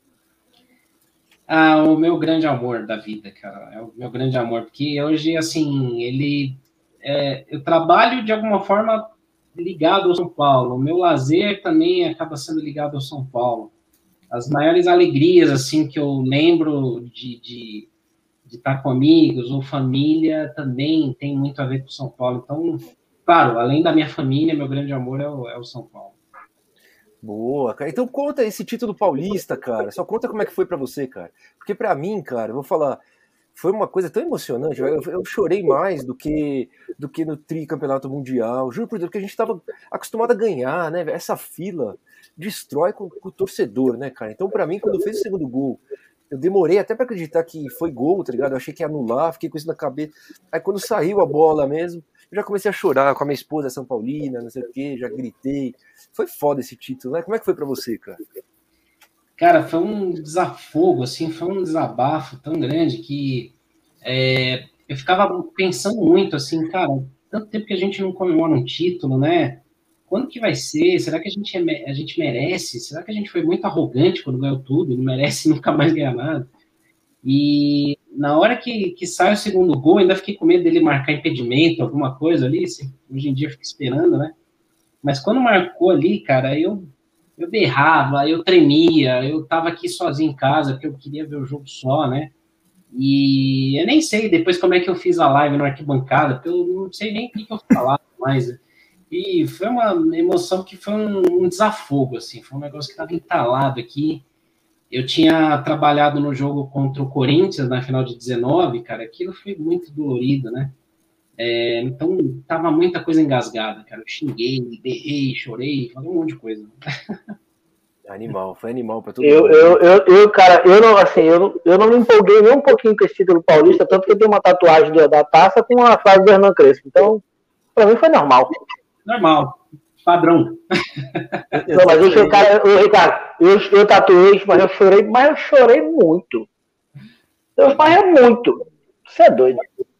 Ah, o meu grande amor da vida, cara. É o meu grande amor, porque hoje, assim, ele... É, eu trabalho, de alguma forma, ligado ao São Paulo. O meu lazer também acaba sendo ligado ao São Paulo. As maiores alegrias, assim, que eu lembro de, de, de estar com amigos ou família também tem muito a ver com São Paulo. Então, claro, além da minha família, meu grande amor é o, é o São Paulo. Boa, cara. Então conta esse título paulista, cara. Só conta como é que foi pra você, cara. Porque pra mim, cara, eu vou falar, foi uma coisa tão emocionante. Eu, eu chorei mais do que, do que no tricampeonato mundial. Juro por Deus, porque a gente tava acostumado a ganhar, né? Essa fila destrói com, com o torcedor, né, cara? Então, pra mim, quando fez o segundo gol, eu demorei até pra acreditar que foi gol, tá ligado? Eu achei que ia anular, fiquei com isso na cabeça. Aí quando saiu a bola mesmo, eu já comecei a chorar com a minha esposa São Paulina, não sei o quê, já gritei. Foi foda esse título, né? Como é que foi pra você, cara? Cara, foi um desafogo, assim, foi um desabafo tão grande que é, eu ficava pensando muito, assim, cara, tanto tempo que a gente não comemora um título, né? Quando que vai ser? Será que a gente, a gente merece? Será que a gente foi muito arrogante quando ganhou tudo e não merece nunca mais ganhar nada? E na hora que, que sai o segundo gol, ainda fiquei com medo dele marcar impedimento, alguma coisa ali, assim, hoje em dia eu fico esperando, né? Mas quando marcou ali, cara, eu, eu berrava, eu tremia, eu tava aqui sozinho em casa, porque eu queria ver o jogo só, né? E eu nem sei depois como é que eu fiz a live no arquibancada, porque eu não sei nem o que eu falava mais. E foi uma emoção que foi um, um desafogo, assim, foi um negócio que estava entalado aqui. Eu tinha trabalhado no jogo contra o Corinthians na final de dezenove, cara, aquilo foi muito dolorido, né? É, então, tava muita coisa engasgada, cara. Eu xinguei, berrei, chorei, falei um monte de coisa. Animal, foi animal pra todo Eu, mundo. eu, eu, eu, cara, eu não, assim, eu, não- eu não me empolguei nem um pouquinho com esse título paulista, tanto que eu tenho uma tatuagem da, da taça com a frase do Hernan Crespo. Então, pra mim foi normal. Normal. Padrão. Não, mas eu, chorei, cara, eu, Ricardo, eu, eu tatuei, mas eu chorei, mas eu chorei muito. Eu chorei muito. Você é doido.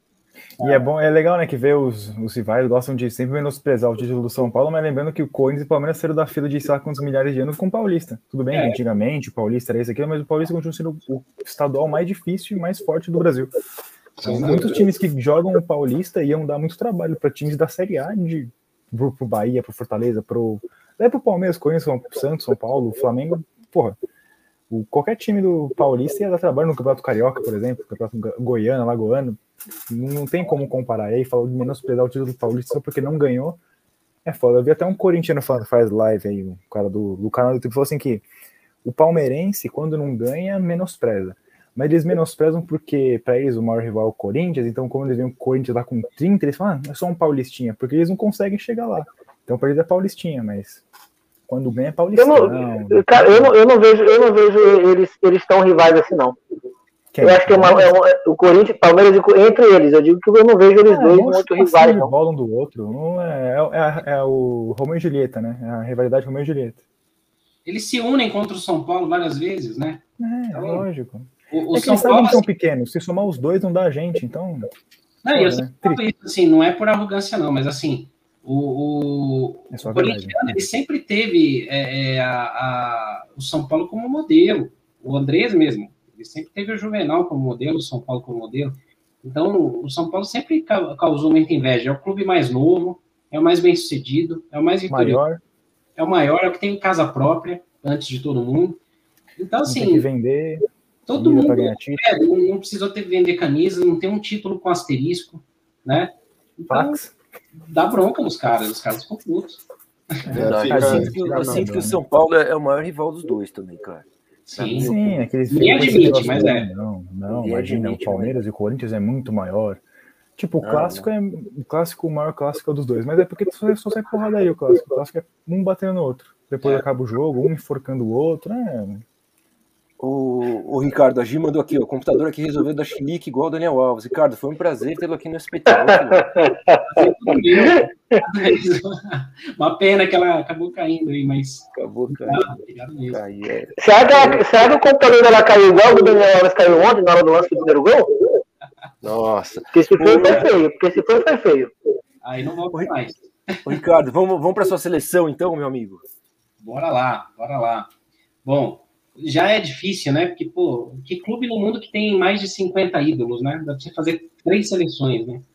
E é bom, é legal, né, que ver os, os rivais gostam de sempre menosprezar o título do São Paulo, mas lembrando que o Corinthians e o Palmeiras saíram da fila de sei lá quantos milhares de anos com o Paulista. Tudo bem, É. que antigamente o Paulista era esse aqui, mas o Paulista continua sendo o estadual mais difícil e mais forte do Brasil. Então, muitos times que jogam o Paulista iam dar muito trabalho para times da Série A, de, pro, pro Bahia, pro Fortaleza, pro, até pro Palmeiras, Corinthians, Santos, São Paulo, Flamengo, porra. O, qualquer time do Paulista ia dar trabalho no Campeonato Carioca, por exemplo, Campeonato Goiano, Alagoano. Não tem como comparar. E aí, falou de menosprezar o título do Paulista só porque não ganhou. É foda. Eu vi até um corintiano falando, faz live aí, o cara do, do canal do YouTube falou assim que o palmeirense, quando não ganha, menospreza. Mas eles menosprezam porque, pra eles, o maior rival é o Corinthians. Então, como eles veem o Corinthians lá com trinta, eles falam, ah, é só um paulistinha. Porque eles não conseguem chegar lá. Então, pra eles é paulistinha, mas quando ganha é paulistão. Eu não, cara, eu não, eu não vejo, eu não vejo eles, eles tão rivais assim, não. Quem? Eu acho que é, uma, é uma, o Corinthians, Palmeiras, entre eles. Eu digo que eu não vejo eles É, dois não muito assim, rivais, de não. bola um do outro. Não é, é, é o Romeu e Julieta, né? É a rivalidade Romeu e Julieta. Eles se unem contra o São Paulo várias vezes, né? É, Então, lógico. O, o É que São eles Paulo, sabem que são assim, pequenos. Se somar os dois, não dá a gente, então... não, foda, eu sempre né? falo isso, assim, não é por arrogância, não, mas assim, o, o, É só o a verdade. corintiano, ele sempre teve é, é, a, a, o São Paulo como modelo. O Andrés mesmo, ele sempre teve o Juvenal como modelo, o São Paulo como modelo. Então, o São Paulo sempre causou muita inveja. É o clube mais novo, é o mais bem-sucedido, é o mais vitorioso, Maior, é o maior, é o que tem casa própria, antes de todo mundo. Então, não tem que assim, vender, todo camisa mundo pra ganhar título. é, não, não precisou ter vender camisa, não tem um título com asterisco, né? Então, Fax. dá bronca nos caras, os caras ficam putos. Verdade. fica- eu sinto que, fica eu sinto que o não, São Paulo é, é o maior rival dos dois também, cara. Sim. Sim, aqueles Ninguém esse admite, negócio mas de- é. Não, não, Ninguém imagina, admite, o Palmeiras e o Corinthians é muito maior. Tipo, o Não, clássico é o clássico, o maior clássico é o dos dois, mas é porque só, só sai porrada aí o clássico. O clássico é um batendo no outro. Depois É. acaba o jogo, um enforcando o outro. É, O, o Ricardo, a Gi mandou aqui, ó, o computador aqui resolveu dar chilique igual o Daniel Alves. Ricardo, foi um prazer tê-lo aqui no S P T. Uma pena que ela acabou caindo aí, mas Acabou, cara. obrigado mesmo. Cai, é. Será que, ela- será que o computador dela caiu igual o do Daniel Alves caiu ontem, na hora do lance do primeiro gol? Nossa. Porque se foi, foi feio. Porque se foi, foi feio. Aí não volta mais. Ô, Ricardo, vamos, vamos para sua seleção então, meu amigo. Bora lá, bora lá. Bom, já é difícil, né? Porque, pô, que clube no mundo que tem mais de cinquenta ídolos, né? Dá pra você fazer três seleções, né?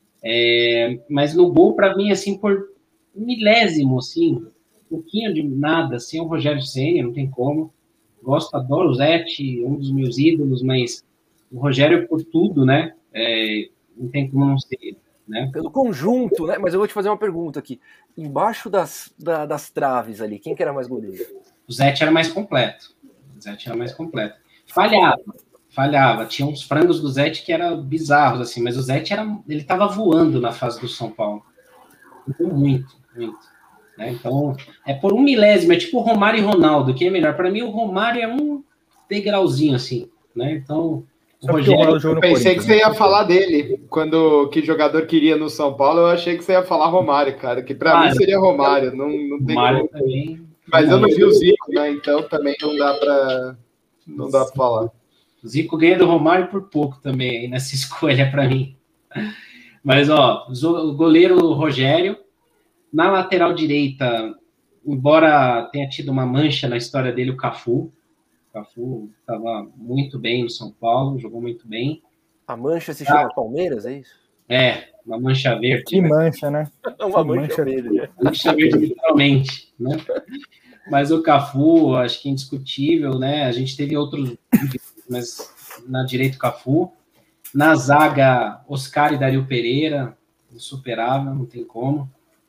É, mas no gol, para mim, assim, por milésimo, assim, um pouquinho de nada, assim, é o Rogério Ceni, não tem como. Gosto, adoro o Zete, um dos meus ídolos, mas o Rogério por tudo, né? É, não tem como não ser ele, né? Pelo conjunto, né? Mas eu vou te fazer uma pergunta aqui. Embaixo das, da- das traves ali, quem que era mais goleiro? O Zete era mais completo. O Zete era mais completo. Falhava, falhava. Tinha uns frangos do Zete que eram bizarros, assim, mas o Zete era, ele tava voando na fase do São Paulo. Então, muito, muito. Né? Então, é por um milésimo, é tipo o Romário e Ronaldo, quem é melhor? Para mim, o Romário é um degrauzinho, assim, né? Então, o Só porque o Rogério... Ronaldo jogou Eu no pensei que Corinthians, você ia né? falar dele. Quando que jogador queria no São Paulo, eu achei que você ia falar Romário, cara. Que pra Ah, mim seria Romário. Não, não tem Romário como. também... Mas eu não vi o Zico, né? Então também não dá pra, não dá pra falar. O Zico ganha do Romário por pouco também, aí nessa escolha para mim. Mas, ó, o goleiro Rogério, na lateral direita, embora tenha tido uma mancha na história dele, o Cafu. O Cafu estava muito bem no São Paulo, jogou muito bem. A mancha se chama Palmeiras, é isso? É, uma mancha verde. Que mancha, né? Uma Que mancha, mancha. verde. é. Mancha verde, literalmente, né? Mas o Cafu, acho que é indiscutível, né? A gente teve outros, mas na direita o Cafu. Na zaga, Oscar e Dario Pereira, insuperável, não tem como.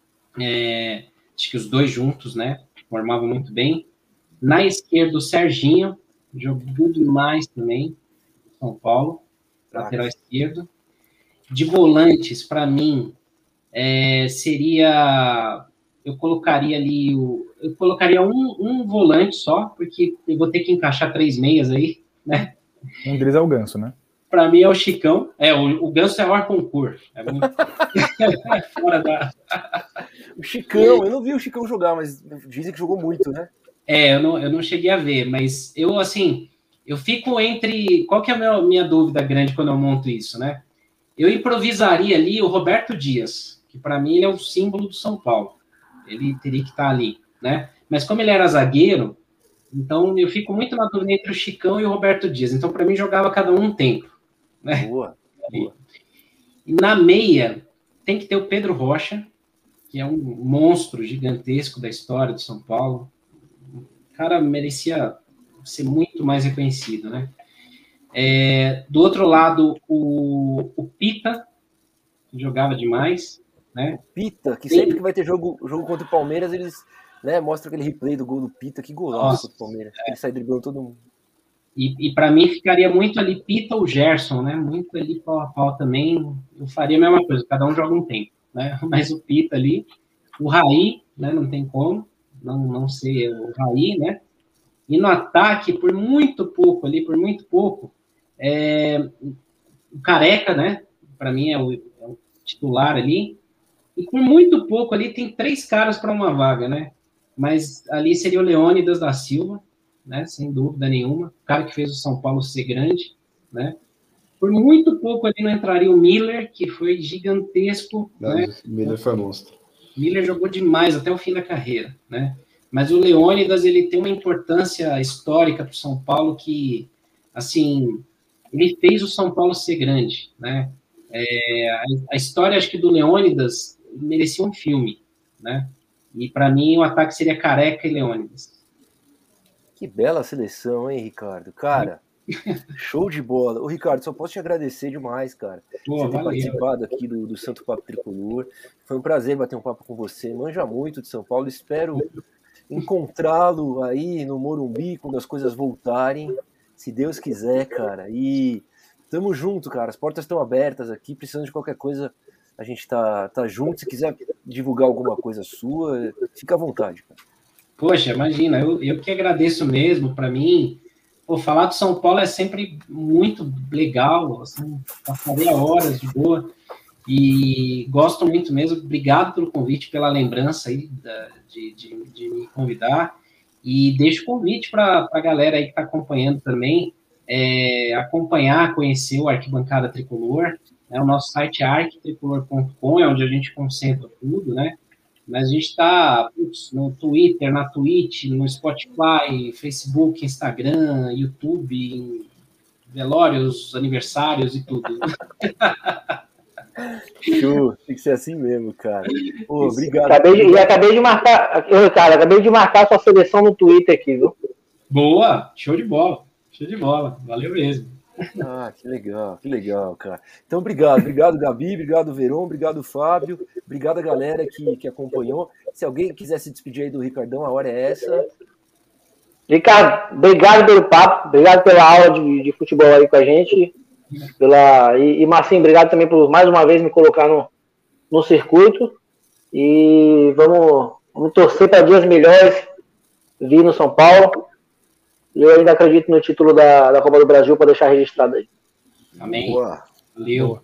É, acho que os dois juntos, né? Formavam muito bem. Na esquerda, o Serginho, jogou demais também, São Paulo, lateral esquerdo. De volantes, para mim, é, seria eu colocaria ali o. Eu colocaria um, um volante só, porque eu vou ter que encaixar três meias aí, né? Um deles é o Ganso, né? Para mim é o Chicão. É, o, o Ganso é o Arconcourt. É muito fora da. O Chicão, eu não vi o Chicão jogar, mas dizem que jogou muito, né? É, eu não, eu não cheguei a ver, mas eu, assim, eu fico entre. Qual que é a minha, minha dúvida grande quando eu monto isso, né? Eu improvisaria ali o Roberto Dias, que para mim ele é o símbolo do São Paulo. Ele teria que estar ali, né? Mas como ele era zagueiro, então eu fico muito na dúvida entre o Chicão e o Roberto Dias. Então, para mim, jogava cada um um tempo, né? Boa, boa. E na meia, tem que ter o Pedro Rocha, que é um monstro gigantesco da história do São Paulo. O cara merecia ser muito mais reconhecido, né? É, do outro lado, o, o Pita, que jogava demais, né? Pita, que sempre que vai ter jogo, jogo contra o Palmeiras, eles, né, mostram aquele replay do gol do Pita, que golaço do Palmeiras. É. Ele sai driblando todo mundo. E, e para mim ficaria muito ali Pita ou Gerson, né? Muito ali pau a pau também. Eu faria a mesma coisa, cada um joga um tempo, né? Mas o Pita ali, o Raí, né? Não tem como não, não ser o Raí, né? E no ataque, por muito pouco ali, por muito pouco, é, o Careca, né? Para mim é o, é o titular ali. E por muito pouco ali tem três caras para uma vaga, né? Mas ali seria o Leônidas da Silva, né? Sem dúvida nenhuma. O cara que fez o São Paulo ser grande, né? Por muito pouco ali não entraria o Miller, que foi gigantesco. Não, né? Miller foi monstro. Miller jogou demais até o fim da carreira, né? Mas o Leônidas, ele tem uma importância histórica para o São Paulo que, assim, ele fez o São Paulo ser grande, né? É, a, a história, acho que, do Leônidas merecia um filme, né? E, para mim, o ataque seria Careca e Leônidas. Que bela seleção, hein, Ricardo? Cara, show de bola. Ô, Ricardo, só posso te agradecer demais, cara, Pô, você ter valeu. participado aqui do, do Santo Papo Tricolor. Foi um prazer bater um papo com você. Manja muito de São Paulo. Espero encontrá-lo aí no Morumbi quando as coisas voltarem, se Deus quiser, cara. E tamo junto, cara. As portas estão abertas aqui. Precisando de qualquer coisa, a gente tá, tá junto. Se quiser divulgar alguma coisa sua, fica à vontade, cara. Poxa, imagina, eu, eu que agradeço mesmo. Para mim, pô, falar do São Paulo é sempre muito legal, assim, passaria horas de boa. E gosto muito mesmo. Obrigado pelo convite, pela lembrança aí da, de, de, de me convidar. E deixo o convite para a galera aí que está acompanhando também, é, acompanhar, conhecer o Arquibancada Tricolor. Né? O nosso site é arquitricolor ponto com, é onde a gente concentra tudo, né? Mas a gente está no Twitter, na Twitch, no Spotify, Facebook, Instagram, YouTube, velórios, aniversários e tudo. Show, tem que ser assim mesmo, cara. Pô, obrigado. Acabei de, e acabei de marcar, eu, cara, acabei de marcar sua seleção no Twitter aqui, viu? Boa, show de bola, show de bola, valeu mesmo. Ah, que legal, que legal, cara. Então, obrigado, obrigado, Gabi, obrigado, Verón, obrigado, Fábio, obrigado a galera que, que acompanhou. Se alguém quiser se despedir aí do Ricardão, a hora é essa. Ricardo, obrigado pelo papo, obrigado pela aula de, de futebol aí com a gente. Pela, e, e Marcinho, obrigado também por mais uma vez me colocar no, no circuito. E vamos, vamos torcer para dias melhores vir no São Paulo. E eu ainda acredito no título da, da Copa do Brasil para deixar registrado aí. Amém. Boa. Valeu.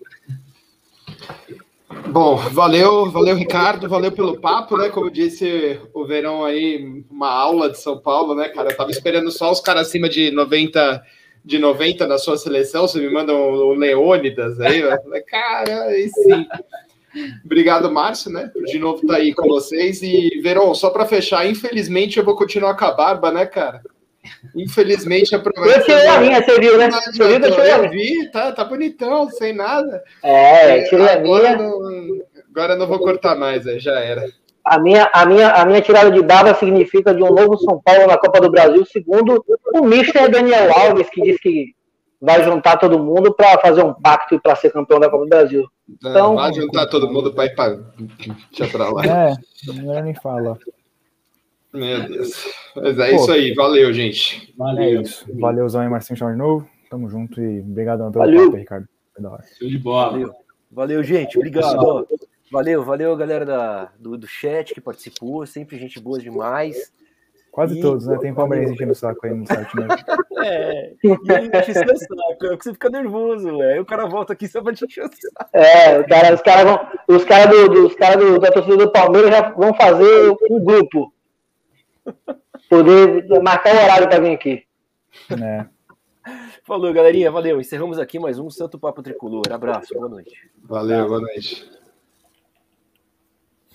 Bom, valeu, valeu, Ricardo, valeu pelo papo, né? Como disse o Verão aí, uma aula de São Paulo, né, cara? Eu tava esperando só os caras acima de noventa, de noventa na sua seleção, você me mandam o Leônidas aí, eu falei, cara, aí sim. Obrigado, Márcio, né? Por de novo estar aí com vocês. E, Verão, só para fechar, infelizmente eu vou continuar com a barba, né, cara? Infelizmente a promessa. Eu tirei a minha, você viu, né? Você viu que eu tirei a minha? Vi, tá, tá bonitão, sem nada. É, tirei a agora minha. Não, agora não vou cortar mais, é, já era. A minha, a, minha, a minha tirada de barba significa de um novo São Paulo na Copa do Brasil, segundo o mister Daniel Alves, que diz que vai juntar todo mundo para fazer um pacto e para ser campeão da Copa do Brasil. Então, vai juntar todo mundo para ir para. Deixa pra lá. É, não nem fala. Meu Deus. Mas é Pô, isso aí, valeu, gente. Valeu. É isso. Valeuzão aí, Marcinho, de novo. Tamo junto e obrigadão pelo valeu. papo, Ricardo. Foi da hora. Show de bola. Valeu, valeu gente. Obrigado. Valeu, valeu, galera da, do, do chat que participou. Sempre gente boa demais. Quase e... todos, né? Tem palmeirense enchendo o saco aí no site mesmo. É, e ele enche seu saco, é porque você fica nervoso, velho. Aí o cara volta aqui só pra te encher o saco. É, cara, os caras vão. Os caras do, do, os cara do, da torcida do Palmeiras já vão fazer um grupo. Poder marcar o horário pra vir aqui. É. Falou, galerinha. Valeu. Encerramos aqui mais um Santo Papo Tricolor. Abraço. Boa noite. Valeu, boa noite.